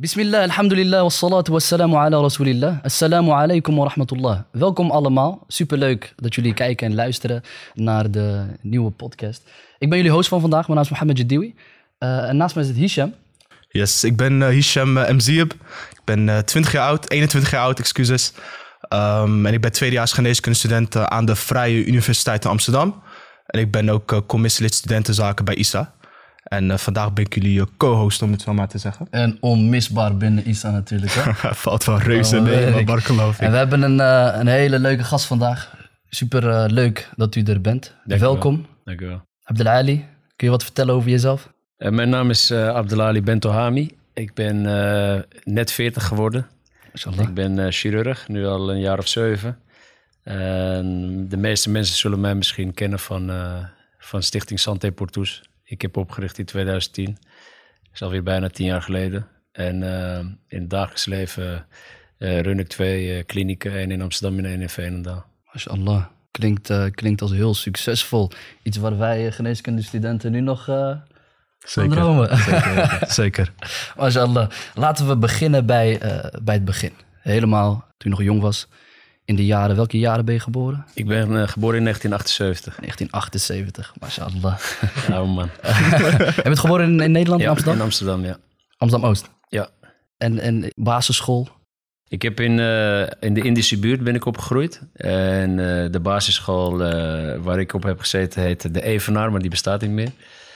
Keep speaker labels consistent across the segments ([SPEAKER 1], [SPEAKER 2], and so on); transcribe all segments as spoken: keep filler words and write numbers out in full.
[SPEAKER 1] Bismillah, alhamdulillah, wassalatu wassalamu ala rasulillah. Assalamu alaikum wa rahmatullah. Welkom allemaal. Superleuk dat jullie kijken en luisteren naar de nieuwe podcast. Ik ben jullie host van vandaag. Mijn naam is Mohammed Jaddiwi. Uh, en naast mij zit Hisham.
[SPEAKER 2] Yes, ik ben uh, Hisham uh, Mzieb. Ik ben uh, twintig jaar oud, eenentwintig jaar oud, excuses. Um, en ik ben tweedejaars geneeskundestudent uh, aan de Vrije Universiteit in Amsterdam. En ik ben ook uh, commissielid studentenzaken bij I S A. En uh, vandaag ben ik jullie uh, co-host, om het zo maar te zeggen.
[SPEAKER 1] En onmisbaar binnen I S A natuurlijk. Hè?
[SPEAKER 2] Valt wel reuze oh, mee, maar barkeloof ik.
[SPEAKER 1] En we hebben een, uh, een hele leuke gast vandaag. Super uh, leuk dat u er bent.
[SPEAKER 3] Dank
[SPEAKER 1] Welkom.
[SPEAKER 3] Dank u wel.
[SPEAKER 1] Abdelali, kun je wat vertellen over jezelf?
[SPEAKER 3] Uh, mijn naam is uh, Abdelali Bentohami. Ik ben uh, net veertig geworden.
[SPEAKER 1] Inshallah.
[SPEAKER 3] Ik ben uh, chirurg, nu al een jaar of zeven. Uh, de meeste mensen zullen mij misschien kennen van, uh, van Stichting Santé Portoes. Ik heb opgericht in twintig tien. Dat is alweer bijna tien jaar geleden. En uh, in het dagelijks leven uh, run ik twee uh, klinieken. één in Amsterdam en één in Veenendaal.
[SPEAKER 1] Mashallah. Klinkt, uh, klinkt als heel succesvol. Iets waar wij uh, geneeskundestudenten nu nog uh, van dromen.
[SPEAKER 2] Zeker, zeker.
[SPEAKER 1] Mashallah. Laten we beginnen bij, uh, bij het begin. Helemaal toen je nog jong was. In de jaren, welke jaren ben je geboren?
[SPEAKER 3] Ik ben uh, geboren in negentien achtenzeventig.
[SPEAKER 1] negentien achtenzeventig, mashallah.
[SPEAKER 3] Nou man.
[SPEAKER 1] Je bent geboren in, in Nederland,
[SPEAKER 3] ja,
[SPEAKER 1] in Amsterdam?
[SPEAKER 3] in Amsterdam, ja.
[SPEAKER 1] Amsterdam-Oost?
[SPEAKER 3] Ja.
[SPEAKER 1] En, en basisschool?
[SPEAKER 3] Ik heb in, uh, in de Indische buurt ben ik opgegroeid. En uh, de basisschool uh, waar ik op heb gezeten heet de Evenaar, maar die bestaat niet meer.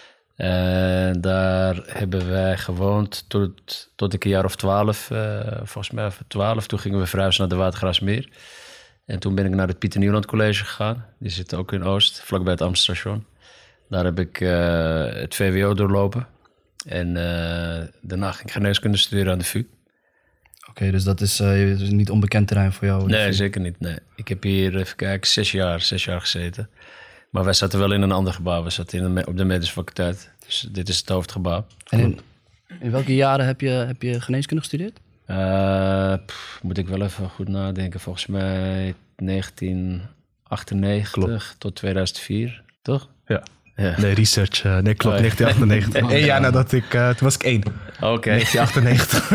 [SPEAKER 3] En daar hebben wij gewoond tot, tot ik een jaar of twaalf, uh, volgens mij of twaalf. Toen gingen we verhuizen naar de Watergraafsmeer. En toen ben ik naar het Pieter Nieuwland College gegaan. Die zit ook in Oost, vlakbij het Amstelstation. Daar heb ik uh, het V W O doorlopen. En uh, daarna ging ik geneeskunde studeren aan de V U.
[SPEAKER 1] Oké, okay, dus dat is, uh, is niet onbekend terrein voor jou?
[SPEAKER 3] Nee, zeker niet. Nee. Ik heb hier, even kijken, zes jaar, zes jaar gezeten. Maar wij zaten wel in een ander gebouw. We zaten in de, op de medische faculteit. Dus dit is het hoofdgebouw.
[SPEAKER 1] En in, in welke jaren heb je, heb je geneeskunde gestudeerd?
[SPEAKER 3] Uh, pff, moet ik wel even goed nadenken. Volgens mij negentien achtennegentig klopt. Tot tweeduizend vier, toch?
[SPEAKER 2] Ja. Ja. Nee, research. Uh, nee, klopt. negentien achtennegentig. Eén jaar nadat ik... Uh, toen was ik één.
[SPEAKER 3] Oké. Okay.
[SPEAKER 2] negentien achtennegentig.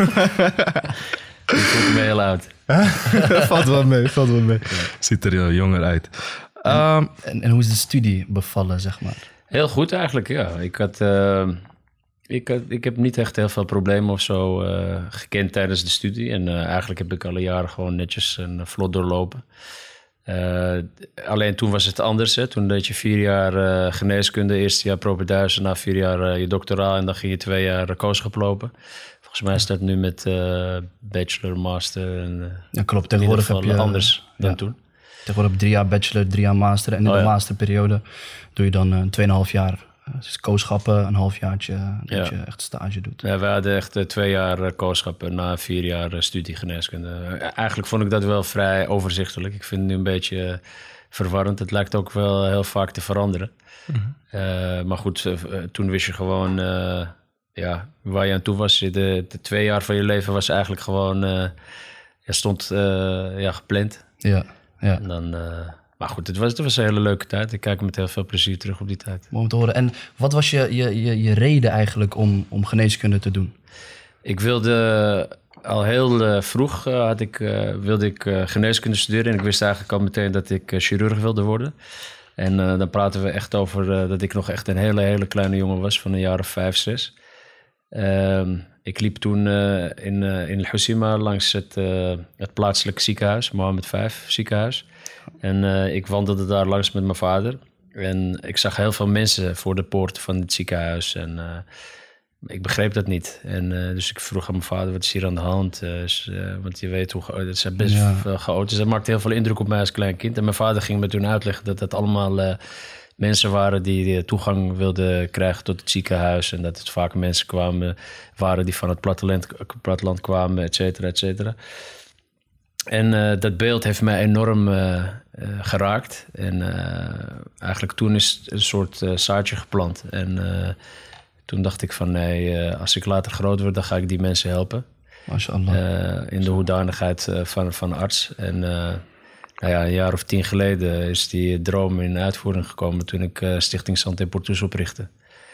[SPEAKER 3] Ik voel me heel oud.
[SPEAKER 2] valt wel mee, valt wel mee. Ja. Ziet er heel jonger uit.
[SPEAKER 1] En, um, en, en hoe is de studie bevallen, zeg maar?
[SPEAKER 3] Heel goed eigenlijk, ja. Ik had... Uh, Ik, ik heb niet echt heel veel problemen of zo uh, gekend tijdens de studie. En uh, eigenlijk heb ik alle jaren gewoon netjes en vlot doorlopen. Uh, alleen toen was het anders. Hè. Toen deed je vier jaar uh, geneeskunde, eerste jaar propedeuse, na vier jaar uh, je doctoraal en dan ging je twee jaar kooschap lopen. Volgens mij is dat nu met uh, bachelor, master en uh,
[SPEAKER 1] ja, klopt. Tegenwoordig heb je
[SPEAKER 3] anders dan ja. toen.
[SPEAKER 1] Tegenwoordig drie jaar bachelor, drie jaar master. En in oh, de ja. masterperiode doe je dan uh, tweeënhalf jaar. Dus kooschappen, een halfjaartje dat ja. je echt stage doet.
[SPEAKER 3] Ja, we hadden echt uh, twee jaar uh, kooschappen na vier jaar uh, studie geneeskunde. Uh, eigenlijk vond ik dat wel vrij overzichtelijk. Ik vind het nu een beetje uh, verwarrend. Het lijkt ook wel heel vaak te veranderen. Mm-hmm. Uh, maar goed, uh, toen wist je gewoon uh, ja, waar je aan toe was. De, de twee jaar van je leven was eigenlijk gewoon... Uh, ja, stond uh, ja, gepland.
[SPEAKER 1] Ja, ja.
[SPEAKER 3] En dan... Uh, Maar goed, het was, het was een hele leuke tijd. Ik kijk met heel veel plezier terug op die tijd.
[SPEAKER 1] Mooi om te horen. En wat was je, je, je, je reden eigenlijk om, om geneeskunde te doen?
[SPEAKER 3] Ik wilde al heel uh, vroeg uh, had ik, uh, wilde ik uh, geneeskunde studeren. En ik wist eigenlijk al meteen dat ik uh, chirurg wilde worden. En uh, dan praten we echt over uh, dat ik nog echt een hele, hele kleine jongen was. Van een jaar of vijf, zes. Uh, ik liep toen uh, in, uh, in Hoceima langs het, uh, het plaatselijke ziekenhuis. Mohammed vijf ziekenhuis. En uh, ik wandelde daar langs met mijn vader. En ik zag heel veel mensen voor de poort van het ziekenhuis. En uh, ik begreep dat niet. En uh, dus ik vroeg aan mijn vader, wat is hier aan de hand? Uh, dus, uh, want je weet hoe het zijn best ja. veel chaotisch. Dus dat maakte heel veel indruk op mij als klein kind. En mijn vader ging me toen uitleggen dat dat allemaal uh, mensen waren die toegang wilden krijgen tot het ziekenhuis. En dat het vaak mensen kwamen, waren die van het platteland, platteland kwamen, et cetera, et cetera. En uh, dat beeld heeft mij enorm uh, uh, geraakt. En uh, eigenlijk toen is een soort uh, zaadje geplant. En uh, toen dacht ik van nee, uh, als ik later groot word, dan ga ik die mensen helpen.
[SPEAKER 1] Mashallah.
[SPEAKER 3] Uh, in de hoedanigheid uh, van, van arts. En uh, nou ja, een jaar of tien geleden is die droom in uitvoering gekomen toen ik uh, Stichting Santé Portoes oprichtte.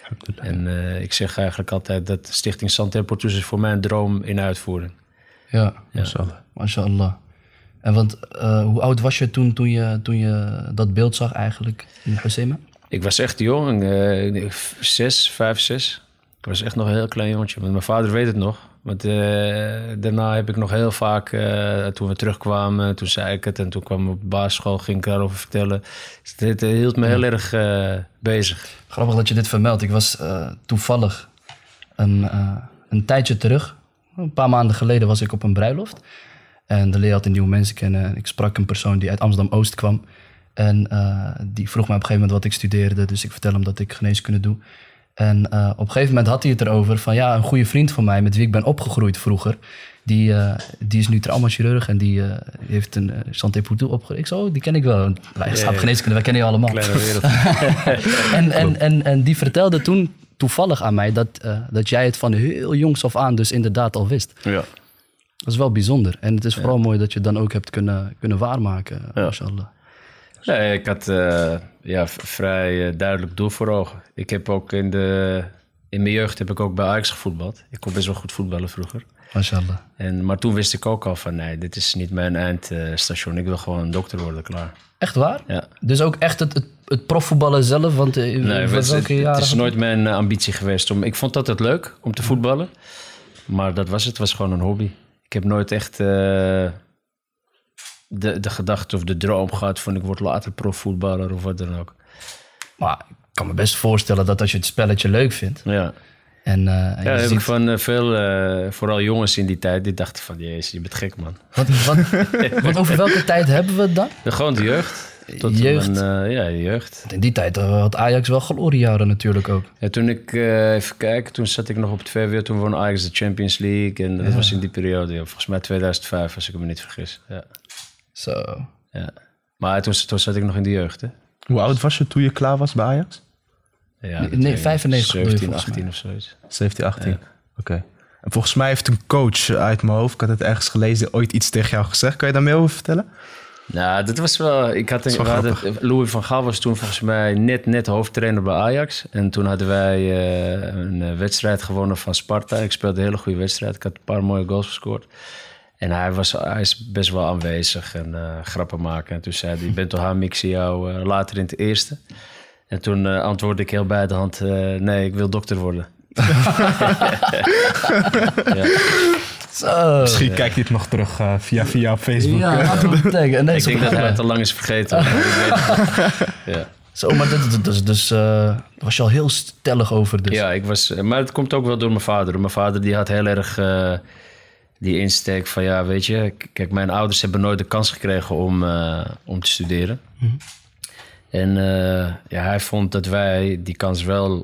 [SPEAKER 3] En uh, ik zeg eigenlijk altijd dat Stichting Santé Portoes is voor mij een droom in uitvoering.
[SPEAKER 1] Ja,
[SPEAKER 3] Ja.
[SPEAKER 2] Mashallah.
[SPEAKER 1] mashallah. En want, uh, hoe oud was je toen, toen je toen je dat beeld zag eigenlijk in Hoceima?
[SPEAKER 3] Ik was echt jong, uh, zes, vijf, zes. Ik was echt nog een heel klein jongetje. Want mijn vader weet het nog. Want uh, daarna heb ik nog heel vaak, uh, toen we terugkwamen, toen zei ik het. En toen kwam ik op de basisschool, ging ik daarover vertellen. Dus dit uh, hield me heel erg uh, bezig.
[SPEAKER 1] Grappig dat je dit vermeldt. Ik was uh, toevallig een, uh, een tijdje terug, een paar maanden geleden was ik op een bruiloft. En de leer had een nieuwe mensen kennen. Ik sprak een persoon die uit Amsterdam-Oost kwam. En uh, die vroeg mij op een gegeven moment wat ik studeerde. Dus ik vertel hem dat ik geneeskunde doe. En uh, op een gegeven moment had hij het erover van... ja, een goede vriend van mij met wie ik ben opgegroeid vroeger... die, uh, die is nu traumachirurg en die, uh, die heeft een uh, Santé Portoes opgericht. Ik zo, oh, die ken ik wel. Leiderschap,
[SPEAKER 3] ja.
[SPEAKER 1] geneeskunde, wij kennen je allemaal.
[SPEAKER 3] Kleine wereld.
[SPEAKER 1] en, en, en, en die vertelde toen toevallig aan mij... Dat, uh, dat jij het van heel jongs af aan dus inderdaad al wist.
[SPEAKER 3] Ja.
[SPEAKER 1] Dat is wel bijzonder. En het is vooral ja. mooi dat je het dan ook hebt kunnen, kunnen waarmaken. Ja. Mashallah.
[SPEAKER 3] Nee, ik had uh, ja, vrij uh, duidelijk doel voor ogen. Ik heb ook in, de, in mijn jeugd heb ik ook bij Ajax gevoetbald. Ik kon best wel goed voetballen vroeger.
[SPEAKER 1] Mashallah.
[SPEAKER 3] En, maar toen wist ik ook al van nee, dit is niet mijn eindstation. Uh, ik wil gewoon een dokter worden, klaar.
[SPEAKER 1] Echt waar?
[SPEAKER 3] Ja.
[SPEAKER 1] Dus ook echt het, het, het profvoetballen zelf? Want, uh,
[SPEAKER 3] nee, het, het, het is nooit mijn uh, ambitie geweest. Om, ik vond dat het leuk om te voetballen. Maar dat was het, het was gewoon een hobby. Ik heb nooit echt... Uh, De, de gedachte of de droom gehad van ik word later profvoetballer of wat dan ook.
[SPEAKER 1] Maar ik kan me best voorstellen dat als je het spelletje leuk vindt.
[SPEAKER 3] Ja,
[SPEAKER 1] en, uh, en
[SPEAKER 3] ja
[SPEAKER 1] je
[SPEAKER 3] heb
[SPEAKER 1] ziet...
[SPEAKER 3] ik van uh, veel, uh, vooral jongens in die tijd, die dachten van jezus, je bent gek man.
[SPEAKER 1] Wat, wat, wat over welke tijd hebben we het dan?
[SPEAKER 3] De, gewoon de jeugd. Tot
[SPEAKER 1] jeugd?
[SPEAKER 3] Mijn, uh, ja, jeugd.
[SPEAKER 1] In die tijd uh, had Ajax wel gloriejaren natuurlijk ook.
[SPEAKER 3] Ja, toen ik, uh, even kijken, toen zat ik nog op het V W O, toen won Ajax de Champions League. En dat ja. was in die periode, ja, volgens mij tweeduizend vijf als ik me niet vergis. Ja.
[SPEAKER 1] Zo.
[SPEAKER 3] Ja. Maar toen, toen zat ik nog in de jeugd, hè.
[SPEAKER 2] Hoe oud was je toen je klaar was bij Ajax?
[SPEAKER 3] Ja,
[SPEAKER 1] nee, nee, vijfennegentig
[SPEAKER 3] zeventien, achttien of zoiets.
[SPEAKER 2] zeventien, achttien,
[SPEAKER 3] Ja.
[SPEAKER 2] oké. Okay. En volgens mij heeft een coach uit mijn hoofd, ik had het ergens gelezen, ooit iets tegen jou gezegd. Kan je daar meer over vertellen?
[SPEAKER 3] Nou, dat was wel... Ik had een, hadden, Louis van Gaal was toen volgens mij net, net hoofdtrainer bij Ajax. En toen hadden wij uh, een wedstrijd gewonnen van Sparta. Ik speelde een hele goede wedstrijd. Ik had een paar mooie goals gescoord. En hij, was, hij is best wel aanwezig en uh, grappen maken. En toen zei hij, je bent toch aan, ik zie jou uh, later in het eerste. En toen uh, antwoordde ik heel bij de hand, uh, nee, ik wil dokter worden. Ja.
[SPEAKER 1] Zo.
[SPEAKER 2] Misschien ja. kijkt hij het nog terug uh, via, via Facebook.
[SPEAKER 1] Ja, laat hem tekenen. Nee,
[SPEAKER 3] ik denk dat hij het al lang is vergeten. Maar ik weet ja.
[SPEAKER 1] Zo, maar dat, dat, dat, dus, uh, daar was je al heel stellig over. Dus.
[SPEAKER 3] Ja, ik was, maar het komt ook wel door mijn vader. Mijn vader die had heel erg... Uh, die insteek van ja, weet je... Kijk, mijn ouders hebben nooit de kans gekregen om, uh, om te studeren. Mm-hmm. En uh, ja, hij vond dat wij die kans wel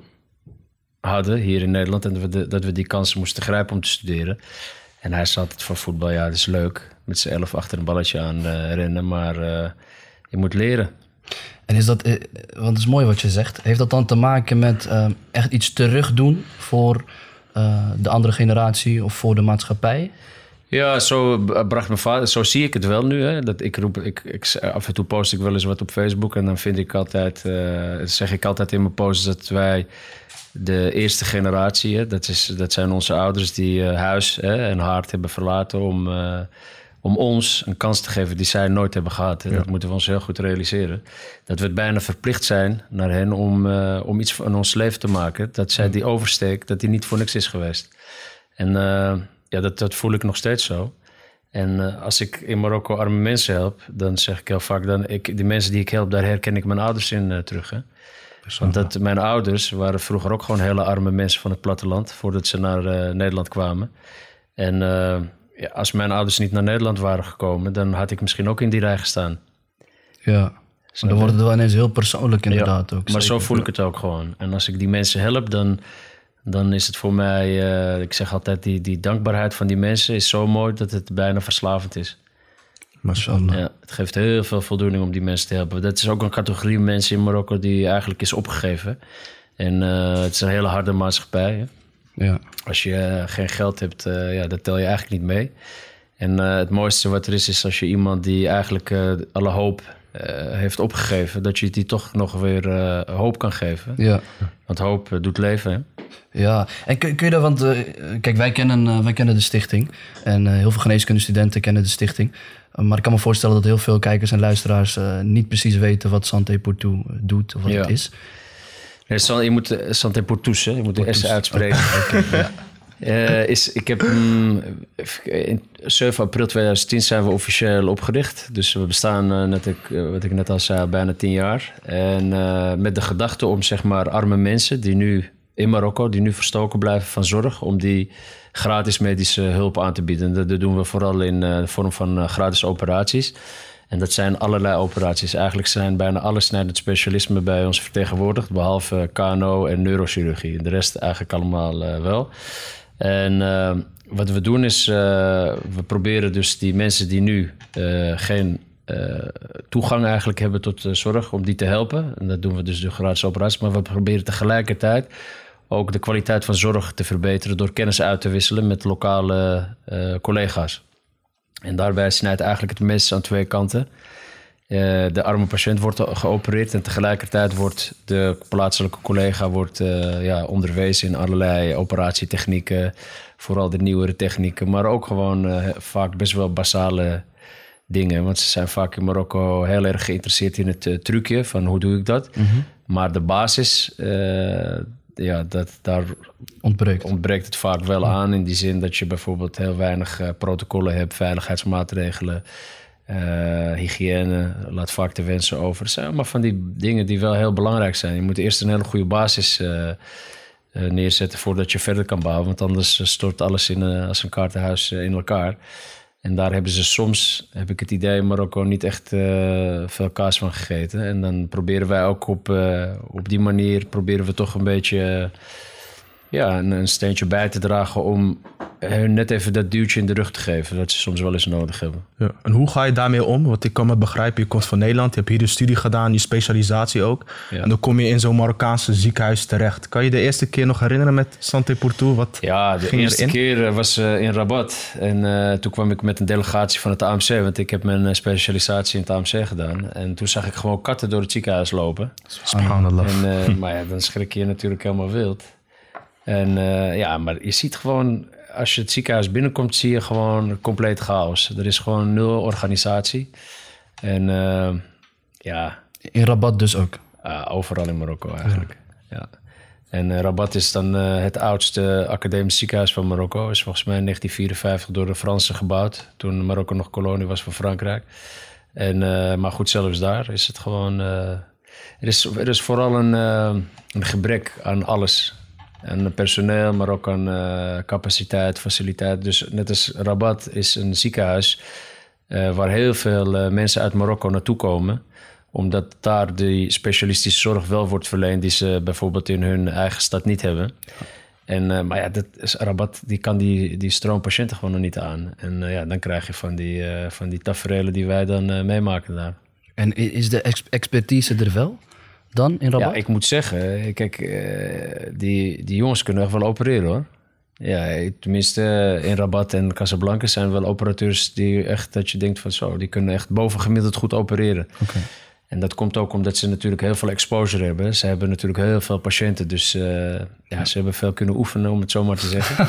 [SPEAKER 3] hadden hier in Nederland... en dat we, de, dat we die kans moesten grijpen om te studeren. En hij zat het voor voetbal, ja, dat is leuk. Met z'n elf achter een balletje aan uh, rennen, maar uh, je moet leren.
[SPEAKER 1] En is dat, want het is mooi wat je zegt... heeft dat dan te maken met uh, echt iets terugdoen voor... Uh, de andere generatie of voor de maatschappij?
[SPEAKER 3] Ja, zo bracht mijn vader... Zo zie ik het wel nu. Hè? Dat ik roep, ik, ik, af en toe post ik wel eens wat op Facebook... en dan vind ik altijd... Uh, zeg ik altijd in mijn posts dat wij... de eerste generatie... Hè, dat, is, dat zijn onze ouders die uh, huis hè, en hart hebben verlaten... om, uh, om ons een kans te geven die zij nooit hebben gehad. Hè? Ja. Dat moeten we ons heel goed realiseren. Dat we het bijna verplicht zijn naar hen om, uh, om iets van ons leven te maken. Dat zij die oversteek, dat die niet voor niks is geweest. En uh, ja, dat, dat voel ik nog steeds zo. En uh, als ik in Marokko arme mensen help, dan zeg ik heel vaak... Dan ik, die mensen die ik help, daar herken ik mijn ouders in uh, terug. Hè? Want dat, mijn ouders waren vroeger ook gewoon hele arme mensen van het platteland... voordat ze naar uh, Nederland kwamen. En... Uh, Ja, als mijn ouders niet naar Nederland waren gekomen... dan had ik misschien ook in die rij gestaan.
[SPEAKER 1] Ja, maar dan wordt het wel ineens heel persoonlijk inderdaad.
[SPEAKER 3] Ja,
[SPEAKER 1] ook.
[SPEAKER 3] Maar
[SPEAKER 1] zeker.
[SPEAKER 3] Zo voel ik het ook gewoon. En als ik die mensen help, dan, dan is het voor mij... Uh, ik zeg altijd, die, die dankbaarheid van die mensen is zo mooi... dat het bijna verslavend is.
[SPEAKER 1] Mashallah.
[SPEAKER 3] Ja, het geeft heel veel voldoening om die mensen te helpen. Dat is ook een categorie mensen in Marokko die eigenlijk is opgegeven. En uh, het is een hele harde maatschappij, hè?
[SPEAKER 1] Ja.
[SPEAKER 3] Als je uh, geen geld hebt, uh, ja, dat tel je eigenlijk niet mee. En uh, het mooiste wat er is, is als je iemand die eigenlijk uh, alle hoop heeft opgegeven, dat je die toch nog weer uh, hoop kan geven.
[SPEAKER 1] Ja.
[SPEAKER 3] Want hoop uh, doet leven, hè?
[SPEAKER 1] Ja, en kun, kun je daar, want uh, kijk, wij kennen, uh, wij kennen de stichting. En uh, heel veel geneeskundestudenten kennen de stichting. Uh, maar ik kan me voorstellen dat heel veel kijkers en luisteraars uh, niet precies weten wat Santé pour Tous doet of wat ja. het is.
[SPEAKER 3] Nee, je moet uh, Santé pour Tous, hè? Je moet de S uitspreken. Okay, ja. Uh, is, ik heb um, in zeven april tweeduizend tien zijn we officieel opgericht. Dus we bestaan, uh, net ik, uh, wat ik net al zei, bijna tien jaar. En uh, met de gedachte om zeg maar arme mensen die nu in Marokko, die nu verstoken blijven van zorg, om die gratis medische hulp aan te bieden. Dat, dat doen we vooral in uh, de vorm van uh, gratis operaties. En dat zijn allerlei operaties. Eigenlijk zijn bijna alle snijdend specialismen bij ons vertegenwoordigd, behalve K N O en neurochirurgie. De rest eigenlijk allemaal uh, wel. En uh, wat we doen is, uh, we proberen dus die mensen die nu uh, geen uh, toegang eigenlijk hebben tot uh, zorg, om die te helpen. En dat doen we dus door gratis operaties. Maar we proberen tegelijkertijd ook de kwaliteit van zorg te verbeteren door kennis uit te wisselen met lokale uh, collega's. En daarbij snijdt eigenlijk het mes aan twee kanten. Uh, de arme patiënt wordt geopereerd en tegelijkertijd wordt de plaatselijke collega wordt, uh, ja, onderwezen in allerlei operatietechnieken. Vooral de nieuwere technieken, maar ook gewoon uh, vaak best wel basale dingen. Want ze zijn vaak in Marokko heel erg geïnteresseerd in het uh, trucje van hoe doe ik dat. Mm-hmm. Maar de basis, uh, ja, dat, daar
[SPEAKER 1] ontbreekt.
[SPEAKER 3] ontbreekt het vaak wel aan. In die zin dat je bijvoorbeeld heel weinig uh, protocollen hebt, veiligheidsmaatregelen. Uh, hygiëne laat vaak te wensen over. Het zijn allemaal van die dingen die wel heel belangrijk zijn. Je moet eerst een hele goede basis uh, uh, neerzetten voordat je verder kan bouwen. Want anders stort alles in, uh, als een kaartenhuis uh, in elkaar. En daar hebben ze soms, heb ik het idee, in Marokko niet echt uh, veel kaas van gegeten. En dan proberen wij ook op, uh, op die manier proberen we toch een beetje uh, ja, een, een steentje bij te dragen om hun net even dat duwtje in de rug te geven, dat ze soms wel eens nodig hebben.
[SPEAKER 2] Ja. En hoe ga je daarmee om? Want ik kan me begrijpen, je komt van Nederland, je hebt hier de studie gedaan, je specialisatie ook. Ja. En dan kom je in zo'n Marokkaanse ziekenhuis terecht. Kan je de eerste keer nog herinneren met Santé pour Tous? Wat
[SPEAKER 3] ja, de eerste erin? keer was uh, in Rabat. En uh, toen kwam ik met een delegatie van het A M C, want ik heb mijn specialisatie in het A M C gedaan. En toen zag ik gewoon katten door het ziekenhuis lopen.
[SPEAKER 2] Subhanallah.
[SPEAKER 3] En, uh, maar ja, dan schrik je je natuurlijk helemaal wild. En uh, ja, maar je ziet gewoon, als je het ziekenhuis binnenkomt, zie je gewoon compleet chaos. Er is gewoon nul organisatie. En uh, ja.
[SPEAKER 1] In Rabat dus ook?
[SPEAKER 3] Uh, overal in Marokko eigenlijk. Ja. Ja. En uh, Rabat is dan uh, het oudste academisch ziekenhuis van Marokko. Is volgens mij in negentien vierenvijftig door de Fransen gebouwd. Toen Marokko nog kolonie was van Frankrijk. En, uh, maar goed, zelfs daar is het gewoon. Uh, er, is, er is vooral een, uh, een gebrek aan alles. Aan personeel, maar ook aan uh, capaciteit, faciliteit. Dus net als Rabat is een ziekenhuis uh, waar heel veel uh, mensen uit Marokko naartoe komen. Omdat daar die specialistische zorg wel wordt verleend die ze bijvoorbeeld in hun eigen stad niet hebben. En, uh, maar ja, dat is, Rabat die kan die, die stroom patiënten gewoon nog niet aan. En uh, ja, dan krijg je van die, uh, van die taferelen die wij dan uh, meemaken daar.
[SPEAKER 1] En is de ex- expertise er wel? Dan in Rabat?
[SPEAKER 3] Ja, ik moet zeggen, kijk, uh, die, die jongens kunnen echt wel opereren hoor. Ja, tenminste uh, in Rabat en Casablanca zijn wel operateurs die echt, dat je denkt van zo, die kunnen echt bovengemiddeld goed opereren.
[SPEAKER 1] Okay.
[SPEAKER 3] En dat komt ook omdat ze natuurlijk heel veel exposure hebben. Ze hebben natuurlijk heel veel patiënten, dus uh, ja, ze hebben veel kunnen oefenen, om het zo maar te zeggen.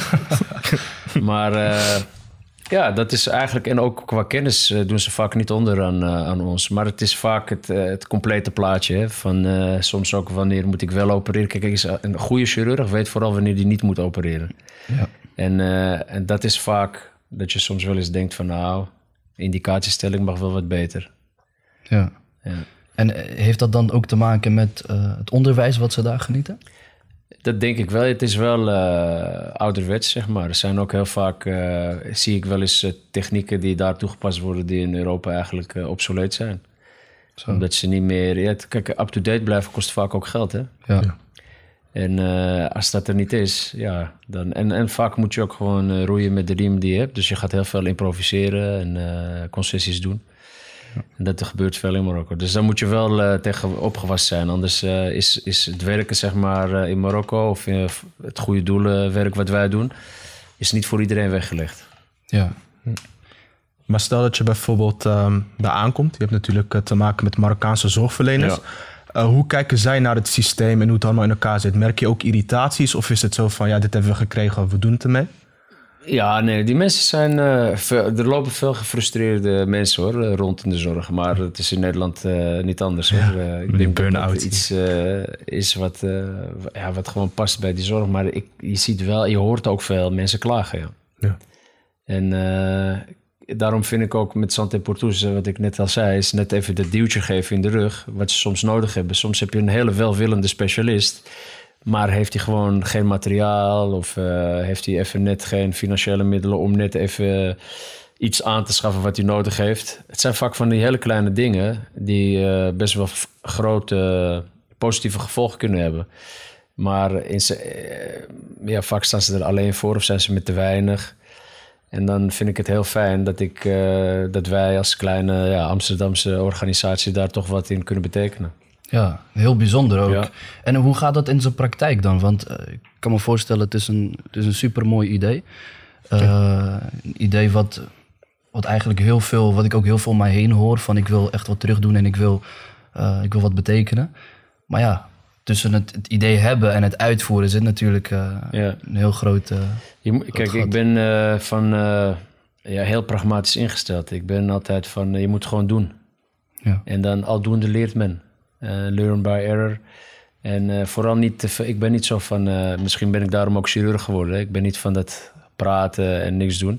[SPEAKER 3] Maar uh, ja, dat is eigenlijk, en ook qua kennis uh, doen ze vaak niet onder aan, uh, aan ons. Maar het is vaak het, uh, het complete plaatje. Hè? Van, uh, soms ook wanneer moet ik wel opereren. Kijk, is een goede chirurg weet vooral wanneer hij niet moet opereren.
[SPEAKER 1] Ja.
[SPEAKER 3] En, uh, en dat is vaak dat je soms wel eens denkt van nou, indicatiestelling mag wel wat beter.
[SPEAKER 1] Ja. Ja. En heeft dat dan ook te maken met uh, het onderwijs wat ze daar genieten?
[SPEAKER 3] Dat denk ik wel. Het is wel uh, ouderwets, zeg maar. Er zijn ook heel vaak, uh, zie ik wel eens uh, technieken die daar toegepast worden die in Europa eigenlijk uh, obsoleet zijn. Zo. Omdat ze niet meer... Ja, kijk, up-to-date blijven kost vaak ook geld, hè?
[SPEAKER 1] Ja. Ja.
[SPEAKER 3] En uh, als dat er niet is, ja, dan... En, en vaak moet je ook gewoon uh, roeien met de riem die je hebt. Dus je gaat heel veel improviseren en uh, concessies doen. Ja. En dat gebeurt veel in Marokko. Dus daar moet je wel uh, tegen opgewassen zijn. Anders uh, is, is het werken zeg maar, uh, in Marokko... of uh, het goede doelenwerk wat wij doen... is niet voor iedereen weggelegd.
[SPEAKER 1] Ja.
[SPEAKER 2] Maar stel dat je bijvoorbeeld um, daar aankomt. Je hebt natuurlijk uh, te maken met Marokkaanse zorgverleners. Ja. Uh, hoe kijken zij naar het systeem en hoe het allemaal in elkaar zit? Merk je ook irritaties of is het zo van, ja, dit hebben we gekregen, we doen het ermee?
[SPEAKER 3] Ja, nee, die mensen zijn... Uh, veel, er lopen veel gefrustreerde mensen hoor, rondom de zorg. Maar het is in Nederland uh, niet anders. Ja, hoor. Uh, ik denk dat het iets uh, is wat, uh, ja, wat gewoon past bij die zorg. Maar ik, je ziet wel, je hoort ook veel mensen klagen. Ja.
[SPEAKER 2] Ja.
[SPEAKER 3] En uh, daarom vind ik ook met Santé pour tous, wat ik net al zei, is net even dat duwtje geven in de rug. Wat ze soms nodig hebben. Soms heb je een hele welwillende specialist... Maar heeft hij gewoon geen materiaal of uh, heeft hij even net geen financiële middelen om net even iets aan te schaffen wat hij nodig heeft. Het zijn vaak van die hele kleine dingen die uh, best wel f- grote uh, positieve gevolgen kunnen hebben. Maar in ze, uh, ja, vaak staan ze er alleen voor of zijn ze met te weinig. En dan vind ik het heel fijn dat, ik, uh, dat wij als kleine ja, Amsterdamse organisatie daar toch wat in kunnen betekenen.
[SPEAKER 1] Ja, heel bijzonder ook.
[SPEAKER 3] Ja.
[SPEAKER 1] En hoe gaat dat in zijn praktijk dan? Want uh, ik kan me voorstellen, het is een, het is een supermooi idee. Uh, ja. Een idee wat, wat eigenlijk heel veel, wat ik ook heel veel om mij heen hoor. Van ik wil echt wat terug doen en ik wil, uh, ik wil wat betekenen. Maar ja, tussen het, het idee hebben en het uitvoeren zit natuurlijk uh, ja. een heel groot... Uh,
[SPEAKER 3] Je moet, kijk, gat. ik ben uh, van uh, ja, heel pragmatisch ingesteld. Ik ben altijd van, uh, je moet gewoon doen.
[SPEAKER 1] Ja.
[SPEAKER 3] En dan aldoende leert men. Uh, learn by error. En uh, vooral niet te veel, ik ben niet zo van, uh, misschien ben ik daarom ook chirurg geworden. Hè? Ik ben niet van dat praten en niks doen.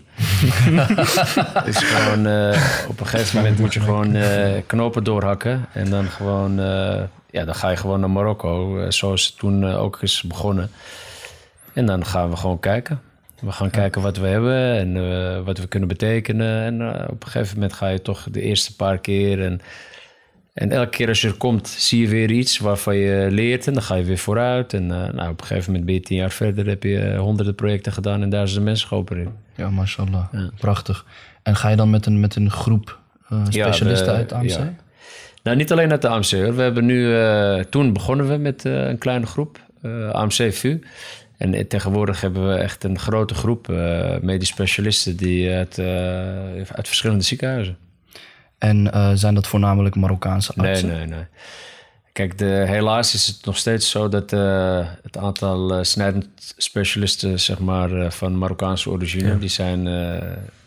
[SPEAKER 3] Het is gewoon, uh, op een gegeven moment moet je gewoon uh, knopen doorhakken. En dan gewoon, uh, ja, dan ga je gewoon naar Marokko. Uh, zoals het toen uh, ook is begonnen. En dan gaan we gewoon kijken. We gaan ja. kijken wat we hebben en uh, wat we kunnen betekenen. En uh, op een gegeven moment ga je toch de eerste paar keer... En, En elke keer als je er komt, zie je weer iets waarvan je leert. En dan ga je weer vooruit. En uh, nou, op een gegeven moment ben je tien jaar verder. Heb je uh, honderden projecten gedaan en duizenden mensen geholpen in.
[SPEAKER 1] Ja, mashallah. Ja. Prachtig. En ga je dan met een, met een groep uh, specialisten ja, de, uit de A M C? Ja.
[SPEAKER 3] Nou, niet alleen uit de A M C hoor. We hebben nu, uh, toen begonnen we met uh, een kleine groep. Uh, A M C V U. En uh, tegenwoordig hebben we echt een grote groep uh, medisch specialisten. Die uit, uh, uit verschillende ziekenhuizen.
[SPEAKER 1] En uh, zijn dat voornamelijk Marokkaanse artsen?
[SPEAKER 3] Nee, nee, nee. Kijk, de, helaas is het nog steeds zo dat uh, het aantal uh, snijdend specialisten, zeg maar, uh, van Marokkaanse origine, ja. die zijn uh,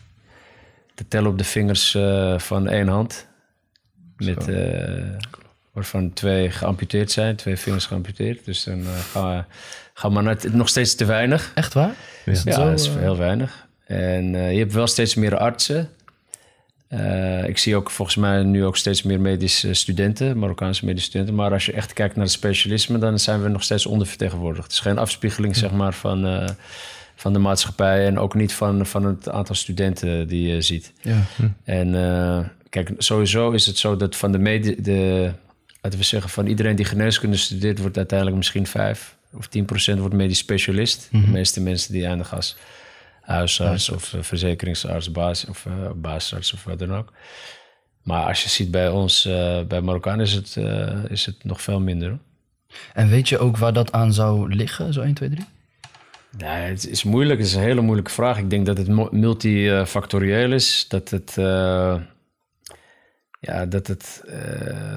[SPEAKER 3] te tellen op de vingers uh, van één hand. Met, uh, waarvan twee geamputeerd zijn, twee vingers geamputeerd. Dus dan uh, gaan we, gaan we naar het, nog steeds te weinig.
[SPEAKER 1] Echt waar?
[SPEAKER 3] Ja, is ja zo, dat is heel weinig. En uh, je hebt wel steeds meer artsen. Uh, ik zie ook volgens mij nu ook steeds meer medische studenten, Marokkaanse medische studenten. Maar als je echt kijkt naar het specialisme, dan zijn we nog steeds ondervertegenwoordigd. Het is geen afspiegeling zeg maar, van, uh, van de maatschappij en ook niet van, van het aantal studenten die je ziet.
[SPEAKER 1] Ja. Hm.
[SPEAKER 3] En uh, kijk, sowieso is het zo dat van de, medi- de laten we zeggen, van iedereen die geneeskunde studeert, wordt uiteindelijk misschien vijf of tien procent wordt medisch specialist. Mm-hmm. De meeste mensen die eindigen als huisarts ja, of uh, verzekeringsarts, baas, of uh, basisarts of wat dan ook. Maar als je ziet bij ons, uh, bij Marokkaan, is het, uh, is het nog veel minder. Hoor.
[SPEAKER 1] En weet je ook waar dat aan zou liggen, zo één, twee, drie?
[SPEAKER 3] Nee, het is moeilijk. Het is een hele moeilijke vraag. Ik denk dat het multifactorieel is. Dat het... Uh, ja, dat het... Uh,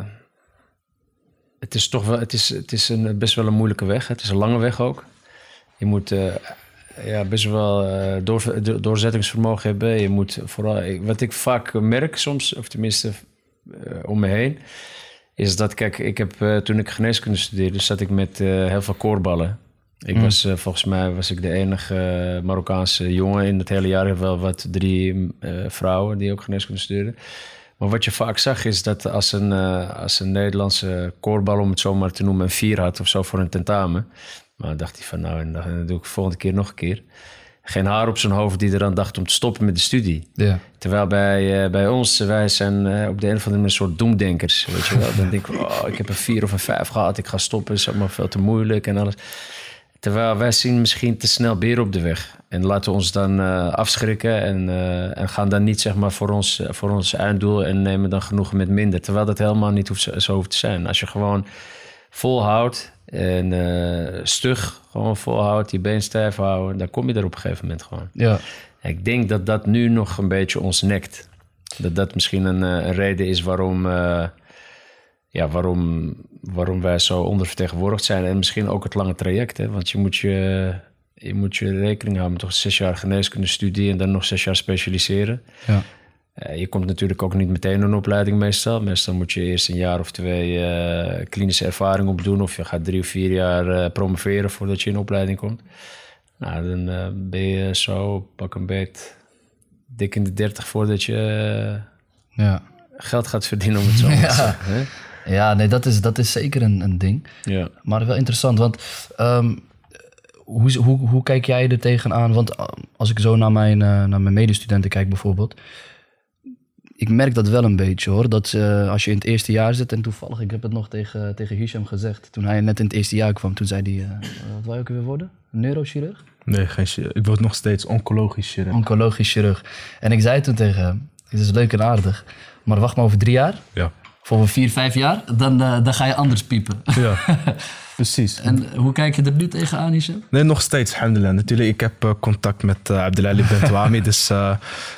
[SPEAKER 3] het is toch wel... Het is, het is een, best wel een moeilijke weg. Het is een lange weg ook. Je moet... Uh, Ja, best wel uh, door, doorzettingsvermogen hebben. Je moet vooral, wat ik vaak merk soms, of tenminste uh, om me heen, is dat, kijk, ik heb uh, toen ik geneeskunde studeerde, zat ik met uh, heel veel koorballen. Ik mm. was, uh, volgens mij was ik de enige uh, Marokkaanse jongen in het hele jaar. Ik heb wel wat drie uh, vrouwen die ook geneeskunde studeerden. Maar wat je vaak zag is dat als een, uh, als een Nederlandse koorbal, om het zo maar te noemen, een vier had of zo voor een tentamen, maar dan dacht hij van nou, en dan doe ik de volgende keer nog een keer. Geen haar op zijn hoofd die eraan dacht om te stoppen met de studie.
[SPEAKER 1] Ja.
[SPEAKER 3] Terwijl bij, uh, bij ons, wij zijn uh, op de een of andere manier een soort doemdenkers. Weet je wel? Dan denk ik, oh, ik heb een vier of een vijf gehad, ik ga stoppen, is allemaal veel te moeilijk en alles. Terwijl wij zien misschien te snel beren op de weg. En laten we ons dan uh, afschrikken en, uh, en gaan dan niet zeg maar voor ons, voor ons einddoel en nemen dan genoegen met minder. Terwijl dat helemaal niet hoeft, zo hoeft te zijn. Als je gewoon volhoudt en uh, stug gewoon volhoudt, je been stijf houden, dan kom je er op een gegeven moment gewoon.
[SPEAKER 1] Ja.
[SPEAKER 3] Ik denk dat dat nu nog een beetje ons nekt. Dat dat misschien een, een reden is waarom, uh, ja, waarom, waarom wij zo ondervertegenwoordigd zijn. En misschien ook het lange traject. Hè? Want je moet je, je moet je rekening houden met toch zes jaar geneeskunde studie en dan nog zes jaar specialiseren. Ja. Uh, je komt natuurlijk ook niet meteen een opleiding meestal. Meestal moet je eerst een jaar of twee uh, klinische ervaring opdoen. Of je gaat drie of vier jaar uh, promoveren voordat je in opleiding komt. Nou, dan uh, ben je zo pak een beet dik in de dertig voordat je uh, ja. geld gaat verdienen om het zo te ja. zeggen. Hè?
[SPEAKER 1] Ja, nee, dat is, dat is zeker een, een ding. Ja. Maar wel interessant, want um, hoe, hoe, hoe kijk jij er tegenaan? Want als ik zo naar mijn, uh, naar mijn medestudenten kijk bijvoorbeeld, ik merk dat wel een beetje hoor. Dat uh, als je in het eerste jaar zit, en toevallig, ik heb het nog tegen, tegen Hisham gezegd, toen hij net in het eerste jaar kwam, toen zei hij, uh, wat wil je ook weer worden? Een neurochirurg?
[SPEAKER 2] Nee, geen chirurg. Ik word nog steeds oncologisch chirurg.
[SPEAKER 1] Oncologisch chirurg. En ik zei toen tegen hem, het is leuk en aardig, maar wacht maar over drie jaar.
[SPEAKER 2] Ja.
[SPEAKER 1] Of over vier, vijf jaar, dan, uh, dan ga je anders piepen. Ja,
[SPEAKER 2] precies.
[SPEAKER 1] En hoe kijk je er nu tegenaan, Hisham?
[SPEAKER 2] Nee, nog steeds, alhamdulillah. Natuurlijk, ik heb uh, contact met uh, Abdelali Bentouami, dus uh,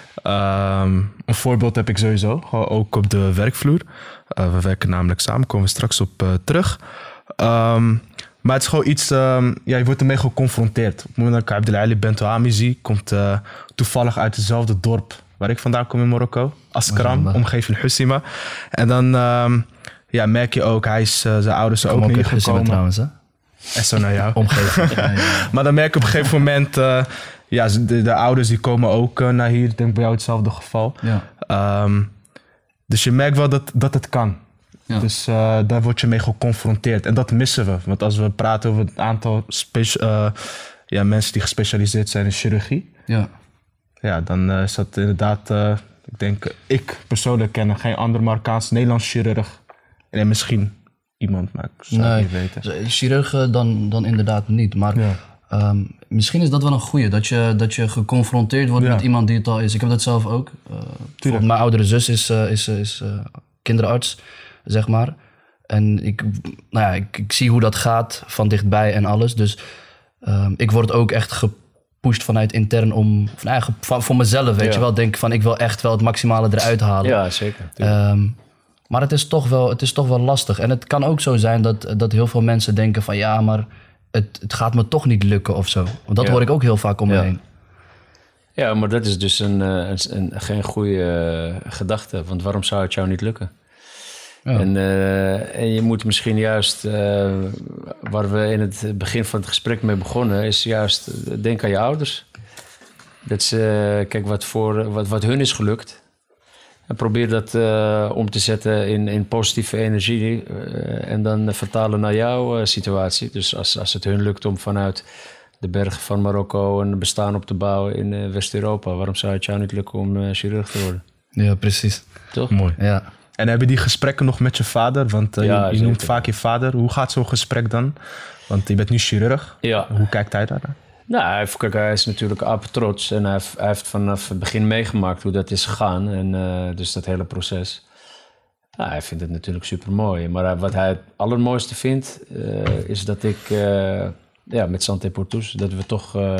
[SPEAKER 2] um, een voorbeeld heb ik sowieso, ook op de werkvloer. Uh, we werken namelijk samen, komen we straks op uh, terug. Um, Maar het is gewoon iets, um, ja, je wordt ermee geconfronteerd. Op het moment dat ik Abdelali Bentouami zie, komt uh, toevallig uit hetzelfde dorp waar ik vandaan kom in Marokko. Askram, omgeving Hussima. En dan um, ja, merk je ook, hij is uh, zijn ouders ook niet gekomen.
[SPEAKER 1] Trouwens, hè?
[SPEAKER 2] En zo naar jou.
[SPEAKER 1] Omgeving. ja, ja.
[SPEAKER 2] Maar dan merk je op een gegeven moment, uh, ja, de, de ouders die komen ook uh, naar hier. Ik denk bij jou hetzelfde geval. Ja. Um, dus je merkt wel dat, dat het kan. Ja. Dus uh, daar word je mee geconfronteerd. En dat missen we. Want als we praten over het aantal spe- uh, ja, mensen die gespecialiseerd zijn in chirurgie. Ja, ja dan uh, is dat inderdaad... Uh, ik denk, uh, ik persoonlijk ken geen andere Marokkaans-Nederlands chirurg. En misschien iemand, maar ik zou
[SPEAKER 1] nee,
[SPEAKER 2] het niet weten.
[SPEAKER 1] Chirurgen dan, dan inderdaad niet. Maar ja. um, misschien is dat wel een goeie. Dat je, dat je geconfronteerd wordt ja. met iemand die het al is. Ik heb dat zelf ook. Uh, mijn oudere zus is, uh, is, is, is uh, kinderarts. Zeg maar. En ik, nou ja, ik, ik zie hoe dat gaat van dichtbij en alles. Dus um, ik word ook echt gepusht vanuit intern om... Of, nou ja, van, voor mezelf, weet ja. je wel. Denk van, ik wil echt wel het maximale eruit halen.
[SPEAKER 3] Ja, zeker.
[SPEAKER 1] Um, maar het is, toch wel, het is toch wel lastig. En het kan ook zo zijn dat, dat heel veel mensen denken van... Ja, maar het, het gaat me toch niet lukken of zo. Want dat ja. hoor ik ook heel vaak om me
[SPEAKER 3] ja.
[SPEAKER 1] heen.
[SPEAKER 3] Ja, maar dat is dus een, een, een, geen goede uh, gedachte. Want waarom zou het jou niet lukken? Ja. En, uh, en je moet misschien juist, uh, waar we in het begin van het gesprek mee begonnen, is juist, uh, denk aan je ouders. Dat ze, uh, kijk wat, voor, wat, wat hun is gelukt. En probeer dat uh, om te zetten in, in positieve energie uh, en dan uh, vertalen naar jouw uh, situatie. Dus als, als het hun lukt om vanuit de bergen van Marokko een bestaan op te bouwen in uh, West-Europa, waarom zou het jou niet lukken om uh, chirurg te worden?
[SPEAKER 1] Ja, precies.
[SPEAKER 3] Toch?
[SPEAKER 2] Mooi.
[SPEAKER 1] Ja.
[SPEAKER 2] En hebben die gesprekken nog met je vader? Want uh, ja, je, je noemt vaak je vader. Hoe gaat zo'n gesprek dan? Want je bent nu chirurg. Ja. Hoe kijkt hij daar naar?
[SPEAKER 3] Nou, hij, heeft, kijk, hij is natuurlijk apen trots. En hij heeft, hij heeft vanaf het begin meegemaakt hoe dat is gegaan. En uh, dus dat hele proces. Nou, hij vindt het natuurlijk super mooi. Maar wat hij het allermooiste vindt, uh, is dat ik uh, ja, met Santé pour tous, dat we toch... Uh,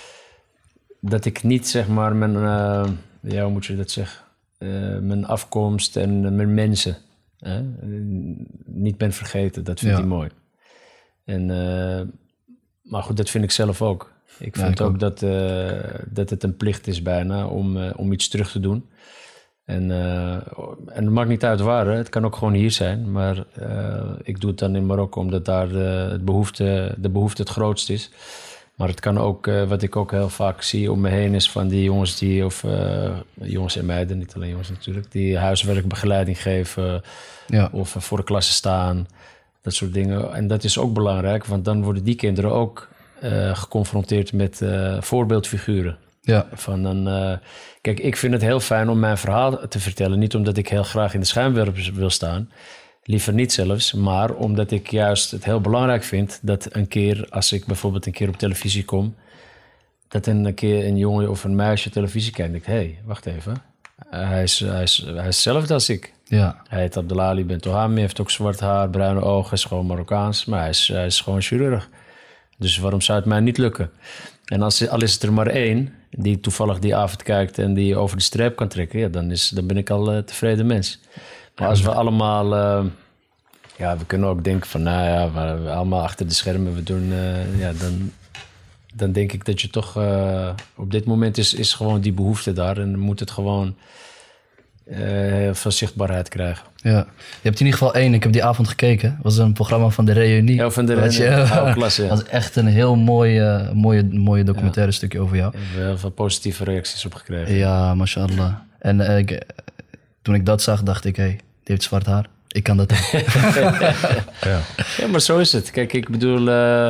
[SPEAKER 3] dat ik niet, zeg maar, mijn... Uh, ja, hoe moet je dat zeggen? Uh, mijn afkomst en uh, mijn mensen uh, niet ben vergeten. Dat vindt ja. hij mooi. En, uh, maar goed, dat vind ik zelf ook. Ik vind ja, ik ook, ook. Dat, uh, dat het een plicht is bijna om, uh, om iets terug te doen. En, uh, en het maakt niet uit waar, hè. Het kan ook gewoon hier zijn. Maar uh, ik doe het dan in Marokko omdat daar de, het behoefte, de behoefte het grootst is. Maar het kan ook, uh, wat ik ook heel vaak zie om me heen, is van die jongens die, of uh, jongens en meiden, niet alleen jongens natuurlijk, die huiswerkbegeleiding geven ja. of uh, voor de klasse staan, dat soort dingen. En dat is ook belangrijk, want dan worden die kinderen ook uh, geconfronteerd met uh, voorbeeldfiguren. Ja. Van een, uh, kijk, ik vind het heel fijn om mijn verhaal te vertellen, niet omdat ik heel graag in de schijnwerpers wil staan. Liever niet zelfs, maar omdat ik juist het heel belangrijk vind dat een keer, als ik bijvoorbeeld een keer op televisie kom, dat een keer een jongen of een meisje televisie kijkt en denkt, hé, hey, wacht even, hij is, hij, is, hij is hetzelfde als ik. Ja. Hij heet Abdelali Bentouami, heeft ook zwart haar, bruine ogen, is gewoon Marokkaans, maar hij is, hij is gewoon chirurg. Dus waarom zou het mij niet lukken? En als, al is het er maar één die toevallig die avond kijkt en die over de streep kan trekken, ja, dan, is, dan ben ik al een tevreden mens. Maar als we allemaal, uh, ja, we kunnen ook denken van, nou ja, we allemaal achter de schermen, we doen, uh, ja, dan, dan denk ik dat je toch, uh, op dit moment is, is gewoon die behoefte daar en dan moet het gewoon uh, heel veel zichtbaarheid krijgen.
[SPEAKER 1] Ja, je hebt in ieder geval één. Ik heb die avond gekeken. Het was een programma van de Reunie.
[SPEAKER 3] Ja, van de
[SPEAKER 1] Reunie.
[SPEAKER 3] Ja, klasse.
[SPEAKER 1] Dat was echt een heel mooi, uh, mooie, mooie documentaire ja. stukje over jou.
[SPEAKER 3] We hebben heel veel positieve reacties op gekregen.
[SPEAKER 1] Ja, mashallah. En uh, ik, toen ik dat zag, dacht ik, hé, hey, die heeft zwart haar. Ik kan dat ook.
[SPEAKER 3] ja. ja, maar zo is het. Kijk, ik bedoel... Uh,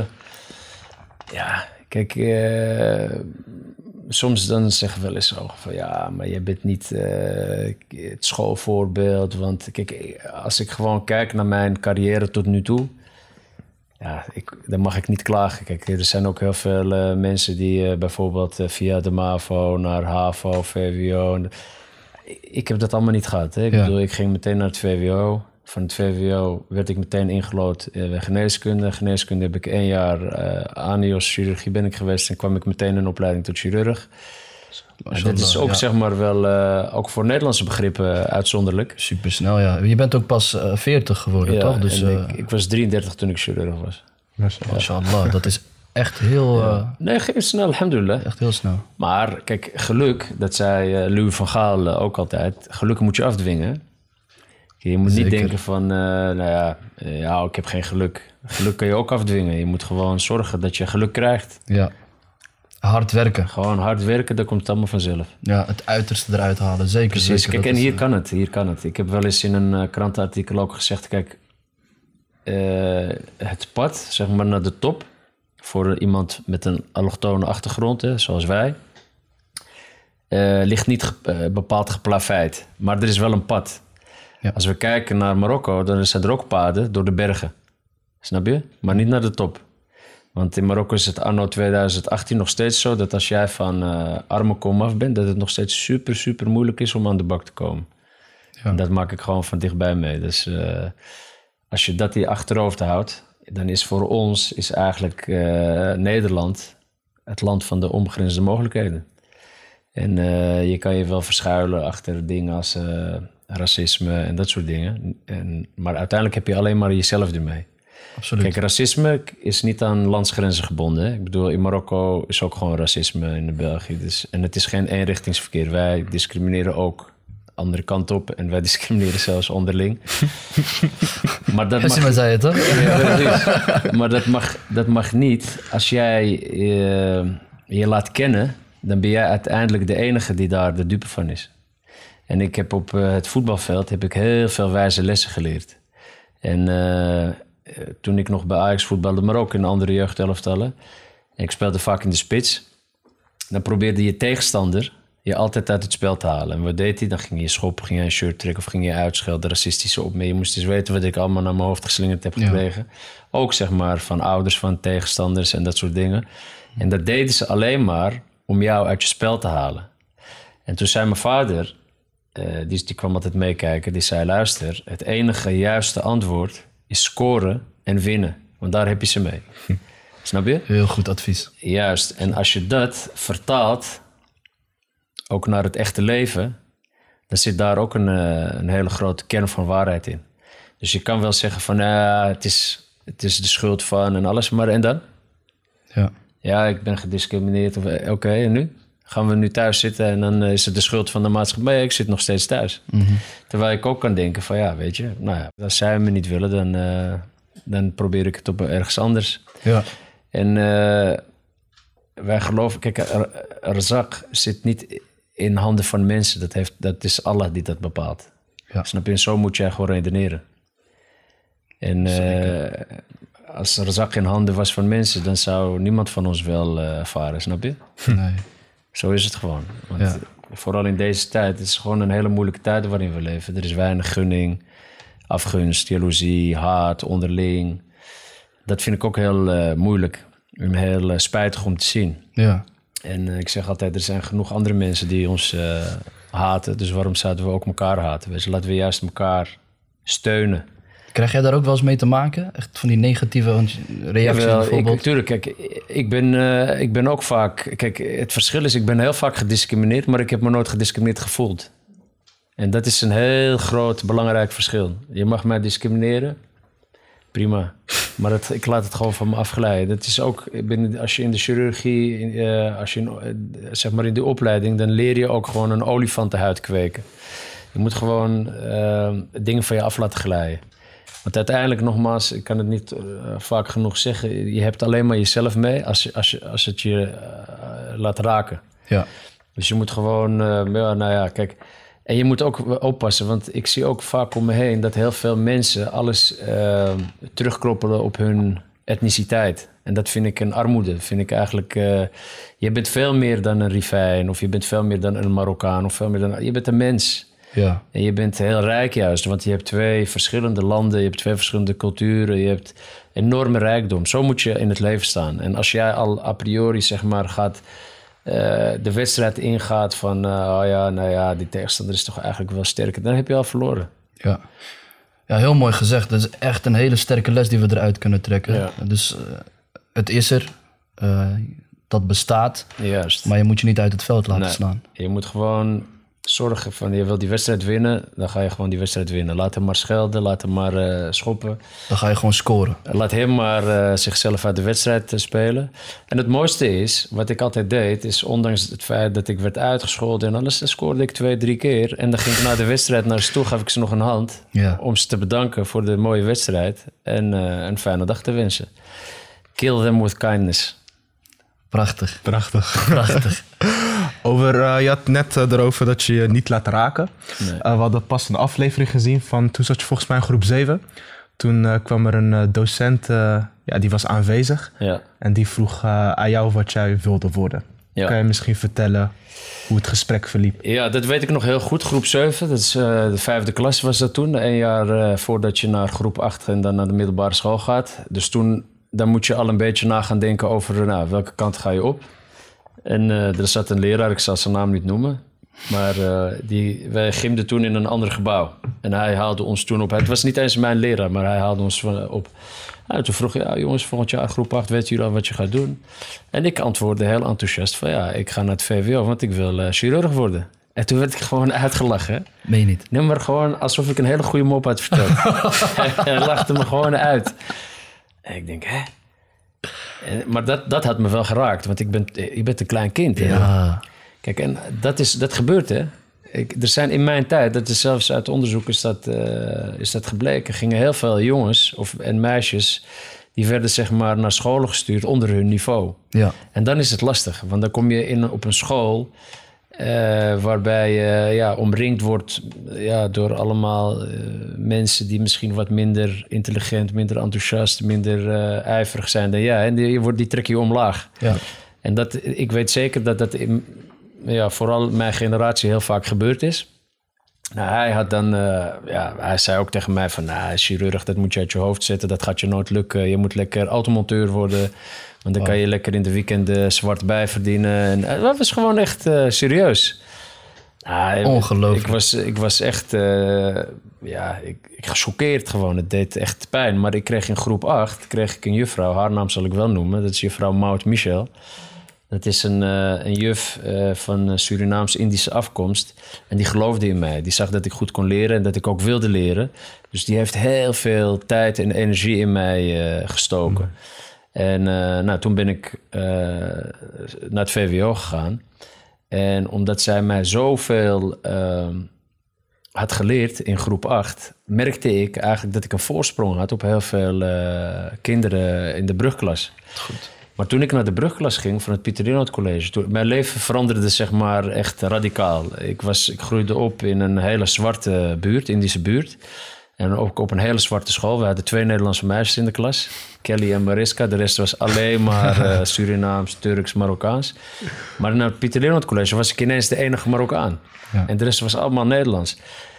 [SPEAKER 3] ja, kijk... Uh, soms dan zeggen we wel eens zo van... ja, maar je bent niet uh, het schoolvoorbeeld. Want kijk, als ik gewoon kijk naar mijn carrière tot nu toe... ja, ik, dan mag ik niet klagen. Kijk, er zijn ook heel veel uh, mensen die uh, bijvoorbeeld uh, via de MAVO naar HAVO, V W O... Ik heb dat allemaal niet gehad. Hè? Ik ja. bedoel, ik ging meteen naar het V W O. Van het V W O werd ik meteen ingelood in geneeskunde. Geneeskunde heb ik één jaar uh, anios-chirurgie ben ik geweest... en kwam ik meteen in opleiding tot chirurg. En dat is ook, ja. zeg maar, wel... Uh, ook voor Nederlandse begrippen uitzonderlijk.
[SPEAKER 1] Supersnel, ja. Je bent ook pas uh, veertig geworden,
[SPEAKER 3] ja,
[SPEAKER 1] toch? Dus,
[SPEAKER 3] en
[SPEAKER 1] uh...
[SPEAKER 3] ik, ik was drieëndertig toen ik chirurg was.
[SPEAKER 1] Mashallah, dat is echt heel... Uh...
[SPEAKER 3] Ja. Nee, ging snel, alhamdulillah.
[SPEAKER 1] Echt heel snel.
[SPEAKER 3] Maar kijk, geluk, dat zei uh, Louis van Gaal uh, ook altijd... geluk moet je afdwingen. Je moet Zeker. niet denken van, uh, nou ja, uh, ja, ik heb geen geluk. Geluk kan je ook afdwingen. Je moet gewoon zorgen dat je geluk krijgt.
[SPEAKER 1] Ja, hard werken.
[SPEAKER 3] Gewoon hard werken, dan komt het allemaal vanzelf.
[SPEAKER 1] Ja, het uiterste eruit halen, zeker.
[SPEAKER 3] Precies,
[SPEAKER 1] zeker,
[SPEAKER 3] kijk, en hier
[SPEAKER 1] is,
[SPEAKER 3] kan het, hier kan het. Ik heb wel eens in een uh, krantenartikel ook gezegd... kijk, uh, het pad, zeg maar, naar de top... voor iemand met een allochtone achtergrond, hè, zoals wij... Uh, ligt niet ge- uh, bepaald geplaveid. Maar er is wel een pad... Ja. Als we kijken naar Marokko, dan zijn er ook paden door de bergen. Snap je? Maar niet naar de top. Want in Marokko is het anno twintig achttien nog steeds zo... dat als jij van uh, arme komaf bent... dat het nog steeds super, super moeilijk is om aan de bak te komen. Ja. En dat maak ik gewoon van dichtbij mee. Dus uh, als je dat in je achterhoofd houdt... dan is voor ons is eigenlijk uh, Nederland... het land van de onbegrensde mogelijkheden. En uh, je kan je wel verschuilen achter dingen als... Uh, racisme en dat soort dingen. En, maar uiteindelijk heb je alleen maar jezelf ermee.
[SPEAKER 1] Absoluut.
[SPEAKER 3] Kijk, racisme is niet aan landsgrenzen gebonden. Hè? Ik bedoel, in Marokko is ook gewoon racisme in België. Dus, en het is geen eenrichtingsverkeer. Wij discrimineren ook de andere kant op. En wij discrimineren zelfs onderling. maar dat mag,
[SPEAKER 1] zei het, toch?
[SPEAKER 3] Ja, maar dat mag, dat mag niet. Als jij je, je laat kennen... dan ben jij uiteindelijk de enige die daar de dupe van is. En ik heb op uh, het voetbalveld heb ik heel veel wijze lessen geleerd. En uh, toen ik nog bij Ajax voetbalde, maar ook in andere jeugdelftallen... en ik speelde vaak in de spits... dan probeerde je tegenstander je altijd uit het spel te halen. En wat deed hij? Dan ging je schoppen, ging je een shirt trekken... of ging je uitschelden, racistische op me. Je moest eens weten wat ik allemaal naar mijn hoofd geslingerd heb gekregen. Ja. Ook zeg maar van ouders van tegenstanders en dat soort dingen. En dat deden ze alleen maar om jou uit je spel te halen. En toen zei mijn vader... Uh, die, die kwam altijd meekijken. Die zei, luister, het enige juiste antwoord is scoren en winnen. Want daar heb je ze mee. Hm. Snap je?
[SPEAKER 1] Heel goed advies.
[SPEAKER 3] Juist. En als je dat vertaalt, ook naar het echte leven... dan zit daar ook een, uh, een hele grote kern van waarheid in. Dus je kan wel zeggen van, uh, het, is, het is de schuld van en alles. Maar en dan?
[SPEAKER 1] Ja.
[SPEAKER 3] Ja, ik ben gediscrimineerd. Oké, okay, en nu? Gaan we nu thuis zitten en dan is het de schuld van de maatschappij. Ik zit nog steeds thuis. Mm-hmm. Terwijl ik ook kan denken van ja, weet je... nou ja, als zij me niet willen, dan, uh, dan probeer ik het op ergens anders.
[SPEAKER 1] Ja.
[SPEAKER 3] En uh, wij geloven... Kijk, Razak zit niet in handen van mensen. Dat, heeft, dat is Allah die dat bepaalt. Ja. Snap je? En zo moet jij gewoon redeneren. En uh, als Razak in handen was van mensen... dan zou niemand van ons wel uh, ervaren, snap je?
[SPEAKER 1] Nee.
[SPEAKER 3] Zo is het gewoon. Want
[SPEAKER 1] ja.
[SPEAKER 3] vooral in deze tijd, het is gewoon een hele moeilijke tijd waarin we leven. Er is weinig gunning, afgunst, jaloezie, haat, onderling. Dat vind ik ook heel uh, moeilijk en heel uh, spijtig om te zien.
[SPEAKER 1] Ja.
[SPEAKER 3] En uh, ik zeg altijd, er zijn genoeg andere mensen die ons uh, haten. Dus waarom zouden we ook elkaar haten? Dus laten we juist elkaar steunen.
[SPEAKER 1] Krijg jij daar ook wel eens mee te maken? Echt van die negatieve reacties
[SPEAKER 3] Jawel,
[SPEAKER 1] bijvoorbeeld?
[SPEAKER 3] Ik, tuurlijk, kijk, ik ben, uh, ik ben ook vaak... Kijk, het verschil is, ik ben heel vaak gediscrimineerd... maar ik heb me nooit gediscrimineerd gevoeld. En dat is een heel groot, belangrijk verschil. Je mag mij discrimineren, prima. Maar het, ik laat het gewoon van me afglijden. Dat is ook, ik ben, als je in de chirurgie, uh, als je in, uh, zeg maar in de opleiding... dan leer je ook gewoon een olifantenhuid kweken. Je moet gewoon uh, dingen van je af laten glijden. Want uiteindelijk, nogmaals, ik kan het niet uh, vaak genoeg zeggen... je hebt alleen maar jezelf mee als, je, als, je, als het je uh, laat raken.
[SPEAKER 1] Ja.
[SPEAKER 3] Dus je moet gewoon, uh, ja, nou ja, kijk... En je moet ook oppassen, want ik zie ook vaak om me heen... dat heel veel mensen alles uh, terugkroppelen op hun etniciteit. En dat vind ik een armoede. Vind ik eigenlijk, uh, je bent veel meer dan een Rivijn... of je bent veel meer dan een Marokkaan... of veel meer dan, je bent een mens.
[SPEAKER 1] Ja.
[SPEAKER 3] En je bent heel rijk juist, want je hebt twee verschillende landen... je hebt twee verschillende culturen, je hebt enorme rijkdom. Zo moet je in het leven staan. En als jij al a priori, zeg maar, gaat... Uh, de wedstrijd ingaat van... Uh, oh ja, nou ja, die tegenstander is toch eigenlijk wel sterker. Dan heb je al verloren.
[SPEAKER 1] Ja, ja, heel mooi gezegd. Dat is echt een hele sterke les die we eruit kunnen trekken.
[SPEAKER 3] Ja.
[SPEAKER 1] Dus uh, het is er. Uh, dat bestaat.
[SPEAKER 3] Juist.
[SPEAKER 1] Maar je moet je niet uit het veld laten
[SPEAKER 3] Nee.
[SPEAKER 1] slaan.
[SPEAKER 3] Je moet gewoon zorgen van... je wilt die wedstrijd winnen, dan ga je gewoon die wedstrijd winnen. Laat hem maar schelden, laat hem maar uh, schoppen.
[SPEAKER 1] Dan ga je gewoon scoren.
[SPEAKER 3] Laat hem maar uh, zichzelf uit de wedstrijd uh, spelen. En het mooiste is, wat ik altijd deed... is ondanks het feit dat ik werd uitgescholden en alles... dan scoorde ik twee, drie keer. En dan ging ik na de wedstrijd naar ze toe, gaf ik ze nog een hand...
[SPEAKER 1] Ja.
[SPEAKER 3] om ze te bedanken voor de mooie wedstrijd... en uh, een fijne dag te wensen. Kill them with kindness.
[SPEAKER 1] Prachtig.
[SPEAKER 2] Prachtig.
[SPEAKER 1] Prachtig.
[SPEAKER 2] Over, uh, je had net uh, erover dat je je niet laat raken.
[SPEAKER 3] Nee.
[SPEAKER 2] Uh, we hadden pas een aflevering gezien van... toen zat je volgens mij in groep zeven. Toen uh, kwam er een uh, docent, uh, ja, die was aanwezig.
[SPEAKER 3] Ja.
[SPEAKER 2] En die vroeg uh, aan jou wat jij wilde worden.
[SPEAKER 3] Ja.
[SPEAKER 2] Kan je misschien vertellen hoe het gesprek verliep?
[SPEAKER 3] Ja, dat weet ik nog heel goed. Groep zeven, dat is uh, de vijfde klas was dat toen. Een jaar uh, voordat je naar groep acht en dan naar de middelbare school gaat. Dus toen dan moet je al een beetje na gaan denken over... nou, welke kant ga je op? En uh, er zat een leraar, ik zal zijn naam niet noemen... maar uh, die, wij gymden toen in een ander gebouw. En hij haalde ons toen op. Het was niet eens mijn leraar, maar hij haalde ons op. En toen vroeg hij, ja, jongens, volgend jaar groep acht... weten jullie al wat je gaat doen? En ik antwoordde heel enthousiast van... ja, ik ga naar het V W O, want ik wil uh, chirurg worden. En toen werd ik gewoon uitgelachen.
[SPEAKER 1] Meen je niet?
[SPEAKER 3] Nee, maar gewoon alsof ik een hele goede mop had verteld. Hij lachte me gewoon uit. En ik denk, hè? En, maar dat, dat had me wel geraakt, want ik ben, ik ben een klein kind. Hè?
[SPEAKER 1] Ja.
[SPEAKER 3] Kijk, en dat, is, dat gebeurt, hè? Ik, er zijn in mijn tijd, dat is zelfs uit onderzoek is dat, uh, is dat gebleken... gingen heel veel jongens of, en meisjes... die werden zeg maar naar scholen gestuurd onder hun niveau.
[SPEAKER 1] Ja.
[SPEAKER 3] En dan is het lastig, want dan kom je in, op een school... Uh, waarbij je uh, ja, omringd wordt ja, door allemaal uh, mensen... die misschien wat minder intelligent, minder enthousiast... minder uh, ijverig zijn dan jij. En die, die trek je omlaag.
[SPEAKER 1] Ja.
[SPEAKER 3] En dat, ik weet zeker dat dat in, ja, vooral mijn generatie heel vaak gebeurd is. Nou, hij had dan, uh, ja, hij zei ook tegen mij van, nou, chirurg, dat moet je uit je hoofd zetten, dat gaat je nooit lukken. Je moet lekker automonteur worden, want dan
[SPEAKER 1] Oh.
[SPEAKER 3] kan je lekker in de weekenden zwart bij verdienen. En, uh, dat was gewoon echt uh, serieus. Nou,
[SPEAKER 1] Ongelooflijk.
[SPEAKER 3] Ik was, ik was echt, uh, ja, ik, ik gechoqueerd gewoon. Het deed echt pijn. Maar ik kreeg in groep acht, kreeg ik een juffrouw, haar naam zal ik wel noemen. Dat is juffrouw Maud Michel. Dat is een, uh, een juf uh, van Surinaams-Indische afkomst. En die geloofde in mij. Die zag dat ik goed kon leren en dat ik ook wilde leren. Dus die heeft heel veel tijd en energie in mij uh, gestoken. Mm. En uh, nou, toen ben ik uh, naar het V W O gegaan. En omdat zij mij zoveel uh, had geleerd in groep acht... merkte ik eigenlijk dat ik een voorsprong had op heel veel uh, kinderen in de brugklas.
[SPEAKER 1] Goed.
[SPEAKER 3] Maar toen ik naar de brugklas ging van het Pieter Rinald College... Toen, mijn leven veranderde zeg maar echt radicaal. Ik, was, ik groeide op in een hele zwarte buurt, Indische buurt. En ook op een hele zwarte school. We hadden twee Nederlandse meisjes in de klas. Kelly en Mariska. De rest was alleen maar uh, Surinaams, Turks, Marokkaans. Maar naar het Pieter Rinald College was ik ineens de enige Marokkaan. Ja. En de rest was allemaal Nederlands.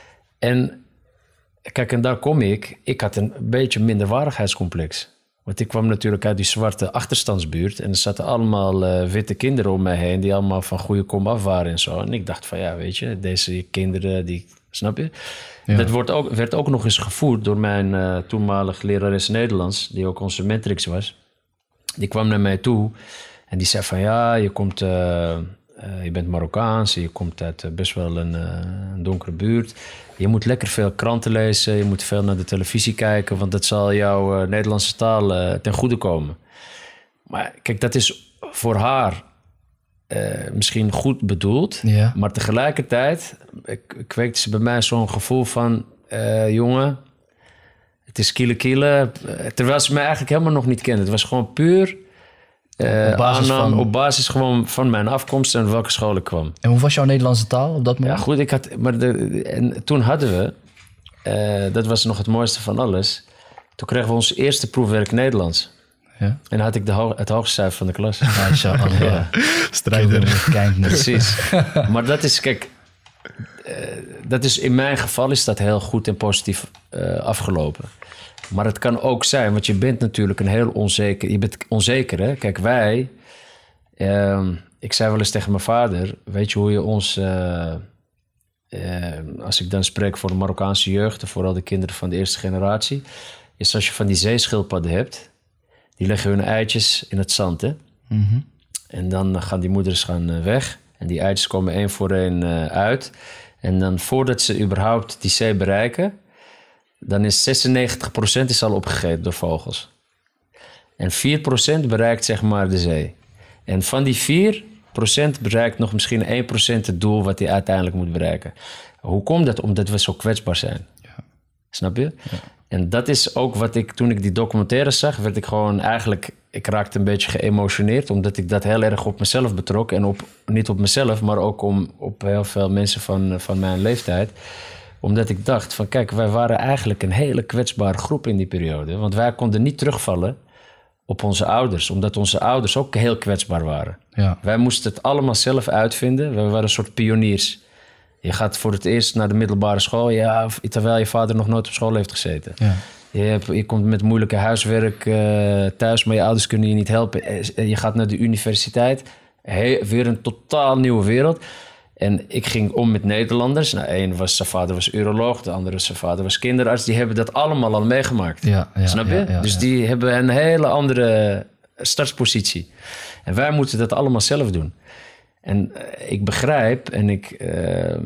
[SPEAKER 3] En kijk, en daar kom ik. Ik had een beetje minderwaardigheidscomplex. Want ik kwam natuurlijk uit die zwarte achterstandsbuurt. En er zaten allemaal uh, witte kinderen om mij heen... die allemaal van goede kom af waren en zo. En ik dacht van, ja, weet je, deze kinderen... die Snap je?
[SPEAKER 1] Ja.
[SPEAKER 3] Dat wordt ook, werd ook nog eens gevoerd door mijn uh, toenmalige lerares Nederlands, die ook onze mentrix was. Die kwam naar mij toe en die zei van ja, je komt, uh, uh, je bent Marokkaans, je komt uit uh, best wel een, uh, een donkere buurt. Je moet lekker veel kranten lezen, je moet veel naar de televisie kijken, want dat zal jouw uh, Nederlandse taal uh, ten goede komen. Maar kijk, dat is voor haar uh, misschien goed bedoeld,
[SPEAKER 1] Ja.
[SPEAKER 3] maar tegelijkertijd kweekte ze bij mij zo'n gevoel van, uh, jongen, het is kiele kiele. Terwijl ze mij eigenlijk helemaal nog niet kende. Het was gewoon puur uh,
[SPEAKER 1] op, basis
[SPEAKER 3] aanname,
[SPEAKER 1] van...
[SPEAKER 3] op basis gewoon van mijn afkomst en welke school ik kwam.
[SPEAKER 1] En hoe was jouw Nederlandse taal op dat moment?
[SPEAKER 3] Ja, goed, ik had, maar de, en toen hadden we, uh, dat was nog het mooiste van alles. Toen kregen we ons eerste proefwerk Nederlands.
[SPEAKER 1] Ja.
[SPEAKER 3] En dan had ik de ho- het hoogste cijfer van de klas.
[SPEAKER 1] MashaAllah.
[SPEAKER 3] Ja.
[SPEAKER 2] Strijder.
[SPEAKER 1] Precies.
[SPEAKER 3] Maar dat is, kijk, uh, dat is in mijn geval is dat heel goed en positief uh, afgelopen. Maar het kan ook zijn, want je bent natuurlijk een heel onzeker... Je bent onzeker, hè? Kijk, wij... Uh, ik zei wel eens tegen mijn vader... Weet je hoe je ons... Uh, uh, als ik dan spreek voor de Marokkaanse jeugd... en vooral de kinderen van de eerste generatie... is als je van die zeeschildpadden hebt... die leggen hun eitjes in het zand, hè?
[SPEAKER 1] Mm-hmm.
[SPEAKER 3] En dan gaan die moeders gaan uh, weg... en die eitjes komen één voor één uh, uit... en dan voordat ze überhaupt die zee bereiken... dan is zesennegentig procent is al opgegeten door vogels. En vier procent bereikt zeg maar de zee. En van die vier procent bereikt nog misschien één procent het doel wat hij uiteindelijk moet bereiken. Hoe komt dat? Omdat we zo kwetsbaar zijn.
[SPEAKER 1] Ja.
[SPEAKER 3] Snap je?
[SPEAKER 1] Ja.
[SPEAKER 3] En dat is ook wat ik, toen ik die documentaire zag, werd ik gewoon eigenlijk, ik raakte een beetje geëmotioneerd, omdat ik dat heel erg op mezelf betrok. En op, niet op mezelf, maar ook om, op heel veel mensen van, van mijn leeftijd. Omdat ik dacht van kijk, wij waren eigenlijk een hele kwetsbare groep in die periode. Want wij konden niet terugvallen op onze ouders. Omdat onze ouders ook heel kwetsbaar waren.
[SPEAKER 1] Ja.
[SPEAKER 3] Wij moesten het allemaal zelf uitvinden. We waren een soort pioniers. Je gaat voor het eerst naar de middelbare school. Ja, terwijl je vader nog nooit op school heeft gezeten.
[SPEAKER 1] Ja.
[SPEAKER 3] Je, hebt, je komt met moeilijke huiswerk uh, thuis, maar je ouders kunnen je niet helpen. Je gaat naar de universiteit. He, weer een totaal nieuwe wereld. En ik ging om met Nederlanders. Nou, één was zijn vader was uroloog, de andere zijn vader was kinderarts. Die hebben dat allemaal al meegemaakt.
[SPEAKER 1] Ja, ja,
[SPEAKER 3] Snap je?
[SPEAKER 1] ja, ja,
[SPEAKER 3] dus
[SPEAKER 1] ja.
[SPEAKER 3] die hebben een hele andere startpositie. En wij moeten dat allemaal zelf doen. En uh, ik begrijp, en ik... Uh,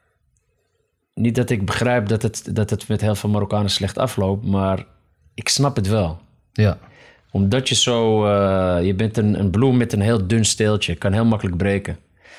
[SPEAKER 3] niet dat ik begrijp dat het, dat het met heel veel Marokkanen slecht afloopt, maar ik snap het wel.
[SPEAKER 1] Ja.
[SPEAKER 3] Omdat je zo... Uh, je bent een, een bloem met een heel dun steeltje. Kan heel makkelijk breken.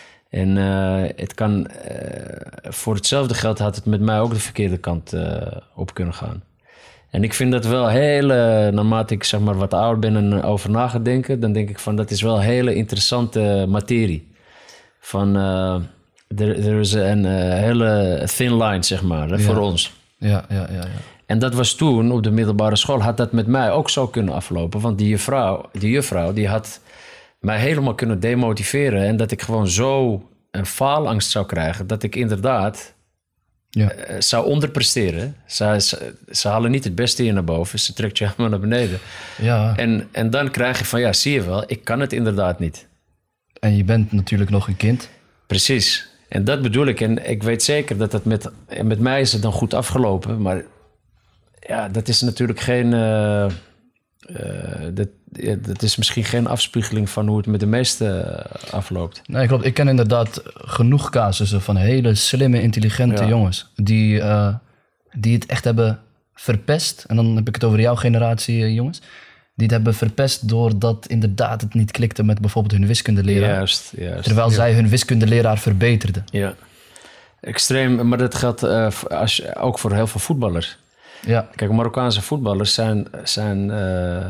[SPEAKER 3] En uh, het kan... Uh, voor hetzelfde geld had het met mij ook de verkeerde kant uh, op kunnen gaan. En ik vind dat wel hele... Naarmate ik zeg maar wat ouder ben en over na ga denken, dan denk ik van dat is wel hele interessante materie. Van... Uh, er, er is een uh, hele thin line, zeg maar, hè,
[SPEAKER 1] Ja.
[SPEAKER 3] voor ons.
[SPEAKER 1] Ja, ja, ja, ja.
[SPEAKER 3] En dat was toen, op de middelbare school, had dat met mij ook zo kunnen aflopen. Want die juffrouw, die juffrouw, die had mij helemaal kunnen demotiveren. En dat ik gewoon zo een faalangst zou krijgen, dat ik inderdaad
[SPEAKER 1] Ja.
[SPEAKER 3] uh, zou onderpresteren. Ze, ze, ze halen niet het beste hier naar boven, ze trekt je helemaal naar beneden.
[SPEAKER 1] Ja.
[SPEAKER 3] En, en dan krijg je van, ja, zie je wel, ik kan het inderdaad niet.
[SPEAKER 1] En je bent natuurlijk nog een kind.
[SPEAKER 3] Precies. En dat bedoel ik. En ik weet zeker dat het met... en met mij is het dan goed afgelopen. Maar ja, dat is natuurlijk geen... Uh, uh, dat, ja, dat is misschien geen afspiegeling van hoe het met de meesten uh, afloopt.
[SPEAKER 1] Nee, klopt. Ik ken inderdaad genoeg casussen van hele slimme, intelligente
[SPEAKER 3] Ja.
[SPEAKER 1] jongens. Die, uh, die het echt hebben verpest. En dan heb ik het over jouw generatie uh, jongens. Die het hebben verpest doordat inderdaad het niet klikte met bijvoorbeeld hun wiskundeleraar.
[SPEAKER 3] Juist, juist.
[SPEAKER 1] Terwijl
[SPEAKER 3] ja.
[SPEAKER 1] zij hun wiskundeleraar verbeterden.
[SPEAKER 3] Ja. Extreem. Maar dat geldt uh, als, je- ook voor heel veel voetballers.
[SPEAKER 1] Ja,
[SPEAKER 3] Kijk, Marokkaanse voetballers zijn, zijn, uh,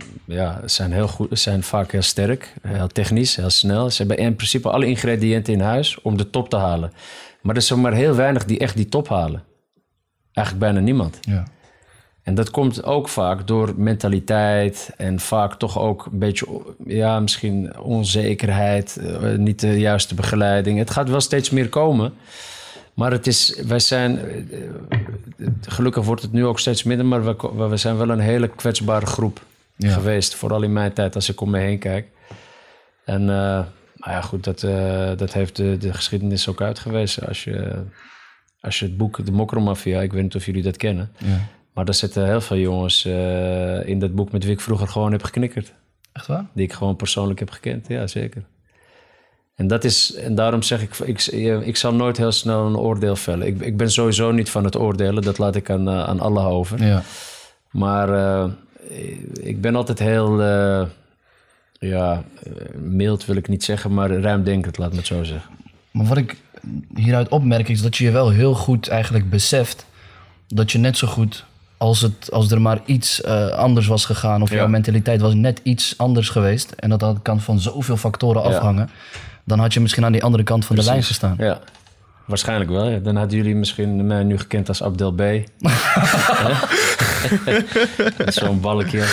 [SPEAKER 3] ja, zijn, heel goed, zijn vaak heel sterk, heel technisch, heel snel. Ze hebben in principe alle ingrediënten in huis om de top te halen. Maar er zijn maar heel weinig die echt die top halen. Eigenlijk bijna niemand.
[SPEAKER 1] ja.
[SPEAKER 3] En dat komt ook vaak door mentaliteit en vaak toch ook een beetje, ja, misschien onzekerheid, uh, niet de juiste begeleiding. Het gaat wel steeds meer komen. Maar het is, wij zijn, uh, gelukkig wordt het nu ook steeds minder, maar we, we zijn wel een hele kwetsbare groep
[SPEAKER 1] Ja.
[SPEAKER 3] geweest. Vooral in mijn tijd, als ik om me heen kijk. En uh, nou ja, goed, dat, uh, dat heeft de, de geschiedenis ook uitgewezen. Als je, als je het boek De Mokromafia, ik weet niet of jullie dat kennen.
[SPEAKER 1] Ja.
[SPEAKER 3] Maar daar zitten heel veel jongens uh, in dat boek met wie ik vroeger gewoon heb geknikkerd.
[SPEAKER 1] Echt waar?
[SPEAKER 3] Die ik gewoon persoonlijk heb gekend, ja zeker. En, dat is, en daarom zeg ik, ik, ik zal nooit heel snel een oordeel vellen. Ik, ik ben sowieso niet van het oordelen, dat laat ik aan, uh, aan Allah over.
[SPEAKER 1] Ja.
[SPEAKER 3] Maar uh, ik ben altijd heel, uh, ja, mild wil ik niet zeggen, maar ruimdenkend, laat me het zo zeggen.
[SPEAKER 1] Maar wat ik hieruit opmerk is dat je je wel heel goed eigenlijk beseft dat je net zo goed als, het, als er maar iets uh, anders was gegaan of ja. jouw mentaliteit was net iets anders geweest en dat, dat kan van zoveel factoren afhangen, ja. dan had je misschien aan die andere kant van Precies. de lijn gestaan.
[SPEAKER 3] Ja, waarschijnlijk wel. Ja. Dan hadden jullie misschien mij nu gekend als Abdel B. Zo'n balkje.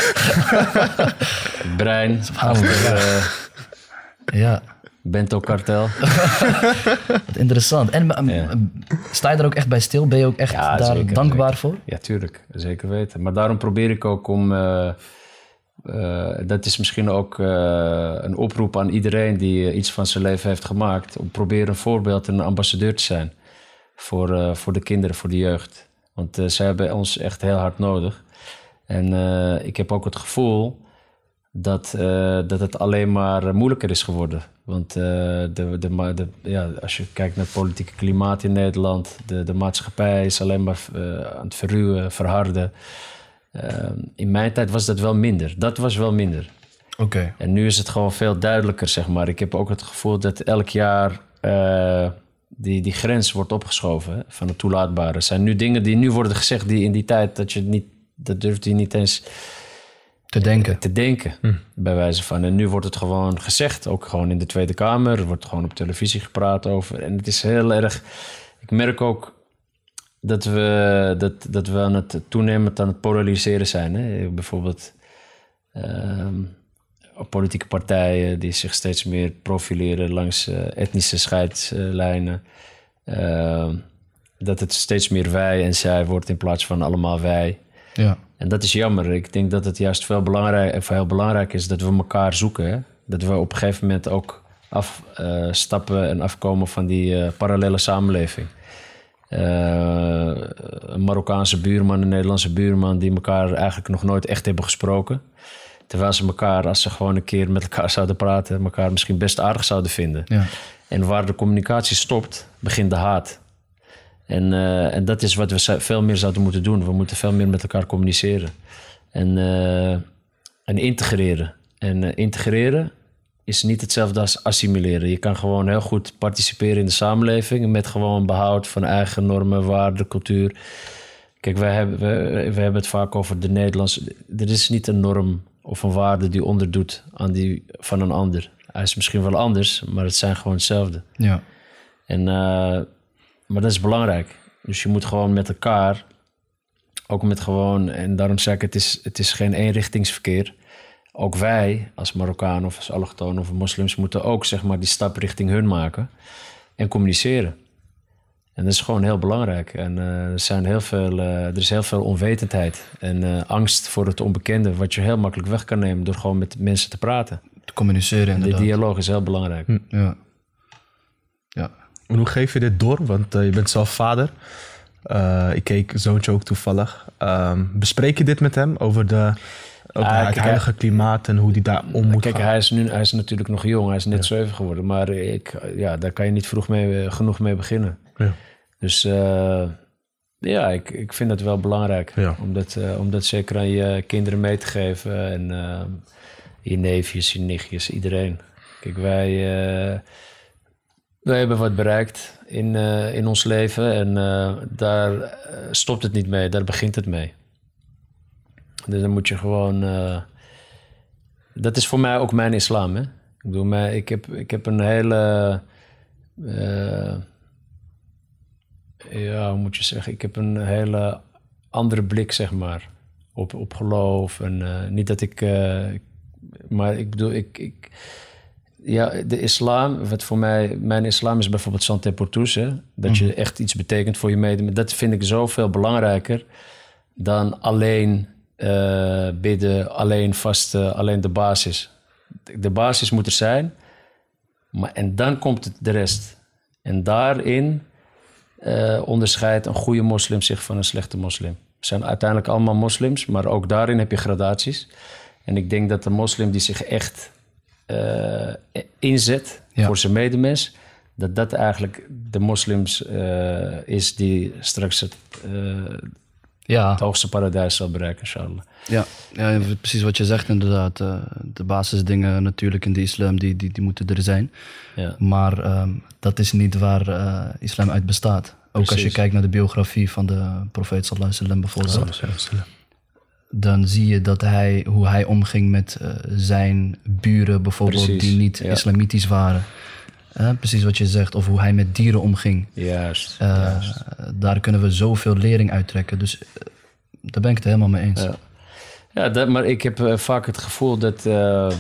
[SPEAKER 3] Brein. Achter, uh,
[SPEAKER 1] ja.
[SPEAKER 3] Bento kartel.
[SPEAKER 1] Interessant. En um, ja. sta je er ook echt bij stil? Ben je ook echt ja, daar zeker, dankbaar
[SPEAKER 3] zeker.
[SPEAKER 1] voor?
[SPEAKER 3] Ja, tuurlijk. Zeker weten. Maar daarom probeer ik ook om... Uh, uh, dat is misschien ook uh, een oproep aan iedereen die uh, iets van zijn leven heeft gemaakt. Om proberen een voorbeeld en een ambassadeur te zijn. Voor, uh, voor de kinderen, voor de jeugd. Want uh, zij hebben ons echt heel hard nodig. En uh, ik heb ook het gevoel... Dat, uh, dat het alleen maar moeilijker is geworden. Want uh, de, de, de, ja, als je kijkt naar het politieke klimaat in Nederland... de, de maatschappij is alleen maar uh, aan het verruwen, verharden. Uh, in mijn tijd was dat wel minder. Dat was wel minder.
[SPEAKER 1] Oké. Okay.
[SPEAKER 3] En nu is het gewoon veel duidelijker, zeg maar. Ik heb ook het gevoel dat elk jaar uh, die, die grens wordt opgeschoven... Hè, van het toelaatbare. Er zijn nu dingen die nu worden gezegd die in die tijd... dat je het niet, dat durfde je niet eens...
[SPEAKER 1] Te denken.
[SPEAKER 3] Te denken, hm. bij wijze van. En nu wordt het gewoon gezegd, ook gewoon in de Tweede Kamer. Er wordt gewoon op televisie gepraat over. En het is heel erg... Ik merk ook dat we, dat, dat we aan het toenemend aan het polariseren zijn. Hè? Bijvoorbeeld uh, politieke partijen die zich steeds meer profileren langs uh, etnische scheidslijnen. Uh, dat het steeds meer wij en zij wordt in plaats van allemaal wij.
[SPEAKER 1] Ja.
[SPEAKER 3] En dat is jammer. Ik denk dat het juist veel belangrijk, of heel belangrijk is dat we elkaar zoeken. Hè? Dat we op een gegeven moment ook afstappen uh, en afkomen van die uh, parallele samenleving. Uh, een Marokkaanse buurman, een Nederlandse buurman... die elkaar eigenlijk nog nooit echt hebben gesproken. Terwijl ze elkaar, als ze gewoon een keer met elkaar zouden praten... elkaar misschien best aardig zouden vinden.
[SPEAKER 1] Ja.
[SPEAKER 3] En waar de communicatie stopt, begint de haat. En, uh, en dat is wat we veel meer zouden moeten doen. We moeten veel meer met elkaar communiceren. En, uh, en integreren. En uh, integreren is niet hetzelfde als assimileren. Je kan gewoon heel goed participeren in de samenleving... met gewoon behoud van eigen normen, waarden, cultuur. Kijk, wij hebben, wij, wij hebben het vaak over de Nederlandse... Er is niet een norm of een waarde die onderdoet aan die van een ander. Hij is misschien wel anders, maar het zijn gewoon hetzelfde.
[SPEAKER 1] Ja.
[SPEAKER 3] En... Uh, Maar dat is belangrijk. Dus je moet gewoon met elkaar, ook met gewoon... en daarom zeg ik, het is, het is geen eenrichtingsverkeer. Ook wij, als Marokkaan of als allochtoon of moslims... moeten ook zeg maar die stap richting hun maken en communiceren. En dat is gewoon heel belangrijk. En uh, er, zijn heel veel, uh, er is heel veel onwetendheid en uh, angst voor het onbekende... wat je heel makkelijk weg kan nemen door gewoon met mensen te praten.
[SPEAKER 1] Te communiceren, inderdaad.
[SPEAKER 3] De dialoog is heel belangrijk.
[SPEAKER 1] Hm, ja. Ja.
[SPEAKER 2] En hoe geef je dit door? Want uh, je bent zelf vader. Uh, ik keek zoontje ook toevallig. Um, bespreek je dit met hem over, de, over uh, het kijk, huidige klimaat en hoe die daar om moet
[SPEAKER 3] kijk,
[SPEAKER 2] gaan?
[SPEAKER 3] Hij is, nu, hij is natuurlijk nog jong. Hij is net ja. zeven geworden. Maar ik, ja, daar kan je niet vroeg mee, genoeg mee beginnen.
[SPEAKER 2] Ja.
[SPEAKER 3] Dus uh, ja, ik, ik vind het wel belangrijk. Ja. Om, dat, uh, om dat zeker aan je kinderen mee te geven. En uh, je neefjes, je nichtjes, iedereen. Kijk, wij... Uh, Wij hebben wat bereikt in, uh, in ons leven en uh, daar uh, stopt het niet mee, daar begint het mee. Dus dan moet je gewoon... Uh, dat is voor mij ook mijn islam, hè. Ik bedoel, mij, ik, heb, ik heb een hele... Uh, ja, hoe moet je zeggen? Ik heb een hele andere blik, zeg maar, op, op geloof. En uh, niet dat ik... Uh, maar ik bedoel, ik... ik ja, de islam, wat voor mij... Mijn islam is bijvoorbeeld santé pour tous, hè? Dat mm-hmm. je echt iets betekent voor je mede. Dat vind ik zoveel belangrijker dan alleen uh, bidden, alleen vasten, alleen de basis. De basis moet er zijn, maar, en dan komt het de rest. En daarin uh, onderscheidt een goede moslim zich van een slechte moslim? We zijn uiteindelijk allemaal moslims, maar ook daarin heb je gradaties. En ik denk dat de moslim die zich echt uh, inzet ja. voor zijn medemens, dat dat eigenlijk de moslims uh, is die straks het, uh, ja. het hoogste paradijs zal bereiken, inshallah.
[SPEAKER 1] Ja, ja, precies wat je zegt inderdaad. Uh, de basisdingen natuurlijk in de islam, die, die, die moeten er zijn. Ja. Maar um, dat is niet waar uh, islam uit bestaat. Ook precies. Als je kijkt naar de biografie van de profeet sallallahu alaihi wasallam bijvoorbeeld. Ja, dan zie je dat hij, hoe hij omging met uh, zijn buren bijvoorbeeld, precies. die niet ja. islamitisch waren. Uh, precies wat je zegt, of hoe hij met dieren omging.
[SPEAKER 3] Juist,
[SPEAKER 1] uh,
[SPEAKER 3] juist.
[SPEAKER 1] Daar kunnen we zoveel lering uit trekken. Dus uh, daar ben ik het helemaal mee eens.
[SPEAKER 3] Ja, ja dat, maar ik heb uh, vaak het gevoel dat, uh,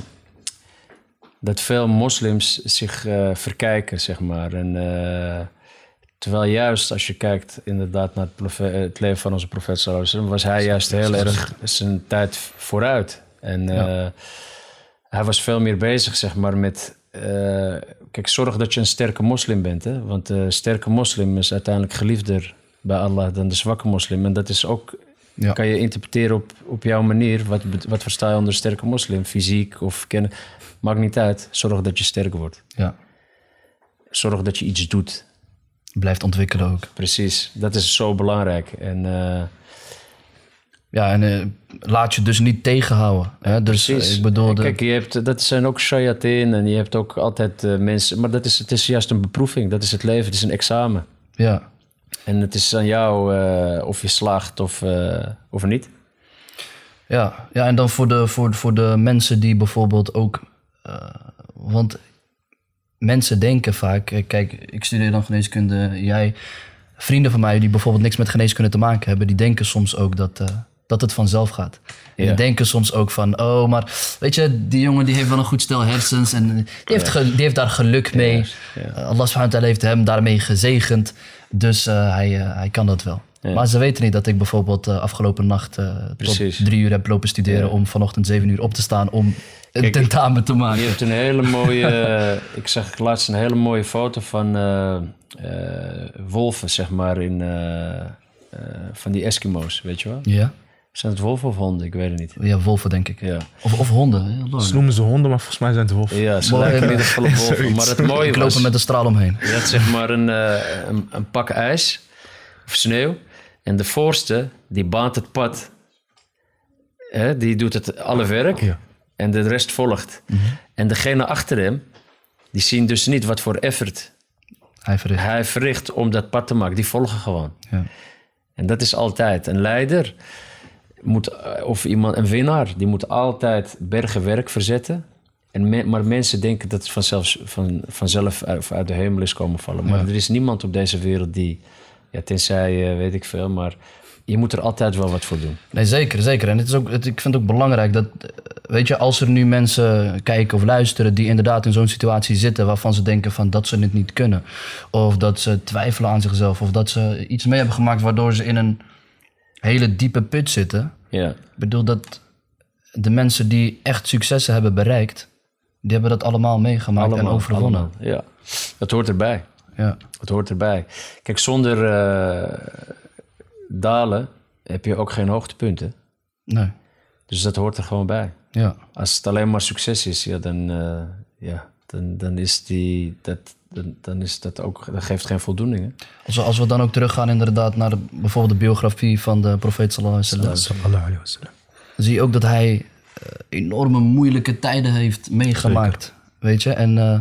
[SPEAKER 3] dat veel moslims zich uh, verkijken, zeg maar. En, uh, terwijl juist als je kijkt inderdaad naar het, profe- het leven van onze profeet sallallahu alaihi wasallam, was hij juist heel erg zijn tijd vooruit. En uh, ja. hij was veel meer bezig, zeg maar, met... Uh, kijk, zorg dat je een sterke moslim bent. Hè? Want de sterke moslim is uiteindelijk geliefder bij Allah dan de zwakke moslim. En dat is ook, ja. kan je interpreteren op, op jouw manier. Wat, wat versta je onder sterke moslim? Fysiek of kennen? Maakt niet uit. Zorg dat je sterk wordt.
[SPEAKER 1] Ja.
[SPEAKER 3] Zorg dat je iets doet.
[SPEAKER 1] Blijft ontwikkelen ook.
[SPEAKER 3] Precies, dat is zo belangrijk. En... Uh,
[SPEAKER 1] Ja, en uh, laat je dus niet tegenhouden. Hè? Dus,
[SPEAKER 3] precies.
[SPEAKER 1] Ik bedoel de...
[SPEAKER 3] Kijk, je hebt, dat zijn ook shayateen en je hebt ook altijd uh, mensen... Maar dat is, het is juist een beproeving. Dat is het leven. Het is een examen.
[SPEAKER 1] Ja.
[SPEAKER 3] En het is aan jou uh, of je slaagt of, uh, of niet.
[SPEAKER 1] Ja, ja en dan voor de, voor, voor de mensen die bijvoorbeeld ook... Uh, want mensen denken vaak... Kijk, ik studeer dan geneeskunde. Jij, vrienden van mij die bijvoorbeeld niks met geneeskunde te maken hebben... die denken soms ook dat... Uh, dat het vanzelf gaat. En ja. die denken soms ook van... oh, maar weet je, die jongen die heeft wel een goed stel hersens... en die heeft, ja. ge, die heeft daar geluk mee. Ja, ja. Uh, Allah subhanahu wa ta'ala heeft hem daarmee gezegend. Dus uh, hij, uh, hij kan dat wel. Ja. Maar ze weten niet dat ik bijvoorbeeld uh, afgelopen nacht... Uh, tot drie uur heb lopen studeren... Ja. om vanochtend zeven uur op te staan... om een Kijk, tentamen te maken.
[SPEAKER 3] Je hebt een hele mooie... ik zag laatst een hele mooie foto van... Uh, uh, wolven, zeg maar, in, uh, uh, van die Eskimo's, weet je wel?
[SPEAKER 1] Ja.
[SPEAKER 3] Zijn het wolven of honden? Ik weet het niet.
[SPEAKER 1] Ja, wolven denk ik. Ja. Of, of honden.
[SPEAKER 2] Ja, ze noemen ze honden, maar volgens mij zijn het wolven.
[SPEAKER 3] Ja, ze lijken in ieder geval op wolven. Maar het mooie
[SPEAKER 1] ik loop er met een straal omheen.
[SPEAKER 3] Je had zeg maar een, uh, een, een pak ijs of sneeuw. En de voorste, die baant het pad. Hè, die doet het alle werk. Ja. En de rest volgt. Mm-hmm. En degene achter hem, die zien dus niet wat voor effort
[SPEAKER 1] hij verricht.
[SPEAKER 3] hij verricht om dat pad te maken. Die volgen gewoon.
[SPEAKER 1] Ja.
[SPEAKER 3] En dat is altijd een leider... Moet, of iemand, een winnaar, die moet altijd bergen werk verzetten. En me, maar mensen denken dat het vanzelf, van, vanzelf uit, uit de hemel is komen vallen. Maar ja. er is niemand op deze wereld die... Ja, tenzij, uh, weet ik veel, maar je moet er altijd wel wat voor doen.
[SPEAKER 1] Nee, zeker, zeker. En het is ook, het, ik vind het ook belangrijk dat... Weet je, als er nu mensen kijken of luisteren... die inderdaad in zo'n situatie zitten... waarvan ze denken van dat ze het niet kunnen. Of dat ze twijfelen aan zichzelf. Of dat ze iets mee hebben gemaakt... waardoor ze in een... hele diepe put zitten.
[SPEAKER 3] Ja.
[SPEAKER 1] Ik bedoel dat de mensen die echt successen hebben bereikt... die hebben dat allemaal meegemaakt allemaal, en overwonnen.
[SPEAKER 3] Allemaal, ja, dat hoort erbij.
[SPEAKER 1] Ja.
[SPEAKER 3] Dat hoort erbij. Kijk, zonder uh, dalen heb je ook geen hoogtepunten.
[SPEAKER 1] Nee.
[SPEAKER 3] Dus dat hoort er gewoon bij.
[SPEAKER 1] Ja.
[SPEAKER 3] Als het alleen maar succes is, ja, dan, uh, ja, dan, dan is die... Dat, Dan, dan is dat ook, dat geeft geen voldoening. Hè?
[SPEAKER 1] Als, we, als we dan ook teruggaan inderdaad naar de, bijvoorbeeld de biografie van de profeet sallallahu alaihi wasallam. Zie je ook dat hij uh, enorme moeilijke tijden heeft meegemaakt. Zeker. Weet je, en, uh,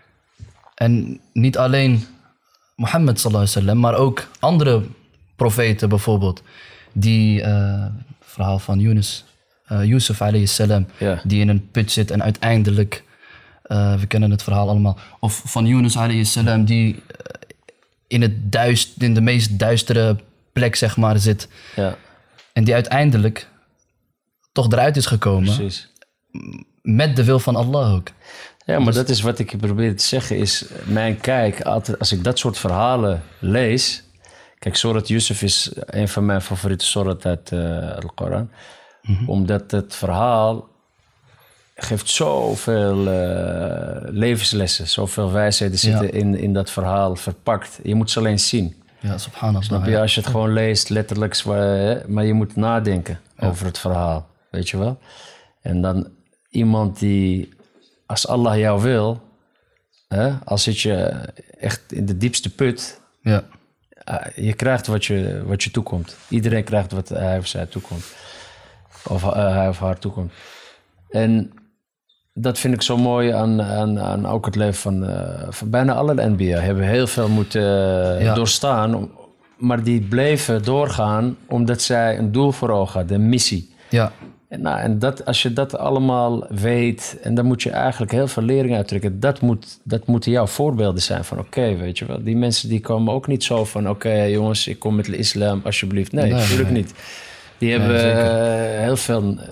[SPEAKER 1] en niet alleen Mohammed sallallahu alaihi wasallam, maar ook andere profeten bijvoorbeeld. Die, uh, verhaal van Yunus, uh, Yusuf alayhi salam, ja. die in een put zit en uiteindelijk... Uh, we kennen het verhaal allemaal. Of van Yunus alayhi salam die uh, in, het duist, in de meest duistere plek zeg maar zit.
[SPEAKER 3] Ja.
[SPEAKER 1] En die uiteindelijk toch eruit is gekomen.
[SPEAKER 3] Precies.
[SPEAKER 1] Met de wil van Allah ook.
[SPEAKER 3] Ja, maar dus... dat is wat ik probeer te zeggen is... Mijn kijk, altijd, als ik dat soort verhalen lees... Kijk, Surat Yusuf is een van mijn favoriete surat uit uh, Al-Quran. Mm-hmm. Omdat het verhaal... geeft zoveel uh, levenslessen, zoveel wijsheden zitten ja. in, in dat verhaal verpakt. Je moet ze alleen zien.
[SPEAKER 1] Ja, subhanallah.
[SPEAKER 3] Snap je? Als je het gewoon leest, letterlijk, maar je moet nadenken ja. over het verhaal, weet je wel? En dan iemand die, als Allah jou wil, hè, als zit je echt in de diepste put,
[SPEAKER 1] ja.
[SPEAKER 3] je krijgt wat je, wat je toekomt. Iedereen krijgt wat hij of zij toekomt. Of uh, hij of haar toekomt. En dat vind ik zo mooi aan, aan, aan ook het leven van, uh, van bijna alle N B A. Hebben heel veel moeten uh, ja. doorstaan. Maar die bleven doorgaan omdat zij een doel voor ogen hadden, een missie.
[SPEAKER 1] Ja.
[SPEAKER 3] En, nou, en dat, als je dat allemaal weet, en dan moet je eigenlijk heel veel lering uittrekken. Dat, moet, dat moeten jouw voorbeelden zijn van oké, okay, weet je wel. Die mensen die komen ook niet zo van oké okay, jongens, ik kom met de islam alsjeblieft. Nee, nee natuurlijk nee. niet. Die hebben nee, uh, heel veel... Uh,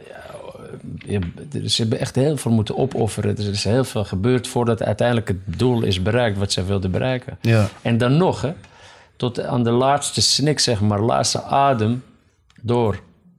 [SPEAKER 3] ja, ze hebben echt heel veel moeten opofferen. Er is heel veel gebeurd voordat uiteindelijk het doel is bereikt wat zij wilden bereiken.
[SPEAKER 1] Ja.
[SPEAKER 3] En dan nog, hè, tot aan de laatste snik, zeg maar, laatste adem door.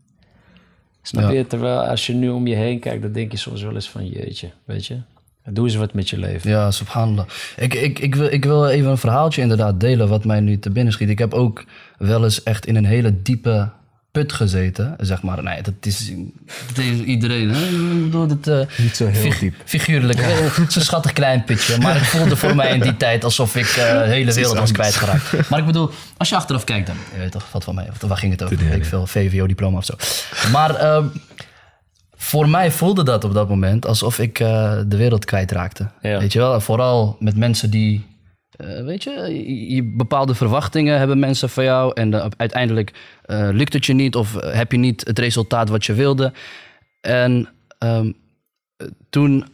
[SPEAKER 3] Snap je? Ja. Terwijl als je nu om je heen kijkt, dan denk je soms wel eens van jeetje, weet je. Doe eens wat met je leven.
[SPEAKER 1] Ja, subhanallah. Ik, ik, ik, wil, ik wil even een verhaaltje inderdaad delen wat mij nu te binnen schiet. Ik heb ook wel eens echt in een hele diepe put gezeten, zeg maar. Nee, dat is, dat is iedereen. Hè? Ik bedoel, dat, uh,
[SPEAKER 2] Niet zo heel fig- diep.
[SPEAKER 1] Figuurlijk. Zo'n schattig klein putje. Maar het voelde voor mij in die tijd alsof ik uh, de hele wereld was kwijtgeraakt. Maar ik bedoel, als je achteraf kijkt, dan je weet toch wat van mij. Of waar ging het over? Weet ik veel, V W O-diploma of zo. Maar uh, voor mij voelde dat op dat moment alsof ik uh, de wereld kwijtraakte. Ja. Weet je wel? Vooral met mensen die... Uh, weet je, je, je, bepaalde verwachtingen hebben mensen van jou en uh, uiteindelijk uh, lukt het je niet of uh, heb je niet het resultaat wat je wilde. En um, toen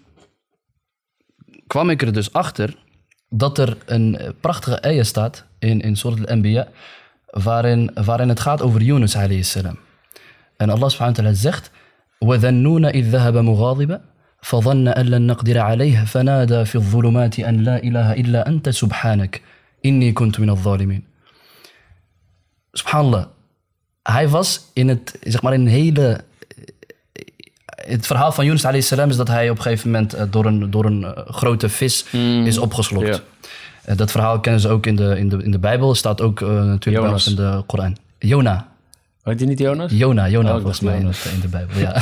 [SPEAKER 1] kwam ik er dus achter dat er een prachtige ayah staat in, in Surat al-Anbiya waarin, waarin het gaat over Yunus alayhi salam. En Allah subhanahu wa ta'ala zegt وَذَنُّونَ إِذْ ذَهَبَ مُغَاضِبًا فظن أن لن نقدر عليه فنادى في الظلمات أن لا إله إلا أنت سبحانك إني كنت من الظالمين. Subhanallah. Hij was in het, zeg maar in een hele... Het verhaal van Yunus alayhi salam is dat hij op een gegeven moment door een, door een grote vis mm. is opgeslokt. Yeah. Dat verhaal kennen ze ook in de, in de, in de Bijbel. staat ook uh, natuurlijk bij ons in de Koran. Jona.
[SPEAKER 3] Heet die niet Jonas?
[SPEAKER 1] Jona, Jona oh, volgens mij Jonas. In de Bijbel, ja.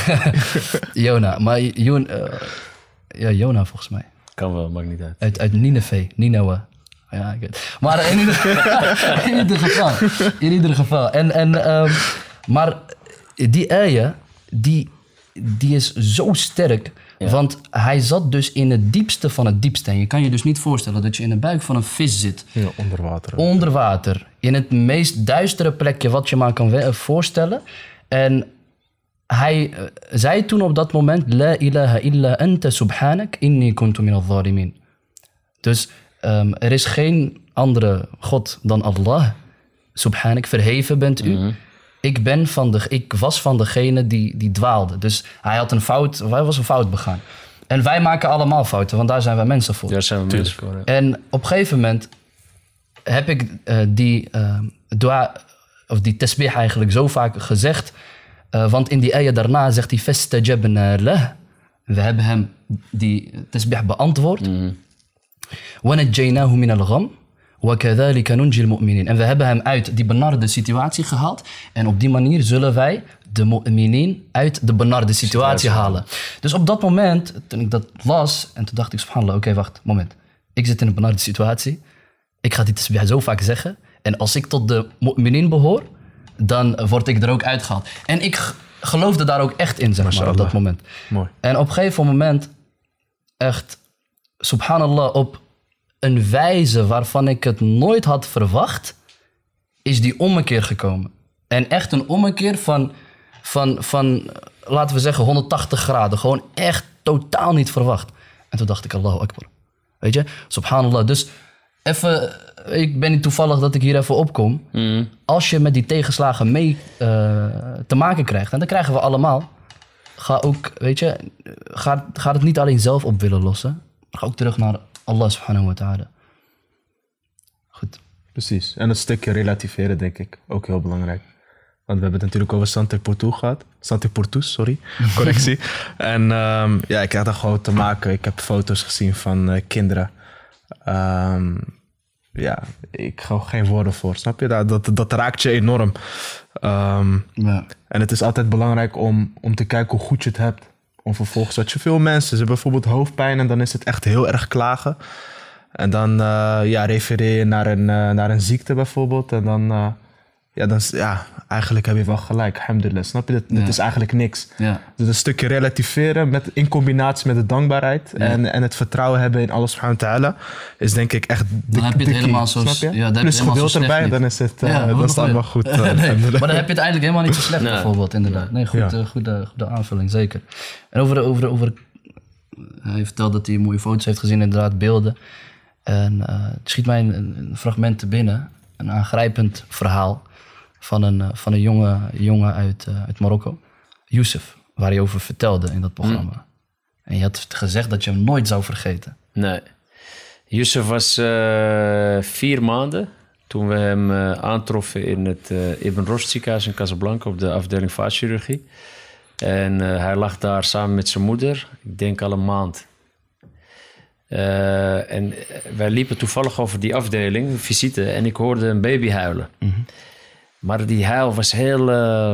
[SPEAKER 1] Jona, maar Jon, uh, ja, Jona volgens mij.
[SPEAKER 3] Kan wel, maakt niet uit.
[SPEAKER 1] Uit, uit Nineveh, Nineveh. Ja, ik weet. Maar in ieder, in ieder geval, in ieder geval. En, en, um, maar die ayah, die, die is zo sterk, ja. Want hij zat dus in het diepste van het diepste. En je kan je dus niet voorstellen dat je in de buik van een vis zit.
[SPEAKER 2] Ja, onder water.
[SPEAKER 1] Onder water. In het meest duistere plekje wat je maar kan voorstellen. En hij uh, zei toen op dat moment... La ilaha illa anta subhanak inni kuntu min al-zalimin. Dus um, er is geen andere God dan Allah. Subhanak, verheven bent u. Mm-hmm. Ik, ben van de, ik was van degene die, die dwaalde. Dus hij had een fout, hij was een fout begaan. En wij maken allemaal fouten, want daar zijn wij mensen voor.
[SPEAKER 3] Daar zijn we mensen voor, ja.
[SPEAKER 1] En op een gegeven moment heb ik uh, die uh, dua, of die tasbih eigenlijk zo vaak gezegd. Uh, want in die ayah daarna zegt hij... Fastajabna lah. We hebben hem die tasbih beantwoord. Wa najjaynahu min al-gham. وَكَذَلِكَ نُنْجِي الْمُؤْمِنِينَ. En we hebben hem uit die benarde situatie gehaald. En op die manier zullen wij de mu'minin uit de benarde situatie halen. Dus op dat moment, toen ik dat las, en toen dacht ik, subhanallah, oké, okay, wacht, moment. Ik zit in een benarde situatie. Ik ga dit zo vaak zeggen. En als ik tot de mu'minin behoor, dan word ik er ook uitgehaald. En ik geloofde daar ook echt in, zeg maar, op dat moment.
[SPEAKER 2] Mooi.
[SPEAKER 1] En op een gegeven moment, echt, subhanallah, op een wijze waarvan ik het nooit had verwacht, is die ommekeer gekomen. En echt een ommekeer van, van, van laten we zeggen, honderdtachtig graden. Gewoon echt totaal niet verwacht. En toen dacht ik, Allahu Akbar. Weet je, subhanallah. Dus even, ik ben niet toevallig dat ik hier even opkom. Mm. Als je met die tegenslagen mee uh, te maken krijgt, en dat krijgen we allemaal, ga ook, weet je, ga, ga het niet alleen zelf op willen lossen. Ga ook terug naar Allah subhanahu wa ta'ala. Goed.
[SPEAKER 2] Precies. En het stukje relativeren, denk ik, ook heel belangrijk. Want we hebben het natuurlijk over Santé Porto gehad. Santé Portus, sorry. Correctie. En um, ja, ik had daar gewoon te maken. Ik heb foto's gezien van uh, kinderen. Um, ja, ik ga geen woorden voor, snap je? Dat, dat, dat raakt je enorm. Um, ja. En het is altijd belangrijk om, om te kijken hoe goed je het hebt. Om vervolgens, dat je veel mensen, ze hebben bijvoorbeeld hoofdpijn en dan is het echt heel erg klagen. En dan uh, ja, refereer je naar een, uh, naar een ziekte bijvoorbeeld. En dan, uh, ja, dan, ja, eigenlijk heb je wel gelijk, alhamdulillah, snap je? Het ja. is eigenlijk niks. Ja. Dus een stukje relativeren met, in combinatie met de dankbaarheid ja. en, en het vertrouwen hebben in Allah subhanahu wa ta'ala is denk ik echt de,
[SPEAKER 1] dan heb je het
[SPEAKER 2] de
[SPEAKER 1] helemaal zo,
[SPEAKER 2] snap je?
[SPEAKER 1] Ja,
[SPEAKER 2] plus geduld erbij, niet. dan is het, uh, ja, dan is het allemaal goed. Uh,
[SPEAKER 1] nee, maar dan heb je het eigenlijk helemaal niet zo slecht nee. bijvoorbeeld, inderdaad. Nee, goed, ja. uh, goede, goede aanvulling, zeker. En over, over, over, hij vertelt dat hij mooie foto's heeft gezien, inderdaad, beelden. En uh, het schiet mij een, een fragment te binnen, een aangrijpend verhaal van een, van een jonge, jongen uit, uh, uit Marokko, Youssef, waar hij over vertelde in dat programma. Mm. En je had gezegd dat je hem nooit zou vergeten.
[SPEAKER 3] Nee. Youssef was uh, vier maanden toen we hem uh, aantroffen in het uh, Ibn Rushd ziekenhuis in Casablanca op de afdeling vaatchirurgie. En uh, hij lag daar samen met zijn moeder, ik denk al een maand. Uh, en wij liepen toevallig over die afdeling, visite, en ik hoorde een baby huilen. Mm-hmm. Maar die huil was heel, uh,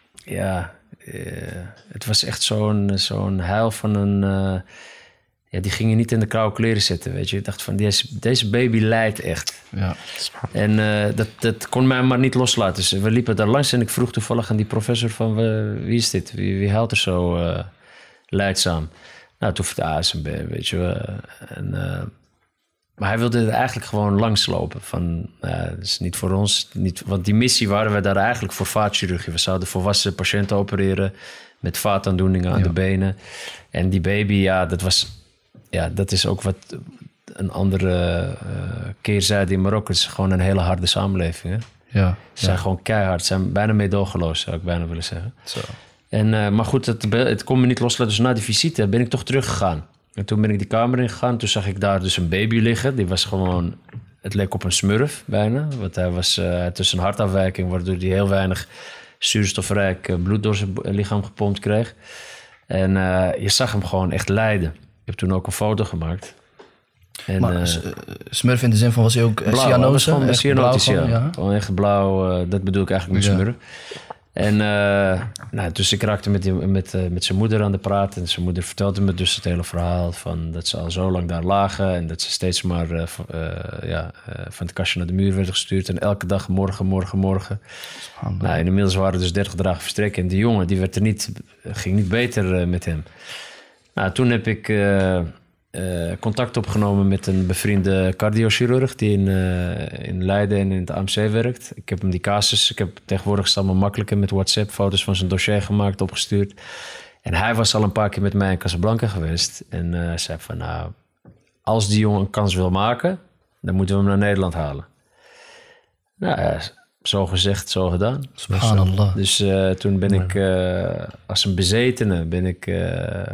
[SPEAKER 3] ja, uh, het was echt zo'n, zo'n huil van een, uh, ja, die ging je niet in de koude kleren zetten, weet je. Ik dacht van, deze, deze baby lijdt echt. Ja. En uh, dat, dat kon mij maar niet loslaten. Dus we liepen daar langs en ik vroeg toevallig aan die professor van, wie is dit? Wie, wie huilt er zo uh, lijdzaam? Nou, toen vertelde hij zijn baby, weet je wel. En, uh, maar hij wilde er eigenlijk gewoon langslopen. Van, uh, dat is niet voor ons. Niet, want die missie waren we daar eigenlijk voor vaatchirurgie. We zouden volwassen patiënten opereren met vaataandoeningen aan ja. de benen. En die baby, ja, dat was... Ja, dat is ook wat een andere uh, keerzijde in Marokko. Het is gewoon een hele harde samenleving, hè? Ja. Ze zijn ja. gewoon keihard. Ze zijn bijna meedogenloos, zou ik bijna willen zeggen. Zo. En, uh, maar goed, het, het kon me niet loslaten. Dus na die visite ben ik toch teruggegaan. En toen ben ik die kamer ingegaan. Toen zag ik daar dus een baby liggen. Die was gewoon... Het leek op een smurf bijna. Want hij was uh, tussen een hartafwijking... waardoor hij heel weinig zuurstofrijk uh, bloed door zijn lichaam gepompt kreeg. En uh, je zag hem gewoon echt lijden. Ik heb toen ook een foto gemaakt.
[SPEAKER 1] En, maar uh, smurf in de zin van... was hij ook uh, cyanose?
[SPEAKER 3] Gewoon echt cyanotisch, blauw, ja. ja. Gewoon echt blauw. Uh, dat bedoel ik eigenlijk met ja. smurf. En uh, nou, dus ik raakte met, die, met, uh, met zijn moeder aan de praat. En zijn moeder vertelde me dus het hele verhaal... van dat ze al zo lang daar lagen... en dat ze steeds maar uh, uh, ja, uh, van het kastje naar de muur werden gestuurd... en elke dag morgen, morgen, morgen. Nou, inmiddels waren dus dertig dagen verstreken... en die jongen die werd er niet, ging niet beter uh, met hem. Nou, toen heb ik... Uh, Uh, contact opgenomen met een bevriende cardiochirurg die in, uh, in Leiden en in het A M C werkt. Ik heb hem die casus, ik heb tegenwoordig is het allemaal makkelijker met WhatsApp foto's van zijn dossier gemaakt, opgestuurd. En hij was al een paar keer met mij in Casablanca geweest. En uh, zei van, nou, als die jongen een kans wil maken, dan moeten we hem naar Nederland halen. Nou ja, zo gezegd, zo gedaan.
[SPEAKER 1] Subhanallah.
[SPEAKER 3] Dus uh, toen ben ik uh, als een bezetene ben ik... Uh,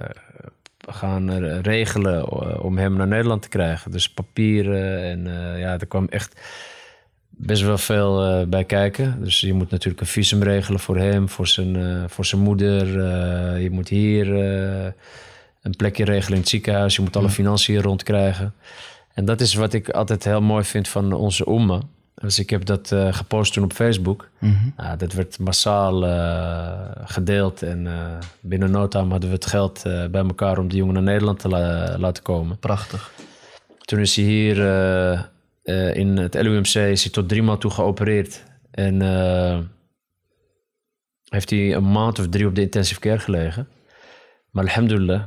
[SPEAKER 3] gaan regelen om hem naar Nederland te krijgen. Dus papieren en uh, ja, er kwam echt best wel veel uh, bij kijken. Dus je moet natuurlijk een visum regelen voor hem, voor zijn, uh, voor zijn moeder. Uh, je moet hier uh, een plekje regelen in het ziekenhuis. Je moet alle financiën rondkrijgen. En dat is wat ik altijd heel mooi vind van onze umma. Dus ik heb dat uh, gepost toen op Facebook. Mm-hmm. Nou, dat werd massaal uh, gedeeld. En uh, binnen no time hadden we het geld uh, bij elkaar... om die jongen naar Nederland te la- laten komen.
[SPEAKER 1] Prachtig.
[SPEAKER 3] Toen is hij hier uh, uh, in het L U M C... is hij tot drie maal toe geopereerd. En uh, heeft hij een maand of drie op de intensive care gelegen. Maar alhamdulillah,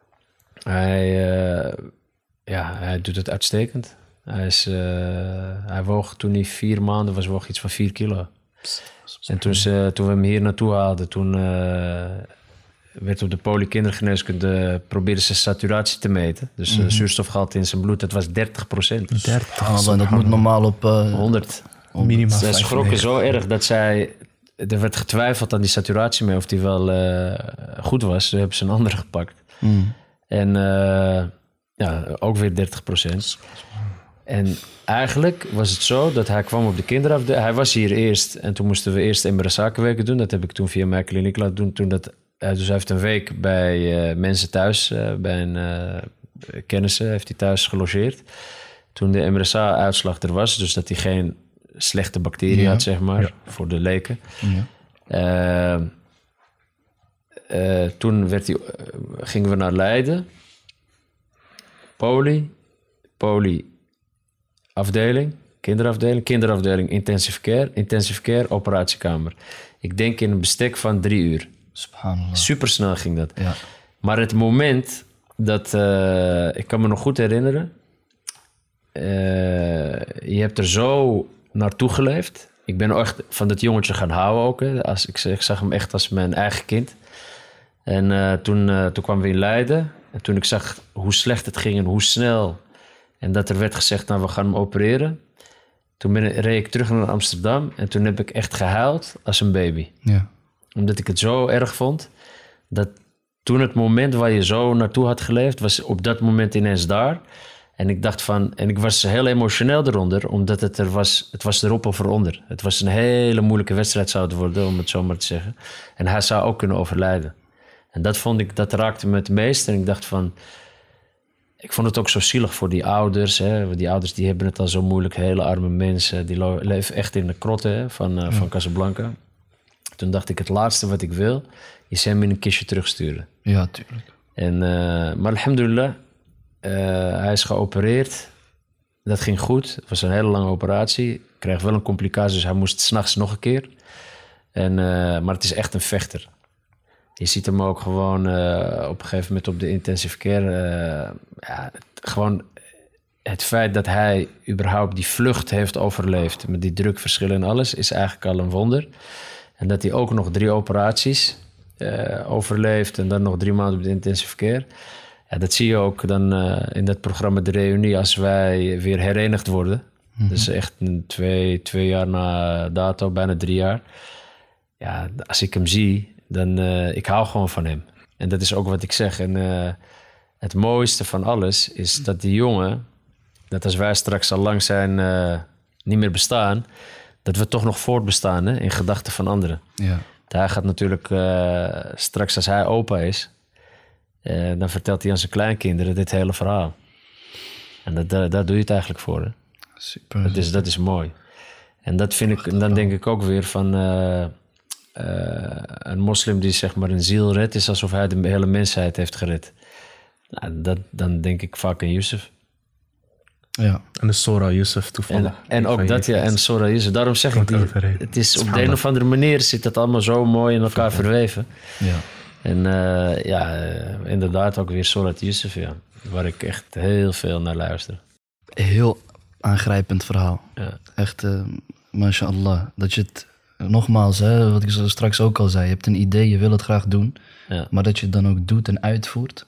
[SPEAKER 3] hij, uh, ja, hij doet het uitstekend. Hij, is, uh, hij woog toen hij vier maanden was, woog iets van vier kilo. En toen, ze, toen we hem hier naartoe haalden, toen uh, werd op de polykindergeneeskunde probeerden ze saturatie te meten. Dus mm-hmm. uh, zuurstofgehalte in zijn bloed, dat was dertig procent.
[SPEAKER 1] dertig, ah, dat moet normaal op uh,
[SPEAKER 3] honderd.
[SPEAKER 1] Minimaal.
[SPEAKER 3] Zij schrokken zo erg dat zij... Er werd getwijfeld aan die saturatie mee of die wel uh, goed was. Toen hebben ze een andere gepakt. Mm. En uh, ja, ook weer dertig procent. En eigenlijk was het zo dat hij kwam op de kinderafdeling. Hij was hier eerst en toen moesten we eerst Emre Zakenweken doen. Dat heb ik toen via mijn kliniek laten doen. Toen dat, dus hij heeft een week bij uh, mensen thuis, uh, bij een uh, kennissen, heeft hij thuis gelogeerd. Toen de M R S A-uitslag er was, dus dat hij geen slechte bacterie
[SPEAKER 1] Ja.
[SPEAKER 3] had, zeg maar,
[SPEAKER 2] Ja.
[SPEAKER 3] voor de leken.
[SPEAKER 1] Ja.
[SPEAKER 3] Uh, uh, toen werd die, uh, gingen we naar Leiden. Poli, poli afdeling, kinderafdeling, kinderafdeling intensive care, intensive care operatiekamer. Ik denk in een bestek van drie uur.
[SPEAKER 1] Subhanallah.
[SPEAKER 3] Supersnel ging dat.
[SPEAKER 1] Ja.
[SPEAKER 3] Maar het moment dat, uh, ik kan me nog goed herinneren, uh, je hebt er zo naartoe geleefd. Ik ben echt van dat jongetje gaan houden ook. Hè. Als, ik, ik zag hem echt als mijn eigen kind. En uh, toen, uh, toen kwamen we in Leiden. En toen ik zag hoe slecht het ging en hoe snel. En dat er werd gezegd, nou, we gaan hem opereren. Toen ben, reed ik terug naar Amsterdam. En toen heb ik echt gehuild als een baby.
[SPEAKER 1] Ja.
[SPEAKER 3] Omdat ik het zo erg vond. Dat toen het moment waar je zo naartoe had geleefd, was op dat moment ineens daar. En ik dacht van, en ik was heel emotioneel eronder, omdat het er was, het was erop of eronder. Het was een hele moeilijke wedstrijd zou het worden, om het zo maar te zeggen. En hij zou ook kunnen overlijden. En dat vond ik, dat raakte me het meest. En ik dacht van, ik vond het ook zo zielig voor die ouders. Hè. Die ouders die hebben het al zo moeilijk, hele arme mensen. Die leven echt in de krotten hè, van, uh, van Casablanca. Toen dacht ik, het laatste wat ik wil, is hem in een kistje terugsturen.
[SPEAKER 1] Ja, tuurlijk.
[SPEAKER 3] En, uh, maar alhamdulillah, uh, hij is geopereerd. Dat ging goed. Het was een hele lange operatie. Ik kreeg wel een complicatie, dus hij moest 's nachts nog een keer. En, uh, maar het is echt een vechter. Je ziet hem ook gewoon uh, op een gegeven moment op de intensive care. Uh, ja, het, gewoon het feit dat hij überhaupt die vlucht heeft overleefd met die drukverschillen en alles, is eigenlijk al een wonder. En dat hij ook nog drie operaties uh, overleeft en dan nog drie maanden op de intensive care. Ja, dat zie je ook dan uh, in dat programma De Reunie als wij weer herenigd worden. Mm-hmm. Dus echt een twee, twee jaar na dato, bijna drie jaar. Ja, als ik hem zie, dan uh, ik hou gewoon van hem. En dat is ook wat ik zeg. En uh, het mooiste van alles is dat die jongen, dat als wij straks al lang zijn uh, niet meer bestaan, dat we toch nog voortbestaan hè, in gedachten van anderen.
[SPEAKER 1] Ja.
[SPEAKER 3] Hij gaat natuurlijk uh, straks als hij opa is, uh, dan vertelt hij aan zijn kleinkinderen dit hele verhaal. En dat, daar, daar doe je het eigenlijk voor. Hè?
[SPEAKER 1] Super.
[SPEAKER 3] Dat is, dat is mooi. En dat vind ik, en dan denk ik ook weer van uh, uh, een moslim die zeg maar een ziel redt, is alsof hij de hele mensheid heeft gered. Nou, dat, dan denk ik vaak aan Yusuf.
[SPEAKER 1] Ja.
[SPEAKER 2] En de Sora Yusuf toevallig.
[SPEAKER 3] En, en ook dat, ja. En Sora Yusuf. Daarom zeg ik, die, het is op de een of andere manier zit dat allemaal zo mooi in elkaar verweven.
[SPEAKER 1] Ja.
[SPEAKER 3] En uh, ja, uh, inderdaad ook weer Sora Yusuf, ja. Waar ik echt heel veel naar luister.
[SPEAKER 1] Heel aangrijpend verhaal.
[SPEAKER 3] Ja.
[SPEAKER 1] Echt, uh, mashallah. Dat je het, nogmaals, hè, wat ik zo straks ook al zei. Je hebt een idee, je wil het graag doen.
[SPEAKER 3] Ja.
[SPEAKER 1] Maar dat je het dan ook doet en uitvoert.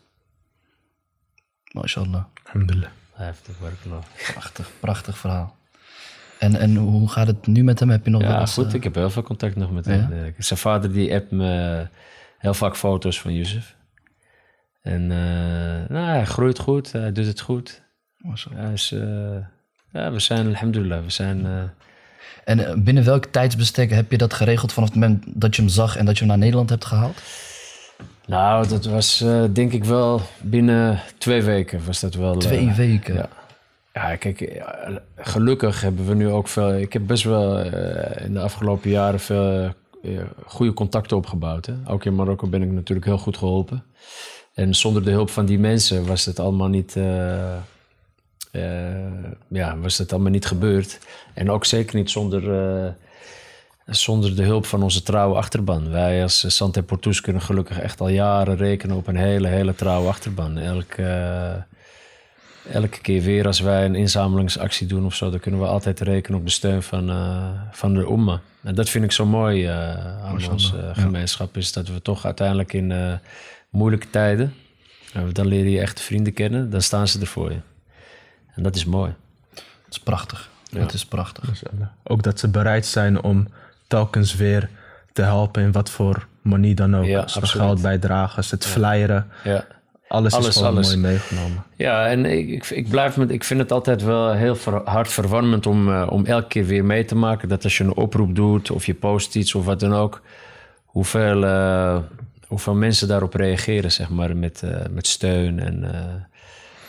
[SPEAKER 1] Mashallah.
[SPEAKER 2] Alhamdulillah.
[SPEAKER 3] Heftig werk.
[SPEAKER 1] Prachtig, prachtig verhaal. En, en hoe gaat het nu met hem? Heb je nog
[SPEAKER 3] Ja,
[SPEAKER 1] wel eens,
[SPEAKER 3] goed.
[SPEAKER 1] uh,
[SPEAKER 3] Ik heb heel veel contact nog met
[SPEAKER 1] Ja?
[SPEAKER 3] hem. Zijn vader die appt me heel vaak foto's van Yusuf. En uh, nou, hij groeit goed. Hij doet het goed.
[SPEAKER 1] mashallah.
[SPEAKER 3] Hij is, uh, ja, we zijn, alhamdulillah, we zijn... Uh,
[SPEAKER 1] En uh, binnen welk tijdsbestek heb je dat geregeld vanaf het moment dat je hem zag en dat je hem naar Nederland hebt gehaald?
[SPEAKER 3] nou, dat was uh, denk ik wel binnen twee weken was dat wel...
[SPEAKER 1] Twee
[SPEAKER 3] uh,
[SPEAKER 1] weken.
[SPEAKER 3] Ja. Ja, kijk, ja, gelukkig hebben we nu ook veel... Ik heb best wel uh, in de afgelopen jaren veel uh, goede contacten opgebouwd. Hè? Ook in Marokko ben ik natuurlijk heel goed geholpen. En zonder de hulp van die mensen was het allemaal niet... Uh, uh, ja, was het allemaal niet gebeurd. En ook zeker niet zonder... Uh, zonder de hulp van onze trouwe achterban. Wij als Santé Portoes kunnen gelukkig echt al jaren rekenen op een hele, hele trouwe achterban. Elke... Uh, Elke keer weer als wij een inzamelingsactie doen of zo, dan kunnen we altijd rekenen op de steun van, uh, van de Umma. En dat vind ik zo mooi uh, aan onze uh, gemeenschap, is dat we toch uiteindelijk in uh, moeilijke tijden, uh, dan leer je echt vrienden kennen, dan staan ze er voor je. En dat is mooi.
[SPEAKER 1] Dat is prachtig.
[SPEAKER 3] Ja.
[SPEAKER 1] Dat is prachtig.
[SPEAKER 2] Ook dat ze bereid zijn om telkens weer te helpen in wat voor manier dan ook.
[SPEAKER 3] Ja,
[SPEAKER 2] Dus
[SPEAKER 3] absoluut.
[SPEAKER 2] geld bijdragen, het flyeren.
[SPEAKER 3] Ja.
[SPEAKER 2] Alles,
[SPEAKER 3] Alles,
[SPEAKER 2] is gewoon
[SPEAKER 3] alles.
[SPEAKER 2] mooi meegenomen.
[SPEAKER 3] Ja, en ik, ik, ik, blijf met, ik vind het altijd wel heel ver, hard verwarmend om, uh, om elke keer weer mee te maken. Dat als je een oproep doet of je post iets of wat dan ook, hoeveel, uh, hoeveel mensen daarop reageren, zeg maar, met, uh, met steun. En, uh,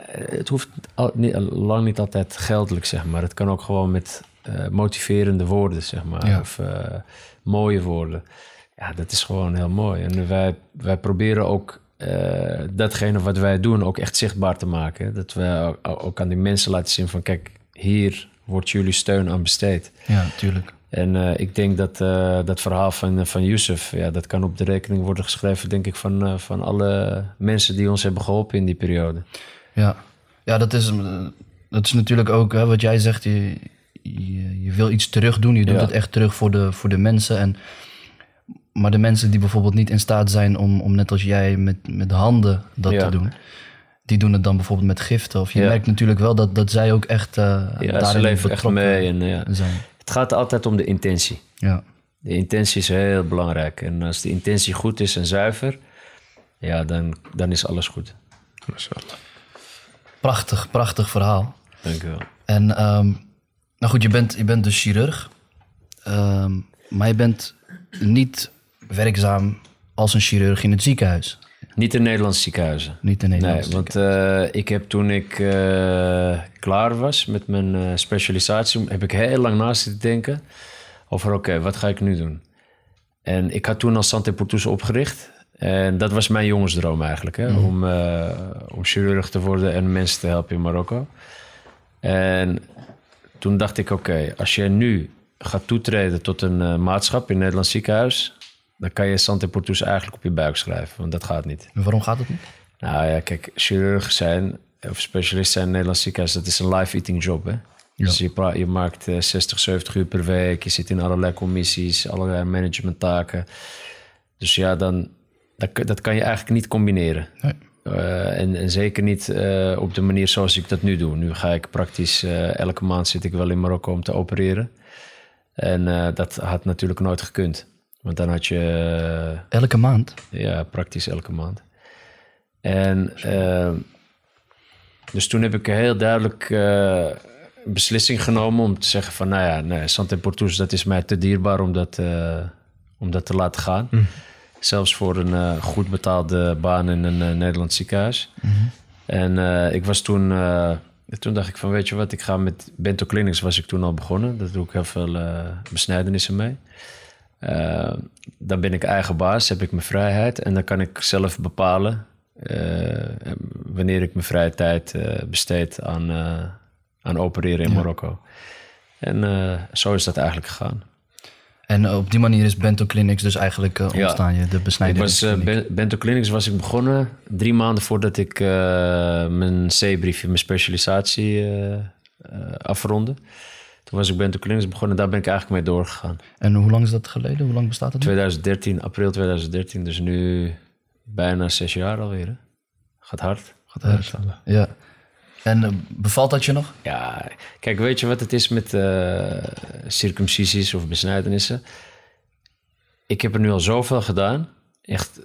[SPEAKER 3] het hoeft al, niet, lang niet altijd geldelijk, zeg maar. Het kan ook gewoon met uh, motiverende woorden, zeg maar. Ja. Of uh, mooie woorden. Ja, dat is gewoon heel mooi. En wij, wij proberen ook uh, datgene wat wij doen ook echt zichtbaar te maken. Dat we ook, ook aan die mensen laten zien van... kijk, hier wordt jullie steun aan besteed.
[SPEAKER 1] Ja, tuurlijk.
[SPEAKER 3] En uh, ik denk dat uh, dat verhaal van, van Youssef... Ja, dat kan op de rekening worden geschreven, denk ik... van, uh, van alle mensen die ons hebben geholpen in die periode.
[SPEAKER 1] Ja, ja dat, is, dat is natuurlijk ook hè, wat jij zegt. Je, je, je wil iets terug doen. Je doet ja. het echt terug voor de, voor de mensen. En, maar de mensen die bijvoorbeeld niet in staat zijn... om, om net als jij met, met handen dat ja. te doen... die doen het dan bijvoorbeeld met giften. Of je ja. merkt natuurlijk wel dat, dat zij ook echt uh,
[SPEAKER 3] ja,
[SPEAKER 1] daarin
[SPEAKER 3] ze leven echt mee en, ja.
[SPEAKER 1] zijn.
[SPEAKER 3] Het gaat altijd om de intentie.
[SPEAKER 1] Ja.
[SPEAKER 3] De intentie is heel belangrijk. En als de intentie goed is en zuiver... ja, dan, dan is alles goed.
[SPEAKER 1] Prachtig, prachtig verhaal.
[SPEAKER 3] Dank u wel.
[SPEAKER 1] En um, nou goed, je bent, je bent dus chirurg. Um, maar je bent niet werkzaam als een chirurg in het ziekenhuis.
[SPEAKER 3] Niet in Nederlandse ziekenhuizen.
[SPEAKER 1] Niet in Nederlandse
[SPEAKER 3] Nee, want uh, ik heb toen ik uh, klaar was met mijn uh, specialisatie... heb ik heel lang naast zitten denken over... oké, okay, wat ga ik nu doen? En ik had toen al Santé pour tous opgericht... En dat was mijn jongensdroom eigenlijk, hè? Mm. Om, uh, om chirurg te worden en mensen te helpen in Marokko. En toen dacht ik, oké, okay, als je nu gaat toetreden tot een uh, maatschap in een Nederlands ziekenhuis... dan kan je Santé pour tous eigenlijk op je buik schrijven, want dat gaat niet.
[SPEAKER 1] En waarom gaat het niet?
[SPEAKER 3] Nou ja, kijk, chirurg zijn of specialist zijn in een Nederlands ziekenhuis... dat is een life-eating job, hè? Ja. Dus je, pra- je maakt uh, zestig, zeventig uur per week, je zit in allerlei commissies, allerlei managementtaken. Dus ja, dan... Dat, dat kan je eigenlijk niet combineren. Nee. Uh, en, en zeker niet uh, op de manier zoals ik dat nu doe. Nu ga ik praktisch... Uh, elke maand zit ik wel in Marokko om te opereren. En uh, dat had natuurlijk nooit gekund. Want dan had je... Uh,
[SPEAKER 1] elke maand?
[SPEAKER 3] Ja, praktisch elke maand. En uh, dus toen heb ik een heel duidelijk uh, beslissing genomen... om te zeggen van, nou ja, nee, Santé pour tous, dat is mij te dierbaar om dat, uh, om dat te laten gaan... Mm. Zelfs voor een uh, goed betaalde baan in een uh, Nederlands ziekenhuis. Mm-hmm. En uh, ik was toen... Uh, toen dacht ik van, weet je wat, ik ga met Bento Clinics was ik toen al begonnen. Daar doe ik heel veel uh, besnijdenissen mee. Uh, dan ben ik eigen baas, heb ik mijn vrijheid. En dan kan ik zelf bepalen... Uh, wanneer ik mijn vrije tijd uh, besteed aan, uh, aan opereren in ja. Marokko. En uh, zo is dat eigenlijk gegaan.
[SPEAKER 1] En op die manier is Bento Clinics dus eigenlijk uh, ontstaan, ja. je, de besnijdenis.
[SPEAKER 3] Uh, ben, Bento Clinics was ik begonnen drie maanden voordat ik uh, mijn C-briefje, mijn specialisatie uh, uh, afronde. Toen was ik Bento Clinics begonnen, daar ben ik eigenlijk mee doorgegaan.
[SPEAKER 1] En hoe lang is dat geleden? Hoe lang bestaat het?
[SPEAKER 3] twintig dertien, april twintig dertien, dus nu bijna zes jaar alweer. Hè? Gaat hard.
[SPEAKER 1] Gaat hard, ja. En uh, bevalt dat je nog?
[SPEAKER 3] Ja, kijk, weet je wat het is met uh, circumcisies of besnijdenissen? Ik heb er nu al zoveel gedaan. Echt,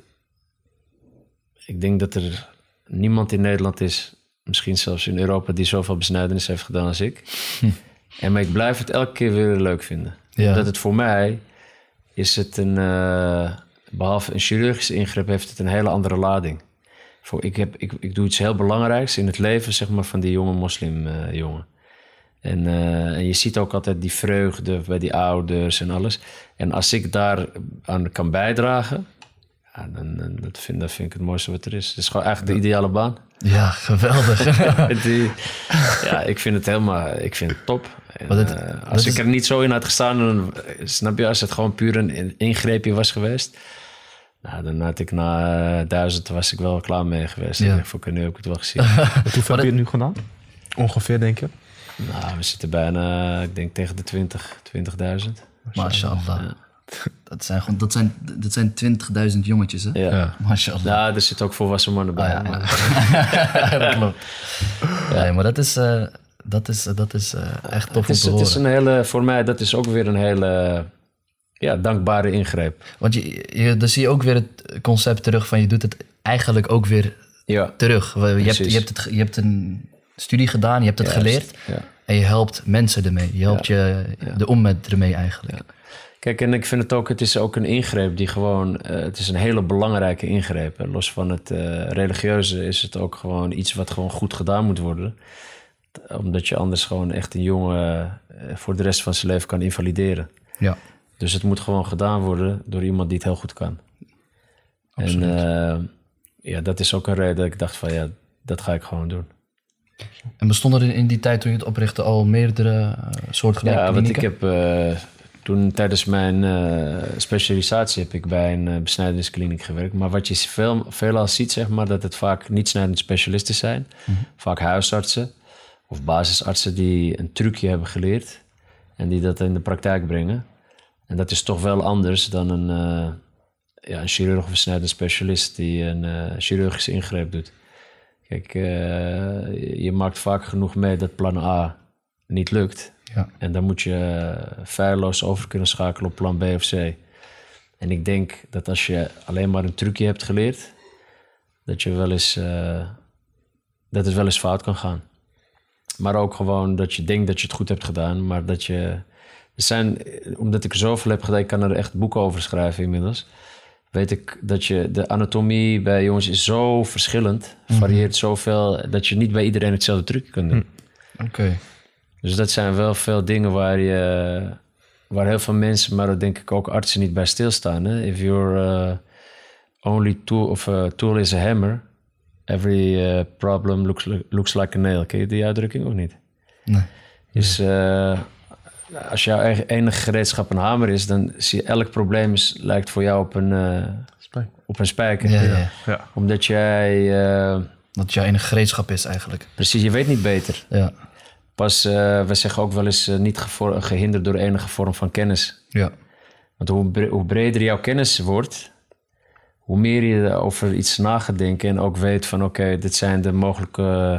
[SPEAKER 3] ik denk dat er niemand in Nederland is, misschien zelfs in Europa, die zoveel besnijdenissen heeft gedaan als ik. Hm. En maar ik blijf het elke keer weer leuk vinden. Ja. Dat het voor mij is het een, uh, behalve een chirurgische ingreep, heeft het een hele andere lading. Voor, ik, heb, ik, ik doe iets heel belangrijks in het leven, zeg maar, van die jonge moslimjongen. Uh, en, uh, en je ziet ook altijd die vreugde bij die ouders en alles. En als ik daar aan kan bijdragen, ja, dan, dan dat vind, dat vind ik het mooiste wat er is. Het is gewoon eigenlijk de ideale baan.
[SPEAKER 1] Ja, geweldig.
[SPEAKER 3] die, ja, ik vind het helemaal, ik vind het top. En,
[SPEAKER 1] het,
[SPEAKER 3] uh, als ik is... er niet zo in had gestaan, dan snap je, als het gewoon puur een ingreepje was geweest. Nou, dan had ik na uh, duizend was ik wel klaar mee geweest. Ja. Ik vond, nu heb ik het wel gezien.
[SPEAKER 2] Hoeveel heb je nu gedaan? Ongeveer, denk je?
[SPEAKER 3] Nou, we zitten bijna, ik denk tegen de twintig, twintigduizend.
[SPEAKER 1] Mashallah. Ja. Dat zijn gewoon, dat zijn, dat zijn twintigduizend jongetjes, hè?
[SPEAKER 3] Ja. ja.
[SPEAKER 1] Mashallah.
[SPEAKER 3] Ja, er zitten ook volwassen mannen bij.
[SPEAKER 1] Ah, ja, maar... ja, dat klopt. Ja. Nee, maar dat is, uh, dat is, dat is uh, echt tof
[SPEAKER 3] om te horen. Het is een hele, voor mij, dat is ook weer een hele... Ja, dankbare ingreep.
[SPEAKER 1] Want je, je, dan zie je ook weer het concept terug van je doet het eigenlijk ook weer ja, terug. Je hebt, je, hebt het, je hebt een studie gedaan, je hebt het ja, geleerd. Ja. En je helpt mensen ermee. Je helpt
[SPEAKER 3] Ja.
[SPEAKER 1] je
[SPEAKER 3] Ja.
[SPEAKER 1] de ommet ermee eigenlijk.
[SPEAKER 3] Ja. Kijk, en ik vind het ook, het is ook een ingreep die gewoon, uh, het is een hele belangrijke ingreep. Hè. Los van het uh, religieuze is het ook gewoon iets wat gewoon goed gedaan moet worden. Omdat je anders gewoon echt een jongen uh, voor de rest van zijn leven kan invalideren.
[SPEAKER 1] Ja.
[SPEAKER 3] Dus het moet gewoon gedaan worden door iemand die het heel goed kan.
[SPEAKER 1] Absoluut.
[SPEAKER 3] En uh, ja, dat is ook een reden dat ik dacht van ja, dat ga ik gewoon doen.
[SPEAKER 1] En bestonden er in die tijd toen je het oprichtte al meerdere uh, soortgelijke
[SPEAKER 3] Ja, want ik
[SPEAKER 1] klinieken?
[SPEAKER 3] heb uh, toen tijdens mijn uh, specialisatie heb ik bij een uh, besnijdeniskliniek gewerkt. Maar wat je veel, veelal ziet, zeg maar, dat het vaak niet snijdend specialisten zijn. Mm-hmm. Vaak huisartsen of basisartsen die een trucje hebben geleerd en die dat in de praktijk brengen. En dat is toch wel anders dan een, uh, ja, een chirurg of een snijdend specialist die een uh, chirurgische ingreep doet. Kijk, uh, je maakt vaak genoeg mee dat plan A niet lukt.
[SPEAKER 1] Ja.
[SPEAKER 3] En dan moet je feilloos over kunnen schakelen op plan B of C. En ik denk dat als je alleen maar een trucje hebt geleerd, dat je wel eens, uh, dat het wel eens fout kan gaan. Maar ook gewoon dat je denkt dat je het goed hebt gedaan, maar dat je... Er zijn, omdat ik er zoveel heb gedaan, ik kan er echt boeken over schrijven inmiddels. Weet ik dat je de anatomie bij jongens is zo verschillend, varieert mm-hmm. zoveel, dat je niet bij iedereen hetzelfde trucje kunt doen.
[SPEAKER 1] Oké. Okay.
[SPEAKER 3] Dus dat zijn wel veel dingen waar je, waar heel veel mensen, maar denk ik ook artsen niet bij stilstaan. Hè? If your uh, only tool of uh, tool is a hammer, every uh, problem looks, looks like a nail. Ken je die uitdrukking of niet?
[SPEAKER 1] Nee.
[SPEAKER 3] Dus uh, als jouw enige gereedschap een hamer is, dan zie je elk probleem is, lijkt voor jou op een, uh,
[SPEAKER 2] Spijk.
[SPEAKER 3] op een spijker.
[SPEAKER 1] Ja, ja.
[SPEAKER 2] Ja.
[SPEAKER 1] Omdat
[SPEAKER 3] jij... Uh,
[SPEAKER 1] dat jouw enige gereedschap is eigenlijk.
[SPEAKER 3] Precies, je weet niet beter.
[SPEAKER 1] Ja.
[SPEAKER 3] Pas, uh, we zeggen ook wel eens uh, niet gevo- gehinderd door enige vorm van kennis.
[SPEAKER 1] Ja.
[SPEAKER 3] Want hoe, bre- hoe breder jouw kennis wordt, hoe meer je over iets na gaat denken en ook weet van oké, okay, dit zijn de mogelijke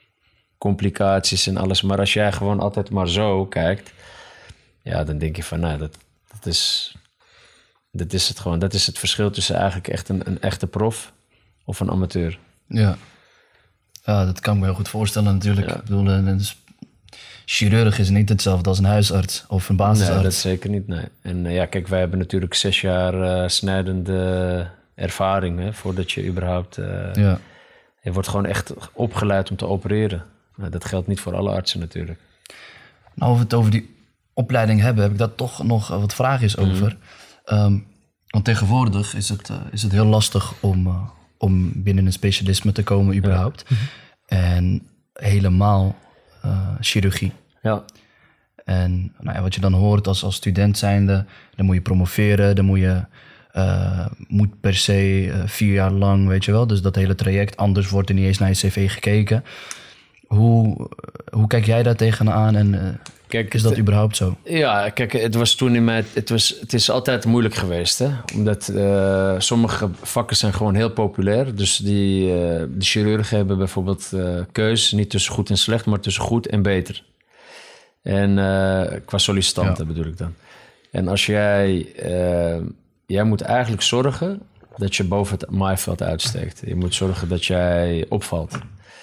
[SPEAKER 3] complicaties en alles. Maar als jij gewoon altijd maar zo kijkt, ja, dan denk je van nou, dat, dat, is, dat is het gewoon. Dat is het verschil tussen eigenlijk echt een, een echte prof of een amateur.
[SPEAKER 1] Ja. Ja, dat kan ik me heel goed voorstellen natuurlijk. Ja. Ik bedoel, een chirurg is niet hetzelfde als een huisarts of een basisarts.
[SPEAKER 3] Nee, dat zeker niet, nee. En uh, ja, kijk, wij hebben natuurlijk zes jaar uh, snijdende ervaring, hè, voordat je überhaupt... Uh,
[SPEAKER 1] ja.
[SPEAKER 3] Je wordt gewoon echt opgeleid om te opereren. Nou, dat geldt niet voor alle artsen natuurlijk.
[SPEAKER 1] Nou, als we het over die opleiding hebben, heb ik daar toch nog wat vragen over. Mm. Um, want tegenwoordig is het, uh, is het heel lastig om... Uh, om binnen een specialisme te komen überhaupt. Ja. En helemaal uh, chirurgie.
[SPEAKER 3] Ja.
[SPEAKER 1] En nou ja, wat je dan hoort als, als student zijnde, dan moet je promoveren, dan moet je uh, moet per se uh, vier jaar lang, weet je wel. Dus dat hele traject, anders wordt er niet eens naar je cv gekeken. Hoe, hoe kijk jij daar tegenaan en uh, kijk, is dat het, überhaupt zo?
[SPEAKER 3] Ja, kijk, het was toen in mijn... Het, was, het is altijd moeilijk geweest, hè. Omdat uh, sommige vakken zijn gewoon heel populair. Dus die, uh, de chirurgen hebben bijvoorbeeld uh, keus, niet tussen goed en slecht, maar tussen goed en beter. En uh, qua sollicitanten ja. bedoel ik dan. En als jij... Uh, jij moet eigenlijk zorgen dat je boven het maaiveld uitsteekt. Je moet zorgen dat jij opvalt.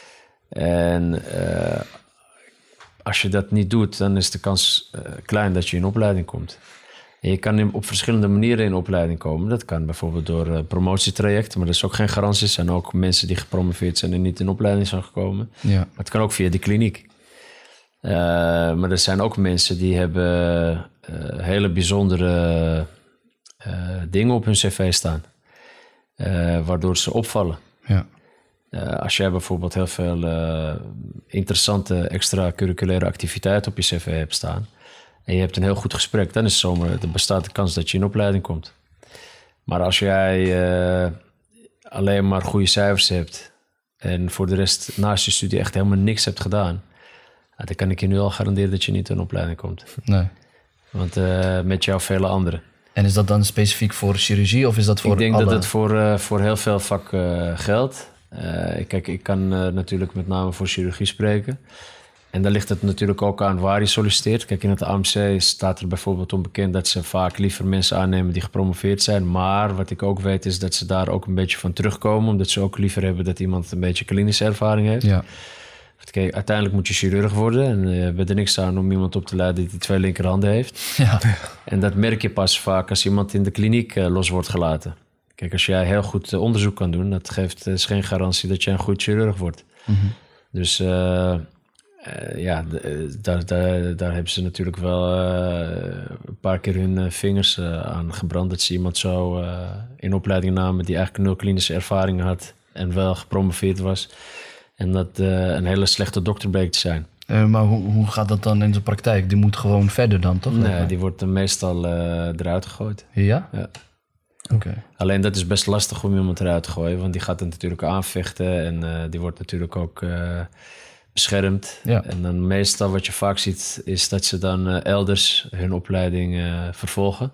[SPEAKER 3] En uh, als je dat niet doet, dan is de kans uh, klein dat je in opleiding komt. En je kan in, op verschillende manieren in opleiding komen. Dat kan bijvoorbeeld door uh, promotietrajecten, maar dat is ook geen garantie. Er zijn ook mensen die gepromoveerd zijn en niet in opleiding zijn gekomen. Ja. Maar het kan ook via de kliniek. Uh, maar er zijn ook mensen die hebben uh, hele bijzondere uh, dingen op hun cv staan. Uh, waardoor ze opvallen.
[SPEAKER 1] Ja.
[SPEAKER 3] Uh, als jij bijvoorbeeld heel veel uh, interessante extracurriculaire activiteiten op je cv hebt staan en je hebt een heel goed gesprek, dan is zomaar, er bestaat de kans dat je in opleiding komt. Maar als jij uh, alleen maar goede cijfers hebt en voor de rest naast je studie echt helemaal niks hebt gedaan, uh, dan kan ik je nu al garanderen dat je niet in opleiding komt.
[SPEAKER 1] Nee.
[SPEAKER 3] Want uh, met jou vele anderen.
[SPEAKER 1] En is dat dan specifiek voor chirurgie of is dat voor
[SPEAKER 3] Ik denk
[SPEAKER 1] alle...
[SPEAKER 3] dat het voor, uh, voor heel veel vakken uh, geldt. Uh, kijk, ik kan uh, natuurlijk met name voor chirurgie spreken. En daar ligt het natuurlijk ook aan waar je solliciteert. Kijk, in het A M C staat er bijvoorbeeld onbekend dat ze vaak liever mensen aannemen die gepromoveerd zijn. Maar wat ik ook weet is dat ze daar ook een beetje van terugkomen. Omdat ze ook liever hebben dat iemand een beetje klinische ervaring heeft.
[SPEAKER 1] Ja.
[SPEAKER 3] Kijk, uiteindelijk moet je chirurg worden. En je bent er niks aan om iemand op te leiden die twee linkerhanden heeft.
[SPEAKER 1] Ja.
[SPEAKER 3] En dat merk je pas vaak als iemand in de kliniek uh, los wordt gelaten. Kijk, als jij heel goed uh, onderzoek kan doen, dat geeft is geen garantie dat jij een goed chirurg wordt. Mm-hmm. Dus uh, uh, ja, d- daar, daar, daar hebben ze natuurlijk wel uh, een paar keer hun uh, vingers uh, aan gebrand. Dat ze iemand zo uh, in opleiding namen die eigenlijk nul klinische ervaring had en wel gepromoveerd was. En dat uh, een hele slechte dokter bleek te zijn.
[SPEAKER 1] Uh, maar hoe, hoe gaat dat dan in de praktijk? Die moet gewoon verder dan, toch?
[SPEAKER 3] Nee, die wordt uh, meestal uh, eruit gegooid.
[SPEAKER 1] Ja?
[SPEAKER 3] Ja.
[SPEAKER 1] Oké. Okay.
[SPEAKER 3] Alleen dat is best lastig om iemand eruit te gooien, want die gaat het natuurlijk aanvechten en uh, die wordt natuurlijk ook uh, beschermd. Ja. En dan meestal wat je vaak ziet is dat ze dan uh, elders hun opleiding uh, vervolgen.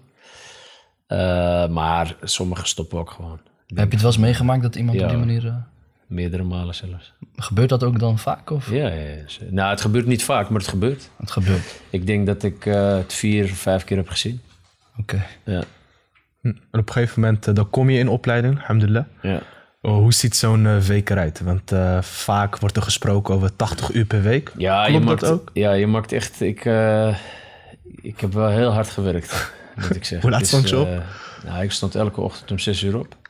[SPEAKER 3] Uh, maar sommigen stoppen ook gewoon.
[SPEAKER 1] Heb je het wel eens meegemaakt dat iemand ja, op die manier... Uh...
[SPEAKER 3] meerdere malen zelfs.
[SPEAKER 1] Gebeurt dat ook dan vaak? Of?
[SPEAKER 3] Ja, ja, ja. Nou, het gebeurt niet vaak, maar het gebeurt.
[SPEAKER 1] Het gebeurt.
[SPEAKER 3] Ik denk dat ik uh, het vier of vijf keer heb gezien.
[SPEAKER 1] Oké. Okay.
[SPEAKER 3] Ja.
[SPEAKER 2] En op een gegeven moment, uh, dan kom je in opleiding, alhamdulillah.
[SPEAKER 3] Ja.
[SPEAKER 2] Oh, hoe ziet zo'n uh, week eruit? Want uh, vaak wordt er gesproken over tachtig uur per week.
[SPEAKER 3] Ja,
[SPEAKER 2] Klopt
[SPEAKER 3] je maakt,
[SPEAKER 2] dat ook?
[SPEAKER 3] Ja, je maakt echt... Ik, uh, ik heb wel heel hard gewerkt, moet ik zeggen.
[SPEAKER 2] Hoe laat stond je op?
[SPEAKER 3] Uh, nou, ik stond elke ochtend om zes uur op.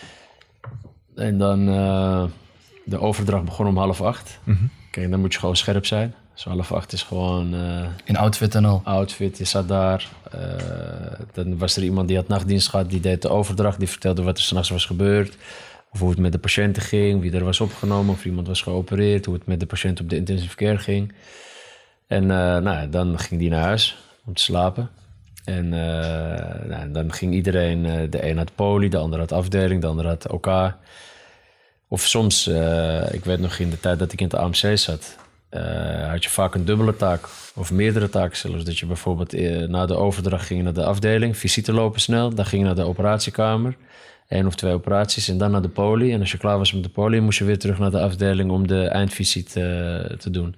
[SPEAKER 3] En dan... Uh, de overdracht begon om half acht. Mm-hmm. Kijk, dan moet je gewoon scherp zijn. Dus half acht is gewoon... Uh,
[SPEAKER 1] in outfit en al?
[SPEAKER 3] Outfit, je zat daar. Uh, dan was er iemand die had nachtdienst gehad. Die deed de overdracht. Die vertelde wat er 's nachts was gebeurd. Of hoe het met de patiënten ging. Wie er was opgenomen. Of iemand was geopereerd. Hoe het met de patiënt op de intensive care ging. En uh, nou, dan ging die naar huis om te slapen. En uh, nou, dan ging iedereen... Uh, de een had poli, de ander had afdeling. De ander had O K. Of soms, uh, ik weet nog in de tijd dat ik in het A M C zat... Uh, had je vaak een dubbele taak. Of meerdere taken zelfs. Dat je bijvoorbeeld uh, na de overdracht ging naar de afdeling. Visite lopen snel. Dan ging je naar de operatiekamer. Eén of twee operaties. En dan naar de poli. En als je klaar was met de poli... moest je weer terug naar de afdeling om de eindvisite uh, te doen.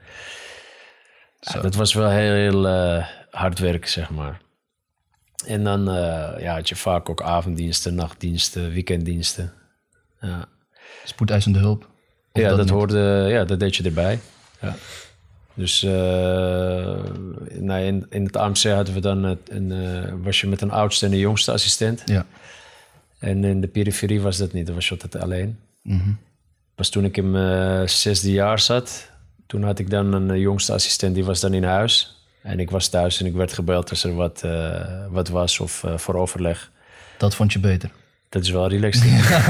[SPEAKER 3] Ja, dat was wel heel, heel uh, hard werken, zeg maar. En dan uh, ja, had je vaak ook avonddiensten, nachtdiensten, weekenddiensten. Ja.
[SPEAKER 1] Spoedeisende hulp?
[SPEAKER 3] Ja dat, dat hoorde, ja, dat deed je erbij. Ja. Dus uh, nou, in, in het A M C hadden we dan een, uh, was je met een oudste en een jongste assistent.
[SPEAKER 1] Ja.
[SPEAKER 3] En in de periferie was dat niet, dan was je altijd alleen.
[SPEAKER 1] Mm-hmm.
[SPEAKER 3] Pas toen ik in mijn zesde jaar zat, toen had ik dan een jongste assistent, die was dan in huis. En ik was thuis en ik werd gebeld als er wat, uh, wat was of uh, voor overleg.
[SPEAKER 1] Dat vond je beter?
[SPEAKER 3] Dat is wel relaxed.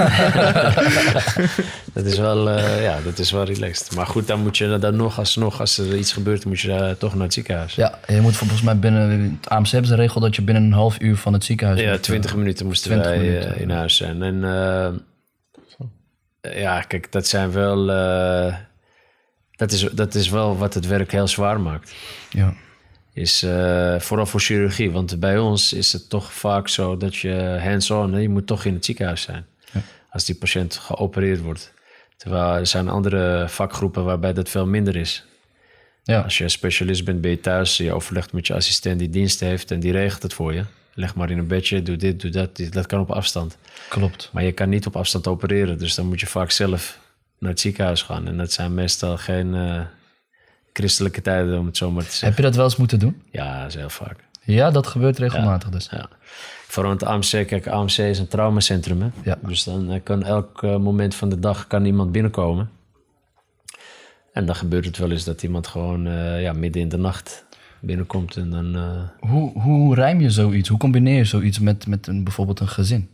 [SPEAKER 3] dat is wel, uh, ja, dat is wel relaxed. Maar goed, dan moet je dan nog, alsnog, als er iets gebeurt, moet je uh, toch naar het ziekenhuis.
[SPEAKER 1] Ja, je moet volgens mij binnen het A M C hebben ze een regel dat je binnen een half uur van het ziekenhuis.
[SPEAKER 3] Ja,
[SPEAKER 1] moet,
[SPEAKER 3] twintig minuten moesten twintig wij minuten, uh, in huis zijn. En uh, ja, kijk, dat zijn wel, uh, dat is, dat is wel wat het werk heel zwaar maakt.
[SPEAKER 1] Ja.
[SPEAKER 3] Is uh, vooral voor chirurgie. Want bij ons is het toch vaak zo dat je hands-on... je moet toch in het ziekenhuis zijn. Ja. Als die patiënt geopereerd wordt. Terwijl er zijn andere vakgroepen waarbij dat veel minder is. Ja. Als je specialist bent, ben je thuis. Je overlegt met je assistent die dienst heeft... en die regelt het voor je. Leg maar in een bedje, doe dit, doe dat. Dat kan op afstand.
[SPEAKER 1] Klopt.
[SPEAKER 3] Maar je kan niet op afstand opereren. Dus dan moet je vaak zelf naar het ziekenhuis gaan. En dat zijn meestal geen... Uh, christelijke tijden, om het zo maar te zeggen.
[SPEAKER 1] Heb je dat wel eens moeten doen?
[SPEAKER 3] Ja, dat is heel vaak.
[SPEAKER 1] Ja, dat gebeurt regelmatig
[SPEAKER 3] ja,
[SPEAKER 1] dus.
[SPEAKER 3] Ja. Vooral het A M C. Kijk, A M C is een traumacentrum. Hè?
[SPEAKER 1] Ja.
[SPEAKER 3] Dus dan kan elk uh, moment van de dag kan iemand binnenkomen. En dan gebeurt het wel eens dat iemand gewoon uh, ja, midden in de nacht binnenkomt. En dan, uh...
[SPEAKER 1] hoe, hoe rijm je zoiets? Hoe combineer je zoiets met, met een, bijvoorbeeld een gezin?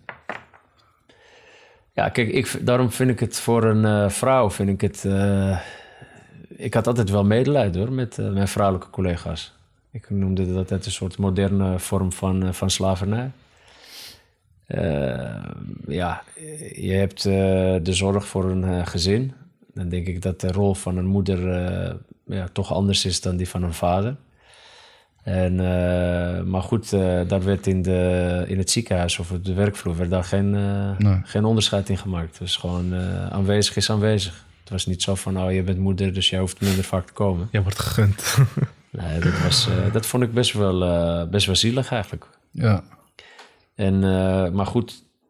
[SPEAKER 3] Ja, kijk, ik, daarom vind ik het voor een uh, vrouw... vind ik het... Uh, Ik had altijd wel medelijden hoor, met uh, mijn vrouwelijke collega's. Ik noemde dat altijd een soort moderne vorm van, uh, van slavernij. Uh, ja, je hebt uh, de zorg voor een uh, gezin. Dan denk ik dat de rol van een moeder uh, ja, toch anders is dan die van een vader. En, uh, maar goed, uh, daar werd in, de, in het ziekenhuis of op de werkvloer werd daar geen, uh, nee. geen onderscheid in gemaakt. Dus gewoon uh, aanwezig is aanwezig. Het was niet zo van, oh, je bent moeder, dus jij hoeft minder vaak te komen.
[SPEAKER 2] Ja, wordt gegund.
[SPEAKER 3] Nee, dat, was, uh, dat vond ik best wel, uh, best wel zielig eigenlijk.
[SPEAKER 1] Ja.
[SPEAKER 3] En, uh, maar goed,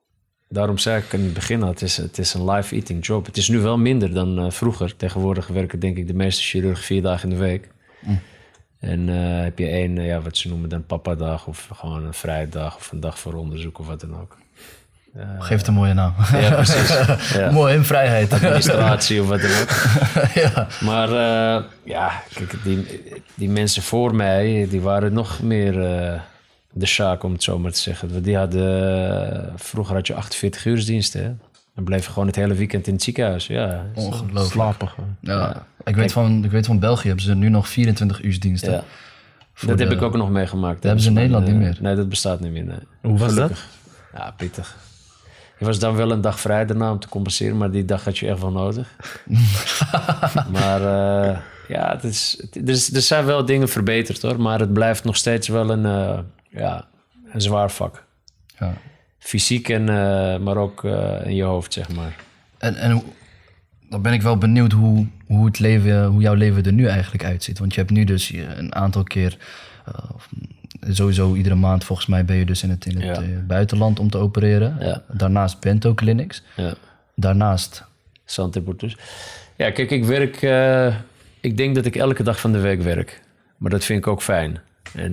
[SPEAKER 3] daarom zei ik in het begin al, het is, het is een live eating job. Het is nu wel minder dan uh, vroeger. Tegenwoordig werken denk ik de meeste chirurgen vier dagen in de week. Mm. En uh, heb je één, uh, ja, wat ze noemen dan papa-dag of gewoon een vrije dag of een dag voor onderzoek of wat dan ook.
[SPEAKER 1] Uh, Geef het een mooie naam.
[SPEAKER 3] Ja, precies. Ja.
[SPEAKER 1] Mooi in vrijheid.
[SPEAKER 3] Administratie of wat dan ook.
[SPEAKER 1] Ja.
[SPEAKER 3] Maar uh, ja, kijk, die, die mensen voor mij, die waren nog meer uh, de sjaak, om het zo maar te zeggen. Die hadden, uh, vroeger had je achtenveertig uursdiensten, hè? Dan bleef je gewoon het hele weekend in het ziekenhuis. Ja,
[SPEAKER 1] ongelooflijk.
[SPEAKER 2] Slapen.
[SPEAKER 1] Ja. Ja. Ik, weet van, ik weet van België hebben ze nu nog vierentwintig uursdiensten. Ja.
[SPEAKER 3] Dat de, heb ik ook nog meegemaakt.
[SPEAKER 1] Dat hebben ze in Nederland
[SPEAKER 3] de,
[SPEAKER 1] niet meer.
[SPEAKER 3] Nee, dat bestaat niet meer. Nee.
[SPEAKER 2] Hoe was
[SPEAKER 3] Gelukkig. Dat? Ja, pittig. Je was dan wel een dag vrij daarna om te compenseren, maar die dag had je echt wel nodig. Maar uh, ja, het is, het is, er zijn wel dingen verbeterd hoor, maar het blijft nog steeds wel een, uh, ja, een zwaar vak. Ja. Fysiek en uh, maar ook uh, in je hoofd, zeg maar.
[SPEAKER 1] En, en dan ben ik wel benieuwd hoe, hoe, het leven, hoe jouw leven er nu eigenlijk uitziet. Want je hebt nu dus een aantal keer, uh, sowieso iedere maand volgens mij ben je dus in het, in het ja. uh, buitenland om te opereren. Ja. Daarnaast Bento Clinics. Ja. Daarnaast...
[SPEAKER 3] Santé Portus. Ja, kijk, ik werk... Uh, ik denk dat ik elke dag van de week werk. Maar dat vind ik ook fijn. En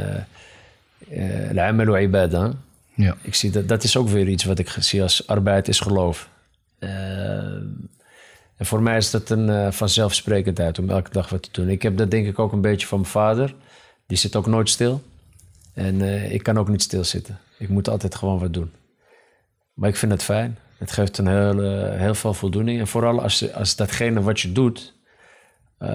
[SPEAKER 3] l'amel wa ibada. Ja. Ik zie dat, dat is ook weer iets wat ik zie als arbeid is geloof. Uh, en voor mij is dat een uh, vanzelfsprekendheid om elke dag wat te doen. Ik heb dat denk ik ook een beetje van mijn vader. Die zit ook nooit stil. En uh, ik kan ook niet stilzitten. Ik moet altijd gewoon wat doen. Maar ik vind het fijn. Het geeft een heel, uh, heel veel voldoening. En vooral als, als datgene wat je doet... Uh,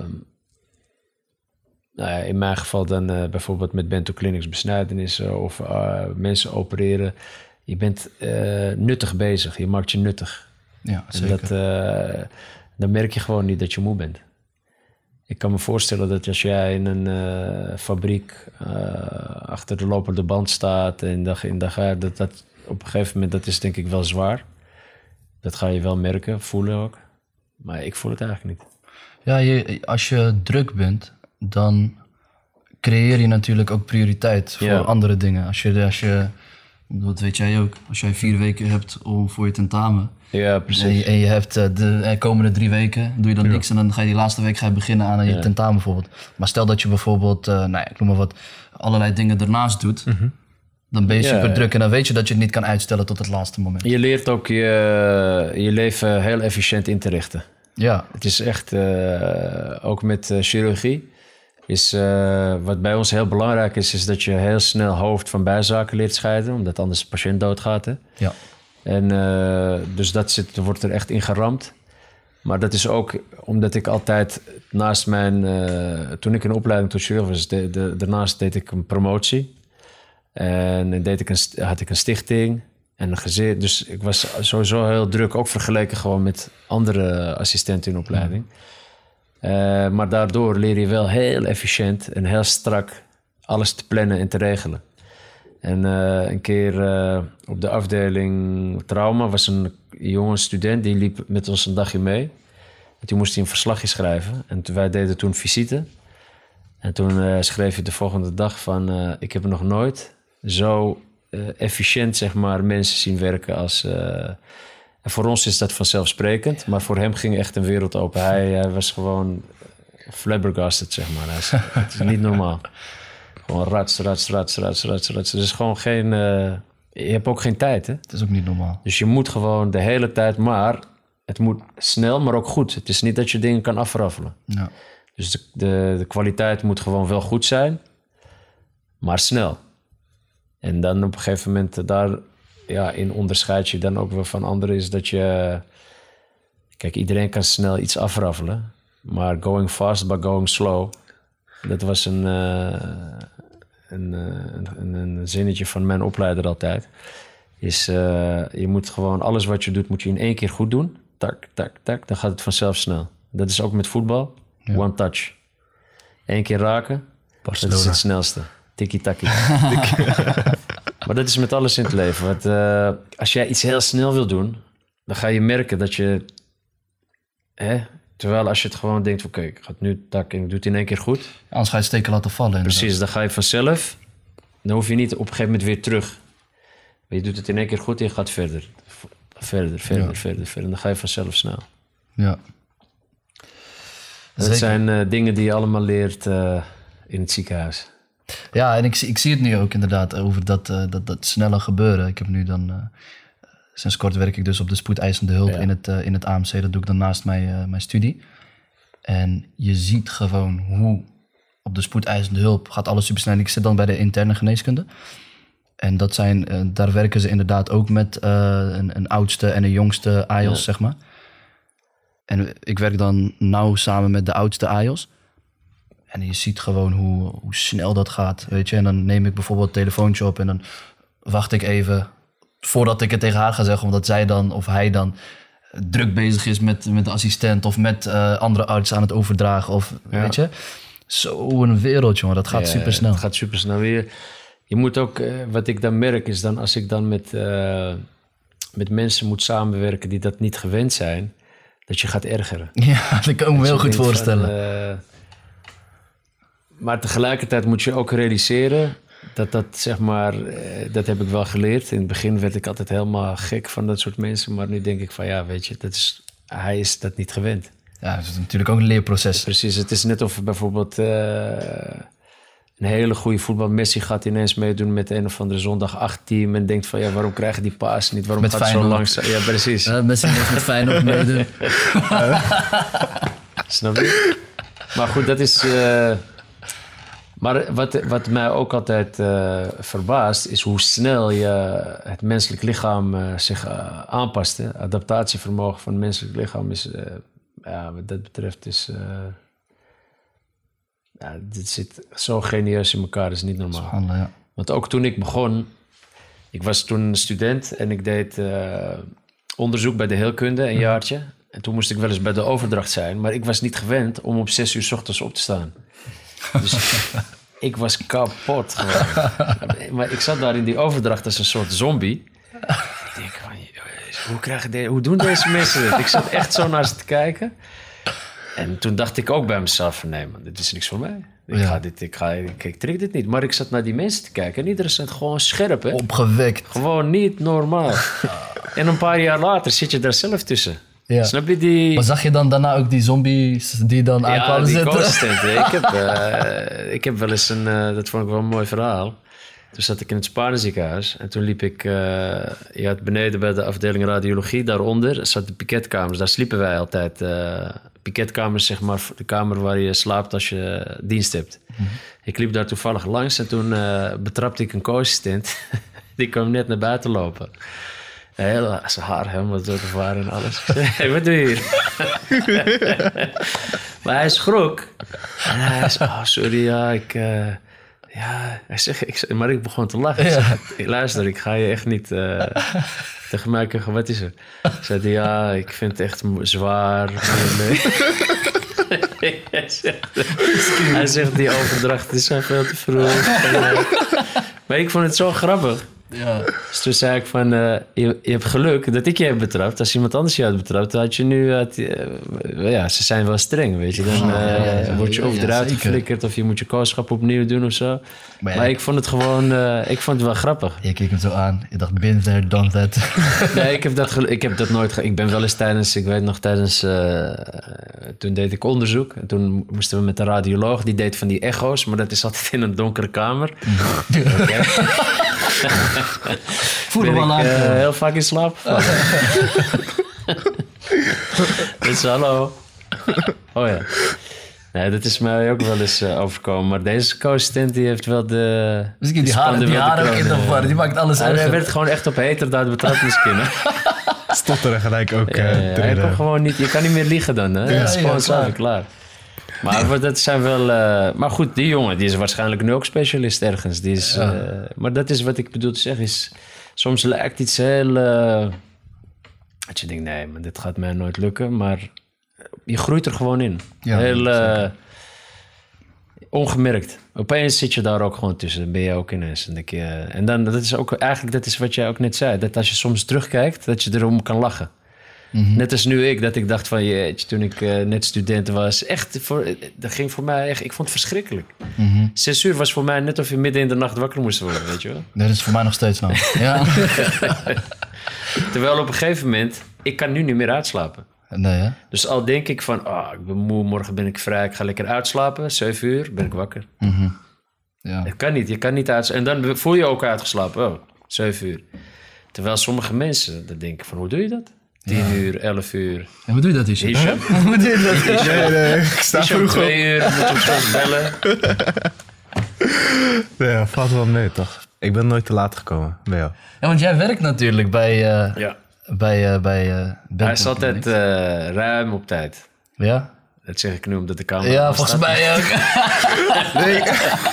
[SPEAKER 3] nou ja, in mijn geval dan uh, bijvoorbeeld met Bento Clinics besnijdenissen... of uh, mensen opereren. Je bent uh, nuttig bezig. Je maakt je nuttig.
[SPEAKER 1] Ja, zeker.
[SPEAKER 3] En dat, uh, dan merk je gewoon niet dat je moe bent. Ik kan me voorstellen dat als jij in een uh, fabriek uh, achter de lopende band staat en dag in dag uit, dat dat op een gegeven moment, dat is denk ik wel zwaar. Dat ga je wel merken, voelen ook. Maar ik voel het eigenlijk niet.
[SPEAKER 1] Ja, je, als je druk bent, dan creëer je natuurlijk ook prioriteit voor ja. andere dingen. Als je, als je, dat weet jij ook, als jij vier weken hebt om voor je tentamen.
[SPEAKER 3] Ja, precies.
[SPEAKER 1] En je, en je hebt de komende drie weken, doe je dan ja. niks en dan ga je die laatste week ga je beginnen aan je ja. tentamen bijvoorbeeld. Maar stel dat je bijvoorbeeld, uh, nou ja, ik noem maar wat, allerlei dingen ernaast doet, mm-hmm. dan ben je ja, super druk en dan weet je dat je het niet kan uitstellen tot het laatste moment.
[SPEAKER 3] Je leert ook je, je leven heel efficiënt in te richten.
[SPEAKER 1] Ja.
[SPEAKER 3] Het is echt, uh, ook met uh, chirurgie, is, uh, wat bij ons heel belangrijk is, is dat je heel snel hoofd van bijzaken leert scheiden, omdat anders de patiënt doodgaat. Hè?
[SPEAKER 1] Ja.
[SPEAKER 3] En uh, dus dat zit, wordt er echt in geramd. Maar dat is ook omdat ik altijd naast mijn... Uh, toen ik in opleiding tot chirurg was, de, de, daarnaast deed ik een promotie. En deed ik een, had ik een stichting en een gezin. Dus ik was sowieso heel druk, ook vergeleken gewoon met andere assistenten in opleiding. Uh, maar daardoor leer je wel heel efficiënt en heel strak alles te plannen en te regelen. En uh, een keer uh, op de afdeling trauma was een jonge student... die liep met ons een dagje mee. En toen moest hij een verslagje schrijven. En toen, wij deden toen visite. En toen uh, schreef hij de volgende dag van... Uh, ik heb nog nooit zo uh, efficiënt zeg maar, mensen zien werken als... Uh, en voor ons is dat vanzelfsprekend. Maar voor hem ging echt een wereld open. Hij, hij was gewoon flabbergasted, zeg maar. Hij is, het is niet normaal. Gewoon rats, rats, rats, rats, rats, rats. Er is gewoon geen... Uh, je hebt ook geen tijd, hè?
[SPEAKER 1] Het is ook niet normaal.
[SPEAKER 3] Dus je moet gewoon de hele tijd... Maar het moet snel, maar ook goed. Het is niet dat je dingen kan afraffelen.
[SPEAKER 1] Ja.
[SPEAKER 3] Dus de, de, de kwaliteit moet gewoon wel goed zijn. Maar snel. En dan op een gegeven moment... daar ja, in onderscheid je dan ook wel van anderen... is dat je... Kijk, iedereen kan snel iets afraffelen. Maar going fast by going slow... Dat was een, uh, een, een, een zinnetje van mijn opleider altijd. Is, uh, je moet gewoon alles wat je doet, moet je in één keer goed doen. Tak, tak, tak. Dan gaat het vanzelf snel. Dat is ook met voetbal. Ja. One touch. Eén keer raken. Barcelona. Dat is het snelste. Tiki-taki. Maar dat is met alles in het leven. Want, uh, als jij iets heel snel wil doen, dan ga je merken dat je... Hè, terwijl als je het gewoon denkt, oké, okay, ik ga het nu tak en ik doe het in één keer goed.
[SPEAKER 1] Anders ga je steken laten vallen.
[SPEAKER 3] Precies, dan ga je vanzelf. Dan hoef je niet op een gegeven moment weer terug. Maar je doet het in één keer goed en je gaat verder. Verder, verder,
[SPEAKER 1] Ja.
[SPEAKER 3] verder, verder. Dan ga je vanzelf snel.
[SPEAKER 1] Ja.
[SPEAKER 3] Dat
[SPEAKER 1] Zeker.
[SPEAKER 3] zijn uh, dingen die je allemaal leert uh, in het ziekenhuis.
[SPEAKER 1] Ja, en ik, zie- ik zie het nu ook inderdaad over dat, uh, dat, dat snelle gebeuren. Ik heb nu dan... Uh, sinds kort werk ik dus op de spoedeisende hulp
[SPEAKER 3] Ja.
[SPEAKER 1] in, het, uh, in het A M C. Dat doe ik dan naast mijn, uh, mijn studie. En je ziet gewoon hoe op de spoedeisende hulp gaat alles supersnel. Ik zit dan bij de interne geneeskunde. En dat zijn, uh, daar werken ze inderdaad ook met uh, een, een oudste en een jongste A I O S,
[SPEAKER 3] Ja.
[SPEAKER 1] zeg maar. En ik werk dan nauw samen met de oudste A I O S. En je ziet gewoon hoe, hoe snel dat gaat, weet je. En dan neem ik bijvoorbeeld het telefoontje op en dan wacht ik even voordat ik het tegen haar ga zeggen, omdat zij dan of hij dan druk bezig is met, met de assistent of met uh, andere artsen aan het overdragen. Of,
[SPEAKER 3] Ja.
[SPEAKER 1] weet je. Zo'n wereld, jongen. Dat gaat
[SPEAKER 3] Ja,
[SPEAKER 1] super snel.
[SPEAKER 3] Het gaat super snel weer. Je moet ook, uh, wat ik dan merk, is dan als ik dan met, uh, met mensen moet samenwerken die dat niet gewend zijn, dat je gaat ergeren.
[SPEAKER 1] Ja, dat kan ik me heel
[SPEAKER 3] Dat je
[SPEAKER 1] goed
[SPEAKER 3] denkt
[SPEAKER 1] voorstellen.
[SPEAKER 3] van, uh, maar tegelijkertijd moet je ook realiseren dat dat, zeg maar, uh, dat heb ik wel geleerd. In het begin werd ik altijd helemaal gek van dat soort mensen, maar nu denk ik van ja, weet je, dat is, hij is dat niet gewend.
[SPEAKER 1] Ja, dat is natuurlijk ook een leerproces.
[SPEAKER 3] Precies, het is net of bijvoorbeeld uh, een hele goede voetbal. Messi gaat ineens meedoen met een of andere zondag acht team en denkt van ja, waarom krijgen die paas niet? Waarom
[SPEAKER 1] Met
[SPEAKER 3] gaat het zo
[SPEAKER 1] Feyenoord.
[SPEAKER 3] langzaam? Ja, precies.
[SPEAKER 1] Ja, Messi heeft met Feyenoord meedoen.
[SPEAKER 3] Snap je? Maar goed, dat is... Uh, maar wat, wat mij ook altijd uh, verbaast, is hoe snel je het menselijk lichaam uh, zich uh, aanpast. Hè? Adaptatievermogen van het menselijk lichaam is... Uh, ja, wat dat betreft is... Uh, ja, dit zit zo genieus in elkaar, dat is niet normaal.
[SPEAKER 1] Handelen, ja.
[SPEAKER 3] Want ook toen ik begon... Ik was toen student en ik deed uh, onderzoek bij de heelkunde, een jaartje. En toen moest ik wel eens bij de overdracht zijn. Maar ik was niet gewend om op zes uur 's ochtends op te staan. Dus ik was kapot gewoon. Maar ik zat daar in die overdracht als een soort zombie. Ik denk van, hoe, krijgen de, hoe doen deze mensen dit? Ik zat echt zo naar ze te kijken. En toen dacht ik ook bij mezelf van, nee man, dit is niks voor mij. Ik,
[SPEAKER 1] Ja.
[SPEAKER 3] ga dit, ik, ga, ik, ik trek dit niet. Maar ik zat naar die mensen te kijken en iedereen zat gewoon scherp, hè?
[SPEAKER 1] Opgewekt.
[SPEAKER 3] Gewoon niet normaal. En een paar jaar later zit je daar zelf tussen.
[SPEAKER 1] Ja.
[SPEAKER 3] Snap je die...
[SPEAKER 1] Maar zag je dan daarna ook die zombies die dan
[SPEAKER 3] Ja,
[SPEAKER 1] aankwamen
[SPEAKER 3] die
[SPEAKER 1] zitten?
[SPEAKER 3] co-assistenten. ik, heb, uh, ik heb wel eens een... Uh, dat vond ik wel een mooi verhaal. Toen zat ik in het Sparenziekenhuis. En toen liep ik... Uh, je had beneden bij de afdeling radiologie. Daaronder zat de piketkamers. Daar sliepen wij altijd. Uh, piketkamers, zeg maar. De kamer waar je slaapt als je dienst hebt. Mm-hmm. Ik liep daar toevallig langs. En toen uh, betrapte ik een co-assistent. Die kwam net naar buiten lopen. Heel, zijn haar helemaal door de vaar en alles. Ik zei, hey, wat doe je hier? Maar hij schrok. En hij zei, oh, sorry, ja, ik... Uh, ja, hij zegt, ik, maar ik begon te lachen. Ik zei, hey, luister, ik ga je echt niet uh, tegen mij zeggen, wat is er? Ik zei, ja, ik vind het echt zwaar. Nee. hij, zegt, hij zegt, die overdrachten zijn veel te vroeg. Maar ik vond het zo grappig.
[SPEAKER 1] Ja.
[SPEAKER 3] Dus toen zei ik van, uh, je, je hebt geluk dat ik je heb betrapt. Als iemand anders je had betrapt, dan had je nu... Had, uh, ja, ze zijn wel streng, weet je. Dan uh,
[SPEAKER 1] ja, ja, ja,
[SPEAKER 3] word je
[SPEAKER 1] ja,
[SPEAKER 3] of
[SPEAKER 1] ja,
[SPEAKER 3] eruit
[SPEAKER 1] zeker.
[SPEAKER 3] geflikkerd... of je moet je kooschap opnieuw doen of zo.
[SPEAKER 1] Maar,
[SPEAKER 3] Maar,
[SPEAKER 1] ja,
[SPEAKER 3] ik vond het gewoon... Uh, ik vond het wel grappig.
[SPEAKER 1] je keek hem zo aan. Je dacht, been there, done that.
[SPEAKER 3] Nee, ik heb dat, gelu- ik heb dat nooit... Ge- ik ben wel eens tijdens... Ik weet nog tijdens... Uh, toen deed ik onderzoek. En toen moesten we met een radioloog. Die deed van die echo's. Maar dat is altijd in een donkere kamer. Okay.
[SPEAKER 1] Voel hem
[SPEAKER 3] ben
[SPEAKER 1] al
[SPEAKER 3] ik
[SPEAKER 1] aan.
[SPEAKER 3] uh, heel vaak in slaap gevallen. Dus hallo. Oh ja. Nee, dat is mij ook wel eens uh, overkomen. Maar deze co-assistent die heeft wel de...
[SPEAKER 1] Misschien die
[SPEAKER 3] spande
[SPEAKER 1] haren, die
[SPEAKER 3] wel de
[SPEAKER 1] haren ook
[SPEAKER 3] kroon,
[SPEAKER 1] in de
[SPEAKER 3] uh,
[SPEAKER 1] war. Die maakt alles
[SPEAKER 3] Hij
[SPEAKER 1] erger.
[SPEAKER 3] werd gewoon echt op heterdaad betrapt misschien. Hè?
[SPEAKER 2] Stotteren gelijk ook.
[SPEAKER 3] Ja,
[SPEAKER 2] Uh,
[SPEAKER 3] ja, hij kon gewoon niet... Je kan niet meer liegen dan, hè?
[SPEAKER 1] Ja,
[SPEAKER 3] dat is
[SPEAKER 1] ja,
[SPEAKER 3] gewoon
[SPEAKER 1] klaar.
[SPEAKER 3] klaar. klaar. Maar nee. dat zijn wel... Uh, maar goed, die jongen, die is waarschijnlijk nu ook specialist ergens. Die is,
[SPEAKER 1] Ja.
[SPEAKER 3] uh, maar dat is wat ik bedoel te zeggen, is... Soms lijkt iets heel... Uh, dat je denkt, nee, maar dit gaat mij nooit lukken. Maar je groeit er gewoon in.
[SPEAKER 1] Ja,
[SPEAKER 3] heel uh,
[SPEAKER 1] zeker.
[SPEAKER 3] ongemerkt. Opeens zit je daar ook gewoon tussen. Dan ben je ook ineens. En, denk je, en dan, dat is ook eigenlijk, dat is wat jij ook net zei. Dat als je soms terugkijkt, dat je erom kan lachen. Mm-hmm. Net als nu ik, dat ik dacht van... jeetje, toen ik uh, net student was... echt, voor, dat ging voor mij echt... ik vond het verschrikkelijk. Mm-hmm. Zes uur was voor mij net of je midden in de nacht wakker moest worden, weet je wel.
[SPEAKER 1] Dat is voor mij nog steeds nou. Ja.
[SPEAKER 3] Terwijl op een gegeven moment... ik kan nu niet meer uitslapen.
[SPEAKER 1] Nee, hè?
[SPEAKER 3] Dus al denk ik van... oh, ik ben moe, morgen ben ik vrij... ik ga lekker uitslapen. Zeven uur ben ik wakker.
[SPEAKER 1] Mm-hmm. Ja.
[SPEAKER 3] Dat kan niet, je kan niet uitslapen. En dan voel je ook uitgeslapen. Oh, zeven uur. Terwijl sommige mensen... dan denk ik van, hoe doe je dat? Tien ja. uur, elf uur.
[SPEAKER 1] En hoe doe je dat, Hisham?
[SPEAKER 3] Hisham?
[SPEAKER 1] Hoe doe je dat?
[SPEAKER 2] Hisham? Nee, nee, ik sta
[SPEAKER 3] Hisham
[SPEAKER 2] vroeg
[SPEAKER 3] twee uur, moet je hem soms bellen.
[SPEAKER 2] Nee, valt wel mee, toch? Ik ben nooit te laat gekomen bij jou.
[SPEAKER 1] Ja, want jij werkt natuurlijk bij... Uh,
[SPEAKER 3] ja.
[SPEAKER 1] Bij, uh, bij uh,
[SPEAKER 3] Hij is altijd uh, ruim op tijd.
[SPEAKER 1] Ja?
[SPEAKER 3] Dat zeg ik nu omdat de camera
[SPEAKER 1] Ja, volgens
[SPEAKER 3] staat.
[SPEAKER 1] mij ook.
[SPEAKER 2] Nee, ik,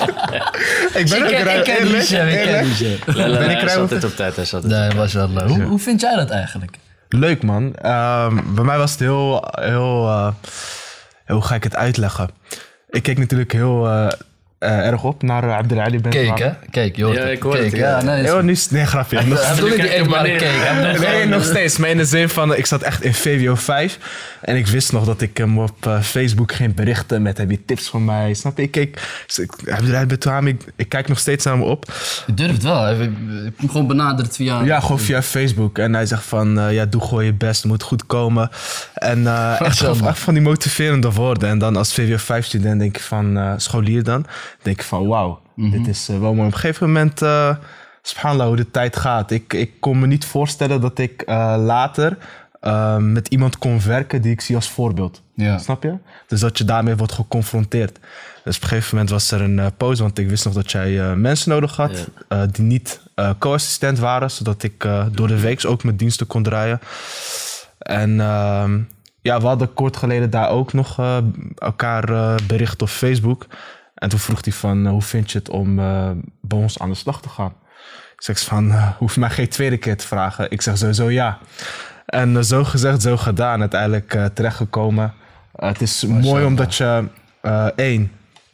[SPEAKER 2] ik ben ook ruim.
[SPEAKER 1] Ik ken Hisham, ik ken Hisham.
[SPEAKER 3] Ben ik ruim altijd op tijd. Hij is altijd
[SPEAKER 1] nee,
[SPEAKER 3] op tijd.
[SPEAKER 1] was wel leuk. Hoe, hoe vind jij dat eigenlijk?
[SPEAKER 2] Leuk, man. Um, bij mij was het heel... heel uh, hoe ga ik het uitleggen? Ik keek natuurlijk heel... Uh, Uh, erg op naar uh, Abdel Ali Ben
[SPEAKER 1] Cake, hè? Cake, je hoort
[SPEAKER 3] ja,
[SPEAKER 1] het.
[SPEAKER 3] ik hoor
[SPEAKER 1] Cake,
[SPEAKER 3] het. Ja,
[SPEAKER 1] ja, nee,
[SPEAKER 2] nee, nu, nee, grapje.
[SPEAKER 1] Hij bedoelt niet eenmaal cake.
[SPEAKER 2] Nee, nog steeds. Maar in de zin van, ik zat echt in V W O vijf. En ik wist nog dat ik hem op uh, Facebook geen berichten met heb je tips voor mij. Snap je? Ik keek, Abdel Ali Ben Touhami, ik, ik kijk nog steeds naar me op.
[SPEAKER 1] Je durft wel. Ik heb hem gewoon benaderd via...
[SPEAKER 2] Ja, gewoon via Facebook. En hij zegt van, uh, ja, doe gewoon je best. Het moet goed komen. En uh, echt, gewoon, echt van die motiverende woorden. En dan als V W O vijf student denk ik van, uh, scholier dan, denk ik van, wauw. Mm-hmm. Dit is uh, wel mooi. Op een gegeven moment, uh, subhanallah, hoe de tijd gaat. Ik, ik kon me niet voorstellen dat ik uh, later uh, met iemand kon werken die ik zie als voorbeeld. Ja. Snap je? Dus dat je daarmee wordt geconfronteerd. Dus op een gegeven moment was er een uh, pauze, want ik wist nog dat jij uh, mensen nodig had ja. uh, die niet uh, co-assistent waren, zodat ik uh, door de week ook mijn diensten kon draaien. En uh, ja, we hadden kort geleden daar ook nog uh, elkaar uh, bericht op Facebook. En toen vroeg hij van, uh, hoe vind je het om uh, bij ons aan de slag te gaan? Ik zeg van, uh, hoef mij geen tweede keer te vragen. Ik zeg sowieso ja. En uh, zo gezegd, zo gedaan. Uiteindelijk uh, terechtgekomen. Uh, het is maar mooi omdat je, uh, één,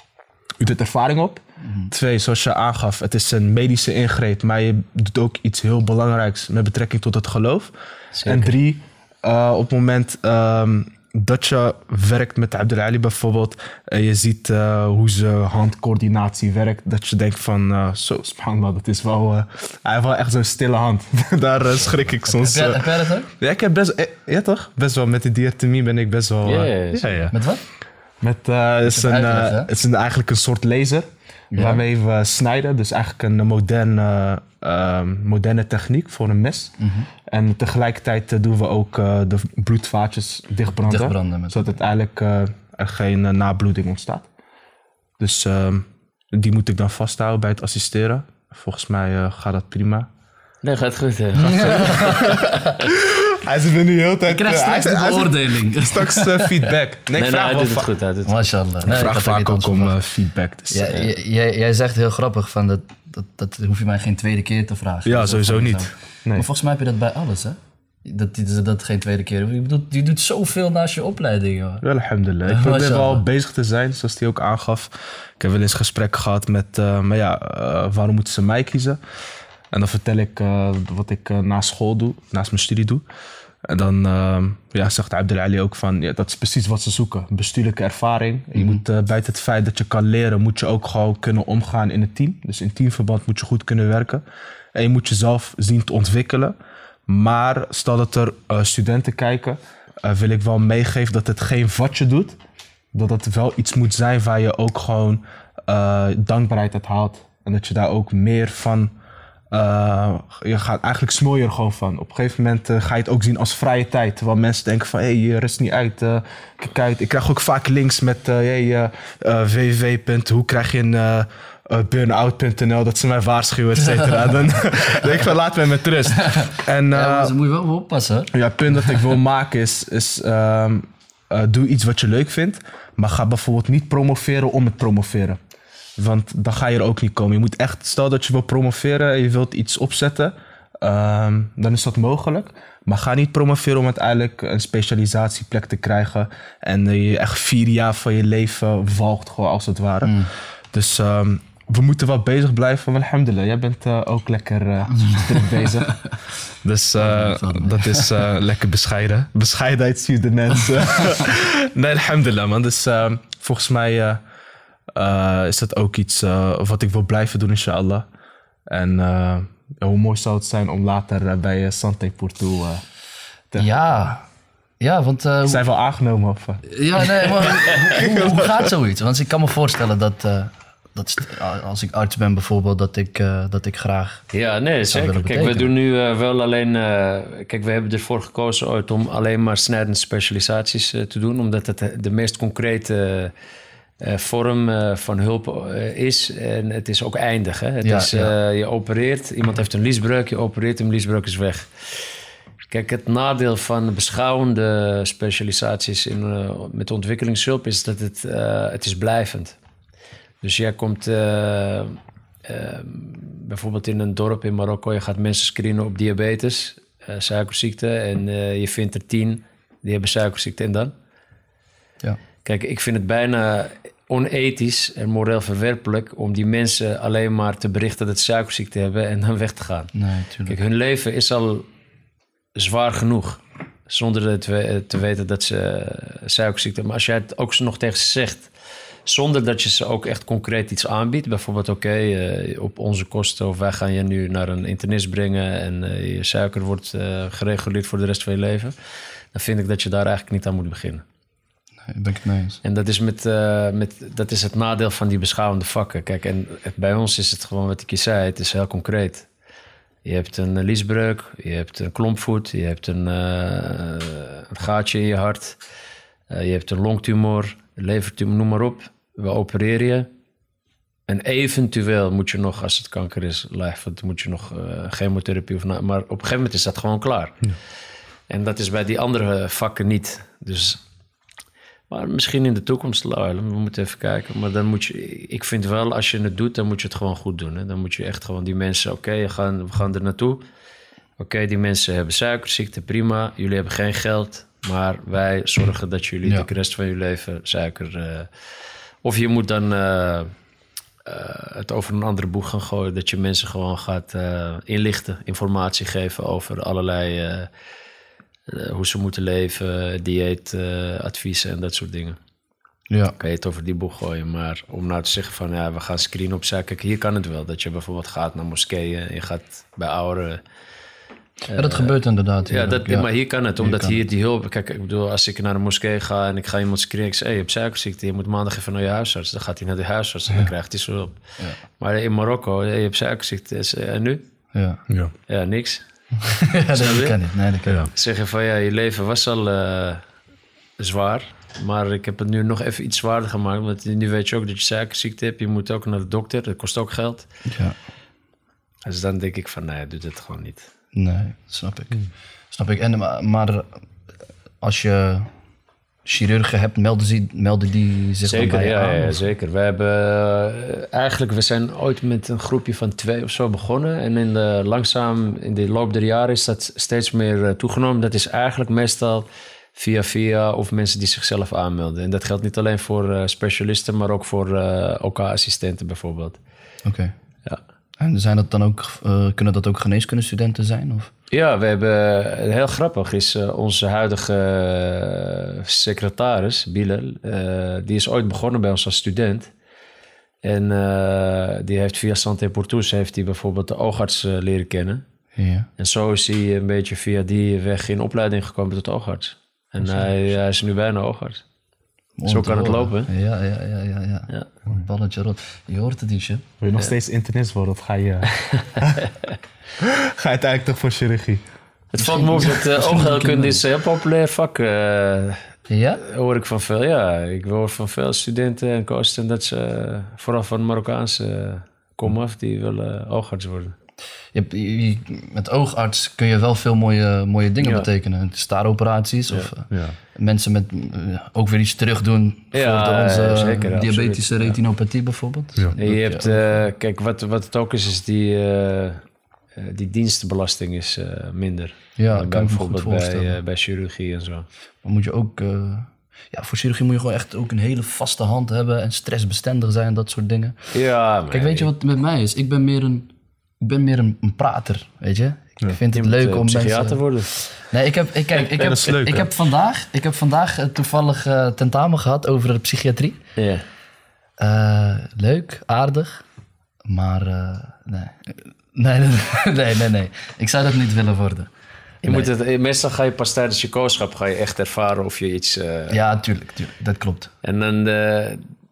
[SPEAKER 2] u doet ervaring op. Mm-hmm. Twee, zoals je aangaf, het is een medische ingreep. Maar je doet ook iets heel belangrijks met betrekking tot het geloof. Zeker. En drie, uh, op het moment... Um, dat je werkt met Abdel Ali bijvoorbeeld, uh, je ziet uh, hoe zijn handcoördinatie werkt, dat je denkt van, uh, zo, subhanallah, dat is wel, uh, hij heeft wel echt zo'n stille hand. Daar uh, schrik ik soms.
[SPEAKER 1] Heb jij, heb jij dat ook?
[SPEAKER 2] Ja, ik heb best, uh, ja toch, best wel, met de diatomie ben ik best wel... Uh,
[SPEAKER 3] yes.
[SPEAKER 2] ja, ja.
[SPEAKER 1] Met wat?
[SPEAKER 2] Met, uh, het is, een, uh, het is een, eigenlijk een soort laser, ja. waarmee we snijden, dus eigenlijk een moderne, uh, moderne techniek voor een mes. Mm-hmm. En tegelijkertijd uh, doen we ook uh, de bloedvaatjes dichtbranden, dichtbranden zodat uiteindelijk uh, er geen uh, nabloeding ontstaat. Dus uh, die moet ik dan vasthouden bij het assisteren. Volgens mij uh, gaat dat prima.
[SPEAKER 3] Nee, gaat goed. Hè?
[SPEAKER 2] Hij zit er nu heel tijd...
[SPEAKER 1] Ik krijg straks uh, de beoordeling.
[SPEAKER 2] Straks uh, feedback. Nee,
[SPEAKER 3] nee,
[SPEAKER 2] ik vraag
[SPEAKER 3] nee,
[SPEAKER 2] wel
[SPEAKER 3] hij doet het goed. Hij doet het
[SPEAKER 1] Mashallah. Nee,
[SPEAKER 2] ik vraag vaak ook om uh, feedback. Dus,
[SPEAKER 1] ja,
[SPEAKER 2] uh,
[SPEAKER 1] j- jij, jij zegt heel grappig van dat, dat, dat hoef je mij geen tweede keer te vragen.
[SPEAKER 2] Ja, sowieso niet.
[SPEAKER 1] Nee. Maar volgens mij heb je dat bij alles, hè? Dat, dat, dat geen tweede keer. Ik bedoel, je doet zoveel naast je opleiding, joh.
[SPEAKER 2] Wel, alhamdulillah. Ik probeer wel bezig te zijn, zoals hij ook aangaf. Ik heb wel eens gesprek gehad met, uh, maar ja, uh, waarom moeten ze mij kiezen? En dan vertel ik uh, wat ik uh, na school doe, naast mijn studie doe. En dan uh, ja, zegt Abdel Ali ook van, ja, dat is precies wat ze zoeken. Bestuurlijke ervaring. Mm-hmm. Je moet uh, buiten het feit dat je kan leren, moet je ook gewoon kunnen omgaan in het team. Dus in teamverband moet je goed kunnen werken. En je moet jezelf zien te ontwikkelen. Maar stel dat er uh, studenten kijken, uh, wil ik wel meegeven dat het geen vatje doet. Dat het wel iets moet zijn waar je ook gewoon uh, dankbaarheid uit haalt. En dat je daar ook meer van... Uh, je gaat eigenlijk smul je er gewoon van. Op een gegeven moment uh, ga je het ook zien als vrije tijd. Terwijl mensen denken van, hé, hey, je rust niet uit. Uh, kijk uit. Ik krijg ook vaak links met uh, hey, uh, uh, w w w. Hoe krijg je een uh, uh, burnout punt n l. Dat ze mij waarschuwen, et cetera. Dan denk ik van, laat mij met rust. En, uh,
[SPEAKER 1] ja, dan moet je wel oppassen.
[SPEAKER 2] Ja, het punt dat ik wil maken is... is um, uh, doe iets wat je leuk vindt. Maar ga bijvoorbeeld niet promoveren om het promoveren. Want dan ga je er ook niet komen. Je moet echt, stel dat je wil promoveren en je wilt iets opzetten, um, dan is dat mogelijk. Maar ga niet promoveren om uiteindelijk een specialisatieplek te krijgen en uh, je echt vier jaar van je leven walgt, gewoon als het ware. Mm. Dus um, we moeten wel bezig blijven. Maar alhamdulillah, jij bent uh, ook lekker uh, druk bezig. Dus uh, dat is uh, lekker bescheiden. Bescheidenheid zie je de mensen. Nee, alhamdulillah man. Dus uh, volgens mij uh, uh, is dat ook iets uh, wat ik wil blijven doen, inshallah. En uh, hoe mooi zou het zijn om later uh, bij uh, Santé Porto uh, te...
[SPEAKER 1] Ja, ja, want... Uh,
[SPEAKER 2] Zijn we al aangenomen? Of?
[SPEAKER 1] Ja, nee, maar hoe, hoe gaat zoiets? Want ik kan me voorstellen dat... Uh, Dat als ik arts ben bijvoorbeeld, dat ik, uh, dat ik graag...
[SPEAKER 3] Ja, nee, zeker. Kijk, we doen nu uh, wel alleen... Uh, kijk, we hebben ervoor gekozen ooit om alleen maar snijdende specialisaties uh, te doen. Omdat het de meest concrete uh, vorm uh, van hulp uh, is. En het is ook eindig. Hè? Het
[SPEAKER 1] ja,
[SPEAKER 3] is, uh,
[SPEAKER 1] ja.
[SPEAKER 3] Je opereert, iemand heeft een liesbreuk, je opereert hem, liesbreuk is weg. Kijk, het nadeel van beschouwende specialisaties in, uh, met ontwikkelingshulp is dat het, uh, het is blijvend. Dus jij komt uh, uh, bijvoorbeeld in een dorp in Marokko, je gaat mensen screenen op diabetes, uh, suikerziekte, en uh, je vindt er tien die hebben suikerziekte en dan?
[SPEAKER 1] Ja.
[SPEAKER 3] Kijk, ik vind het bijna onethisch en moreel verwerpelijk om die mensen alleen maar te berichten dat ze suikerziekte hebben en dan weg te gaan.
[SPEAKER 1] Nee, tuurlijk.
[SPEAKER 3] Kijk, hun leven is al zwaar genoeg, zonder te, te weten dat ze suikerziekte hebben. Maar als jij het ook nog tegen ze zegt, zonder dat je ze ook echt concreet iets aanbiedt. Bijvoorbeeld, oké, okay, uh, op onze kosten, of wij gaan je nu naar een internist brengen en uh, je suiker wordt uh, gereguleerd voor de rest van je leven. Dan vind ik dat je daar eigenlijk niet aan moet beginnen.
[SPEAKER 1] Nee, ben ik het mee eens.
[SPEAKER 3] En dat is, met, uh, met, dat is het nadeel van die beschouwende vakken. Kijk, en bij ons is het gewoon wat ik je zei, het is heel concreet. Je hebt een liesbreuk, je hebt een klompvoet, je hebt een, uh, een gaatje in je hart, uh, je hebt een longtumor, levertumor, noem maar op. We opereren je. En eventueel moet je nog, als het kanker is, dan moet je nog uh, chemotherapie of na, maar op een gegeven moment is dat gewoon klaar. Ja. En dat is bij die andere vakken niet. Dus, maar misschien in de toekomst, we moeten even kijken. Maar dan moet je, ik vind wel, als je het doet, dan moet je het gewoon goed doen. Hè? Dan moet je echt gewoon die mensen, oké, okay, we, gaan, we gaan er naartoe. Oké, okay, die mensen hebben suikerziekte, prima. Jullie hebben geen geld. Maar wij zorgen dat jullie ja. de rest van je leven suiker... Uh, of je moet dan uh, uh, het over een andere boeg gaan gooien. Dat je mensen gewoon gaat uh, inlichten, informatie geven over allerlei... Uh, uh, hoe ze moeten leven, dieetadviezen uh, en dat soort dingen.
[SPEAKER 1] Ja.
[SPEAKER 3] Kan je het over die boeg gooien. Maar om nou te zeggen van, ja, we gaan screenen op suiker. Kijk, hier kan het wel. Dat je bijvoorbeeld gaat naar moskeeën en je gaat bij ouderen...
[SPEAKER 1] Ja, dat uh, gebeurt inderdaad.
[SPEAKER 3] Ja, dat, ja, maar hier kan het, omdat hier, hier die hulp... Kijk, ik bedoel, als ik naar een moskee ga en ik ga iemand screenen... ik zeg, hey, je hebt suikerziekte, je moet maandag even naar je huisarts. Dan gaat hij naar de huisarts en dan krijgt hij zo hulp. Ja. Maar in Marokko, hey, je hebt suikerziekte, en nu?
[SPEAKER 1] Ja,
[SPEAKER 3] ja. ja niks.
[SPEAKER 1] Ja, dat kan niet. Nee, dat kan
[SPEAKER 3] ja.
[SPEAKER 1] niet.
[SPEAKER 3] Zeg je van, ja, je leven was al uh, zwaar... maar ik heb het nu nog even iets zwaarder gemaakt... want nu weet je ook dat je suikerziekte hebt. Je moet ook naar de dokter, dat kost ook geld.
[SPEAKER 1] Ja.
[SPEAKER 3] Dus dan denk ik van, nee, doe dit gewoon niet.
[SPEAKER 1] Nee, snap ik. Hmm. Snap ik. En, maar, maar als je chirurgen hebt, melden, ze, melden die zich
[SPEAKER 3] zeker,
[SPEAKER 1] bij je
[SPEAKER 3] ja,
[SPEAKER 1] aan?
[SPEAKER 3] Ja, zeker. We hebben uh, eigenlijk, we zijn ooit met een groepje van twee of zo begonnen. En in de, langzaam in de loop der jaren is dat steeds meer uh, toegenomen. Dat is eigenlijk meestal via via of mensen die zichzelf aanmelden. En dat geldt niet alleen voor uh, specialisten, maar ook voor uh, O K-assistenten bijvoorbeeld.
[SPEAKER 1] Oké. Okay.
[SPEAKER 3] Ja.
[SPEAKER 1] En zijn dat dan ook, uh, kunnen dat ook geneeskundestudenten zijn? Of?
[SPEAKER 3] Ja, we hebben, heel grappig is uh, onze huidige uh, secretaris, Bilal, uh, die is ooit begonnen bij ons als student. En uh, die heeft via Santé Portus heeft hij bijvoorbeeld de oogarts uh, leren kennen.
[SPEAKER 1] Ja.
[SPEAKER 3] En zo is hij een beetje via die weg in opleiding gekomen tot oogarts. En hij, hij is nu bijna oogarts. Zo kan het lopen.
[SPEAKER 1] Ja, ja, ja, ja, ja. ja. Een balletje rot. Je hoort het, Isje.
[SPEAKER 2] Wil je nog
[SPEAKER 3] ja.
[SPEAKER 2] steeds internist worden of ga je... ga je uiteindelijk toch voor chirurgie?
[SPEAKER 3] Het valt me op dat uh, oogheelkunde is een heel populair vak. Uh,
[SPEAKER 1] ja?
[SPEAKER 3] Hoor ik van veel, ja. Ik hoor van veel studenten en co-studenten dat ze, uh, vooral van Marokkaanse uh, komaf, die willen uh, oogarts worden.
[SPEAKER 1] Je, je, met oogarts kun je wel veel mooie, mooie dingen ja. betekenen. Staaroperaties ja. of uh, ja. mensen met uh, ook weer iets terug doen
[SPEAKER 3] ja,
[SPEAKER 1] voor de, onze
[SPEAKER 3] ja, zeker,
[SPEAKER 1] diabetische
[SPEAKER 3] absoluut.
[SPEAKER 1] retinopathie ja. bijvoorbeeld.
[SPEAKER 3] Ja. Ja, je hebt, uh, kijk, wat, wat het ook is, is die, uh, die dienstenbelasting is uh, minder.
[SPEAKER 1] Ja,
[SPEAKER 3] dan
[SPEAKER 1] kan ik me
[SPEAKER 3] bijvoorbeeld
[SPEAKER 1] goed voorstellen.
[SPEAKER 3] Bij, uh, bij chirurgie en zo.
[SPEAKER 1] Dan moet je ook... Uh, ja, voor chirurgie moet je gewoon echt ook een hele vaste hand hebben en stressbestendig zijn en dat soort dingen.
[SPEAKER 3] Ja,
[SPEAKER 1] Kijk, weet je wat met mij is? Ik ben meer een, ik ben meer een, een prater, weet je? Ik
[SPEAKER 3] ja,
[SPEAKER 1] vind het leuk
[SPEAKER 3] moet, uh,
[SPEAKER 1] om
[SPEAKER 3] psychiater
[SPEAKER 1] mensen...
[SPEAKER 3] worden.
[SPEAKER 1] Nee, ik heb, ik, kijk, ik
[SPEAKER 2] ja,
[SPEAKER 1] heb,
[SPEAKER 2] leuk,
[SPEAKER 1] ik, heb vandaag, ik heb vandaag uh, toevallig uh, tentamen gehad over de psychiatrie.
[SPEAKER 3] Ja.
[SPEAKER 1] Uh, leuk, aardig, maar uh, nee. Nee, nee, nee, nee, nee. Ik zou dat niet willen worden.
[SPEAKER 3] Je
[SPEAKER 1] nee.
[SPEAKER 3] moet het, meestal ga je pas tijdens je kooschap ga je echt ervaren of je iets... Uh...
[SPEAKER 1] Ja, tuurlijk, tuurlijk, dat klopt.
[SPEAKER 3] En dan... Uh,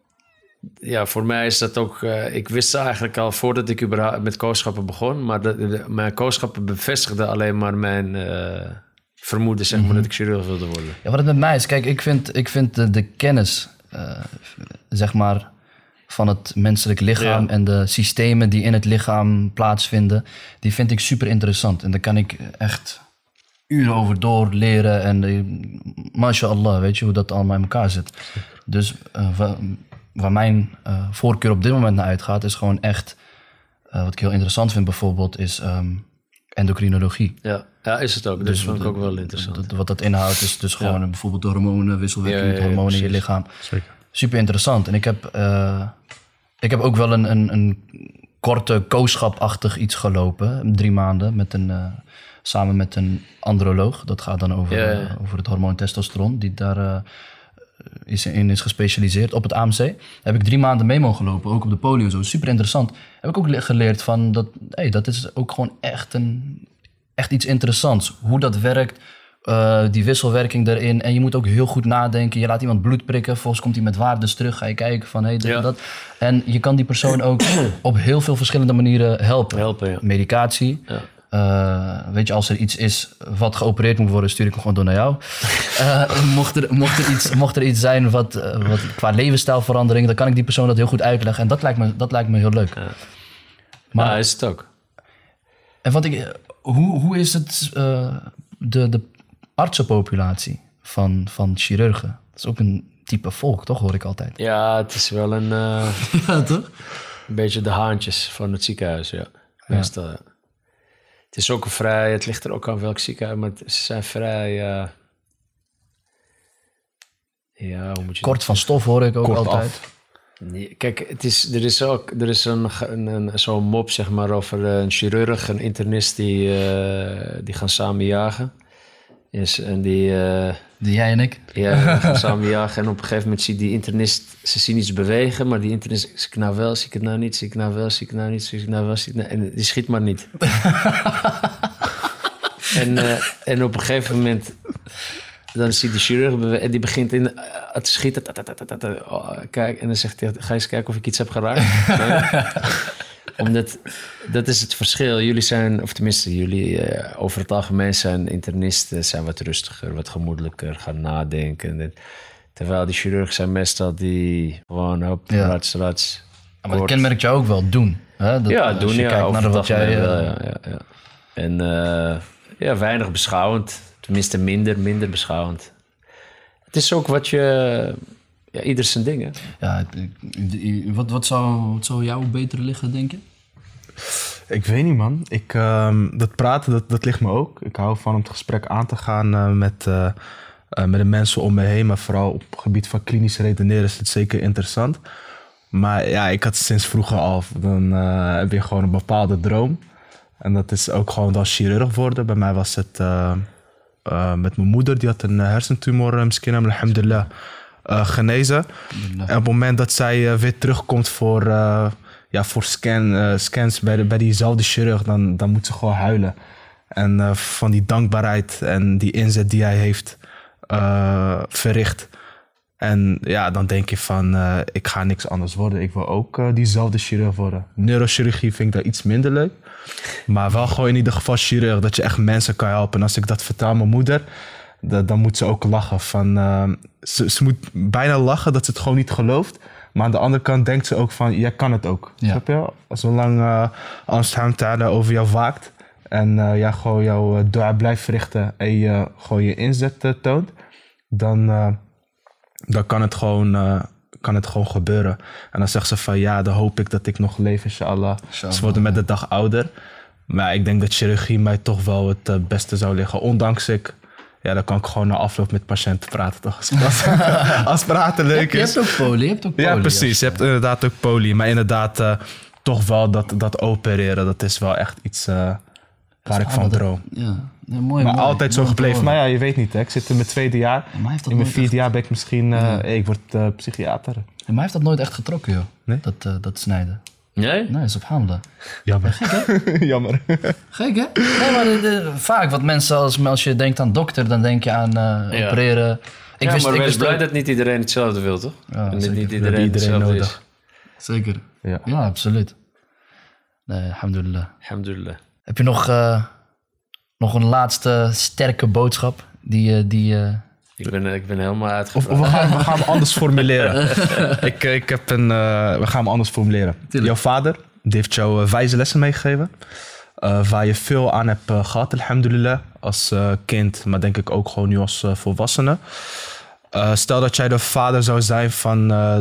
[SPEAKER 3] ja, voor mij is dat ook... Uh, ik wist eigenlijk al voordat ik überhaupt met kooschappen begon... maar de, de, mijn kooschappen bevestigden alleen maar mijn uh, vermoeden... zeg maar, mm-hmm. dat ik chirurg wilde worden.
[SPEAKER 1] Ja, wat het met mij is... Kijk, ik vind, ik vind de, de kennis... Uh, zeg maar... van het menselijk lichaam... Ja. en de systemen die in het lichaam plaatsvinden... die vind ik super interessant. En daar kan ik echt uren over door leren... en uh, mashallah, weet je hoe dat allemaal in elkaar zit. Dus... Uh, waar mijn uh, voorkeur op dit moment naar uitgaat, is gewoon echt... Uh, wat ik heel interessant vind bijvoorbeeld, is um, endocrinologie.
[SPEAKER 3] Ja. ja, is het ook. Dus dat vind ik ook wel interessant.
[SPEAKER 1] Dat, wat dat inhoudt is dus gewoon ja. bijvoorbeeld de hormonen, wisselwerking ja, ja, ja, met hormonen ja, in je lichaam.
[SPEAKER 2] Zeker.
[SPEAKER 1] Super interessant. En ik heb, uh, ik heb ook wel een, een, een korte kooschapachtig iets gelopen, drie maanden, met een, uh, samen met een androloog. Dat gaat dan over, ja, ja. Uh, over het hormoon testosteron, die daar... Uh, is in is gespecialiseerd op het A M C. Heb ik drie maanden mee mogen lopen, ook op de polio zo. Super interessant. Heb ik ook geleerd van dat, hey, dat is ook gewoon echt, een, echt iets interessants. Hoe dat werkt, uh, die wisselwerking erin. En je moet ook heel goed nadenken. Je laat iemand bloed prikken, volgens komt hij met waardes terug. Ga je kijken van hey, dit ja. en dat. En je kan die persoon ook op heel veel verschillende manieren helpen.
[SPEAKER 3] helpen ja.
[SPEAKER 1] Medicatie. Ja. Uh, weet je, als er iets is wat geopereerd moet worden, stuur ik hem gewoon door naar jou. Uh, mocht, er, mocht, er iets, mocht er iets zijn wat, uh, wat qua levensstijlverandering, dan kan ik die persoon dat heel goed uitleggen. En dat lijkt me, dat lijkt me heel leuk.
[SPEAKER 3] Ja. Maar ja, is het ook.
[SPEAKER 1] En wat ik, hoe, hoe is het uh, de, de artsenpopulatie van, van chirurgen? Dat is ook een type volk, toch? Hoor ik altijd.
[SPEAKER 3] Ja, het is wel een... Uh,
[SPEAKER 1] ja, toch?
[SPEAKER 3] Een beetje de haantjes van het ziekenhuis, ja. Meestal, ja. Het is ook een vrij... Het ligt er ook aan welk ziekenhuis, maar ze zijn vrij... Uh, ja, hoe moet je...
[SPEAKER 1] Kort van stof hoor ik ook
[SPEAKER 2] Kort
[SPEAKER 1] altijd.
[SPEAKER 2] Af.
[SPEAKER 3] Nee, kijk, het is, er is ook er is een, een, een, zo'n mop zeg maar, over een chirurg, een internist die, uh, die gaan samen jagen. Is, en die, uh,
[SPEAKER 1] die jij en ik?
[SPEAKER 3] Ja, die gaan samen jagen. En op een gegeven moment ziet die internist, ze zien iets bewegen, maar die internist, zie ik nou wel, zie ik het nou niet, zie ik nou wel, zie ik nou niet, zie ik nou wel, zie ik nou... En die schiet maar niet. en, uh, en op een gegeven moment... Dan zie je de chirurg en die begint in uh, te schieten. Ta, ta, ta, ta, ta, oh, kijk, en dan zegt hij, ga je eens kijken of ik iets heb geraakt. Nee. Omdat, dat is het verschil. Jullie zijn, of tenminste jullie uh, over het algemeen zijn internisten, zijn wat rustiger, wat gemoedelijker, gaan nadenken. Terwijl die chirurgen zijn meestal die gewoon op
[SPEAKER 1] ja.
[SPEAKER 3] rats, rats.
[SPEAKER 1] Ja, maar dat kenmerkt jou ook wel, doen. Hè? Dat,
[SPEAKER 3] ja, doen,
[SPEAKER 1] je
[SPEAKER 3] ja.
[SPEAKER 1] Kijkt naar wat jij... Uh,
[SPEAKER 3] wel, ja, ja, ja. En uh, ja, weinig beschouwend. Tenminste minder, minder beschouwend. Het is ook wat je... Ja, ieder zijn ding, hè?
[SPEAKER 1] Ja, wat, wat, zou, wat zou jou beter liggen, denk je?
[SPEAKER 2] Ik weet niet, man. Ik, uh, dat praten, dat, dat ligt me ook. Ik hou van om het gesprek aan te gaan uh, met, uh, uh, met de mensen om me heen. Maar vooral op het gebied van klinisch redeneren is het zeker interessant. Maar ja, ik had sinds vroeger al... Dan uh, heb je gewoon een bepaalde droom. En dat is ook gewoon dan chirurg worden. Bij mij was het... Uh, Uh, met mijn moeder, die had een hersentumor, misschien alhamdulillah, uh, genezen. En op het moment dat zij uh, weer terugkomt voor, uh, ja, voor scan, uh, scans bij, de, bij diezelfde chirurg, dan, dan moet ze gewoon huilen. En uh, van die dankbaarheid en die inzet die hij heeft uh, verricht. En ja, dan denk je van, uh, ik ga niks anders worden. Ik wil ook uh, diezelfde chirurg worden. Neurochirurgie vind ik daar iets minder leuk. Maar wel gewoon in ieder geval chirurg, dat je echt mensen kan helpen. En als ik dat vertel aan mijn moeder, dat, dan moet ze ook lachen. Van, uh, ze, ze moet bijna lachen dat ze het gewoon niet gelooft. Maar aan de andere kant denkt ze ook van, jij kan het ook. Ja. Snap je? Zolang uh, Allah ta'ala over jou waakt en uh, ja, gewoon jouw uh, dua blijft verrichten en je uh, gewoon je inzet uh, toont, dan, uh, dan kan het gewoon... Uh, kan het gewoon gebeuren. En dan zegt ze van ja, dan hoop ik dat ik nog leef, inshallah. Ze worden met de dag ouder. Maar ik denk dat chirurgie mij toch wel het uh, beste zou liggen. Ondanks ik Ja, dan kan ik gewoon na afloop met patiënten praten, toch? Als, als, als praten leuk
[SPEAKER 1] Je
[SPEAKER 2] is.
[SPEAKER 1] hebt ook poli, je hebt ook poli.
[SPEAKER 2] Ja, precies.
[SPEAKER 1] als-
[SPEAKER 2] Je hebt inderdaad ook poli. Maar inderdaad, uh, toch wel dat, dat opereren, dat is wel echt iets uh, waar ik van
[SPEAKER 1] Ah, dat-
[SPEAKER 2] droom.
[SPEAKER 1] Ja, ja mooi.
[SPEAKER 2] Maar
[SPEAKER 1] mooi.
[SPEAKER 2] altijd zo
[SPEAKER 1] Mooi om te
[SPEAKER 2] gebleven.
[SPEAKER 1] horen.
[SPEAKER 2] Maar ja, je weet niet, hè. Ik zit in mijn tweede jaar.
[SPEAKER 1] Ja, maar hij heeft dat
[SPEAKER 2] In mijn
[SPEAKER 1] nooit
[SPEAKER 2] vierde
[SPEAKER 1] echt-
[SPEAKER 2] jaar ben ik misschien... Uh,
[SPEAKER 1] Ja.
[SPEAKER 2] hey, ik word uh, psychiater.
[SPEAKER 1] Ja, maar hij heeft dat nooit echt getrokken, joh.
[SPEAKER 2] Nee?
[SPEAKER 1] Dat, uh, dat snijden.
[SPEAKER 3] Nee?
[SPEAKER 1] Nee, subhanallah.
[SPEAKER 2] Jammer. Jammer.
[SPEAKER 1] Gek, hè? Nee, maar de- de- vaak wat mensen, als, als je denkt aan dokter, dan denk je aan uh,
[SPEAKER 3] Ja.
[SPEAKER 1] opereren. Ik
[SPEAKER 3] ja,
[SPEAKER 1] wist,
[SPEAKER 3] maar
[SPEAKER 1] ik
[SPEAKER 3] wees
[SPEAKER 1] wist
[SPEAKER 3] blij
[SPEAKER 1] ook-
[SPEAKER 3] dat niet iedereen hetzelfde wil, toch?
[SPEAKER 1] Ja,
[SPEAKER 3] en dat
[SPEAKER 1] zeker.
[SPEAKER 3] niet
[SPEAKER 1] We
[SPEAKER 3] iedereen,
[SPEAKER 2] hebben iedereen
[SPEAKER 3] hetzelfde
[SPEAKER 2] nodig.
[SPEAKER 3] is.
[SPEAKER 1] Zeker.
[SPEAKER 2] Ja.
[SPEAKER 1] Ja, absoluut. Nee, alhamdulillah.
[SPEAKER 3] Alhamdulillah.
[SPEAKER 1] Heb je nog, uh, nog een laatste sterke boodschap die, uh, die uh,
[SPEAKER 3] Ik ben, ik ben helemaal
[SPEAKER 2] Of,
[SPEAKER 3] uitgepraat.
[SPEAKER 2] of we, gaan, we gaan hem anders formuleren. ik, ik heb een... Uh, we gaan hem anders formuleren.
[SPEAKER 1] Tuurlijk.
[SPEAKER 2] Jouw vader, die heeft jou uh, wijze lessen meegegeven. Uh, waar je veel aan hebt uh, gehad, alhamdulillah. Als uh, kind, maar denk ik ook gewoon nu als uh, volwassene. Uh, stel dat jij de vader zou zijn van uh,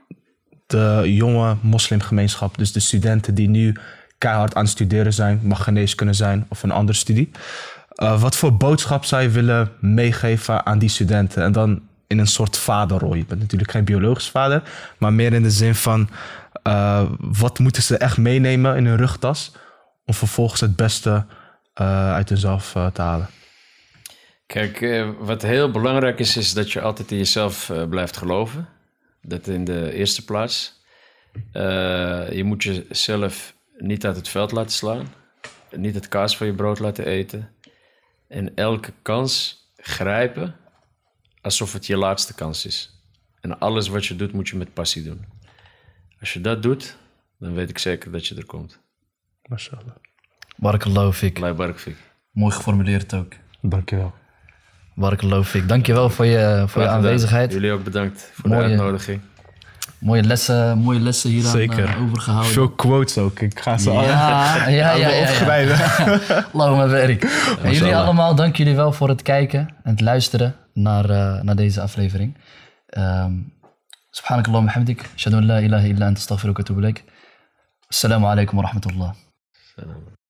[SPEAKER 2] de jonge moslimgemeenschap. Dus de studenten die nu keihard aan het studeren zijn. Mag geneeskunde zijn of een andere studie. Uh, wat voor boodschap zou je willen meegeven aan die studenten? En dan in een soort vaderrol. Je bent natuurlijk geen biologisch vader. Maar meer in de zin van... Uh, wat moeten ze echt meenemen in hun rugtas... om vervolgens het beste uh, uit hunzelf uh, te halen?
[SPEAKER 3] Kijk, eh, wat heel belangrijk is, is dat je altijd in jezelf uh, blijft geloven. Dat in de eerste plaats. Uh, je moet jezelf niet uit het veld laten slaan. Niet het kaas van je brood laten eten. En elke kans grijpen alsof het je laatste kans is. En alles wat je doet, moet je met passie doen. Als je dat doet, dan weet ik zeker dat je er komt.
[SPEAKER 2] Mashallah.
[SPEAKER 1] Barakallahu fik.
[SPEAKER 3] Blij barak fik.
[SPEAKER 1] Mooi geformuleerd ook.
[SPEAKER 2] Dankjewel.
[SPEAKER 1] Barakallahu fik. Dankjewel voor je, voor je
[SPEAKER 3] Graag gedaan.
[SPEAKER 1] aanwezigheid.
[SPEAKER 3] Jullie ook bedankt voor
[SPEAKER 1] Mooie-
[SPEAKER 3] de uitnodiging.
[SPEAKER 1] Mooie lessen, mooie lessen hieraan
[SPEAKER 2] Zeker.
[SPEAKER 1] uh, overgehouden.
[SPEAKER 2] Veel quotes ook. Ik ga ze
[SPEAKER 1] Ja, ja, ja, ja, ja.
[SPEAKER 2] opschrijven.
[SPEAKER 1] Allahumma barik. En jullie allemaal, dank jullie wel voor het kijken en het luisteren naar, uh, naar deze aflevering. Um, Subhanakallah wa hamdik. Ashhadu an la ilaha illa anta astaghfiruka wa atubu ilaik. Assalamu alaikum wa rahmatullah.
[SPEAKER 3] Salam.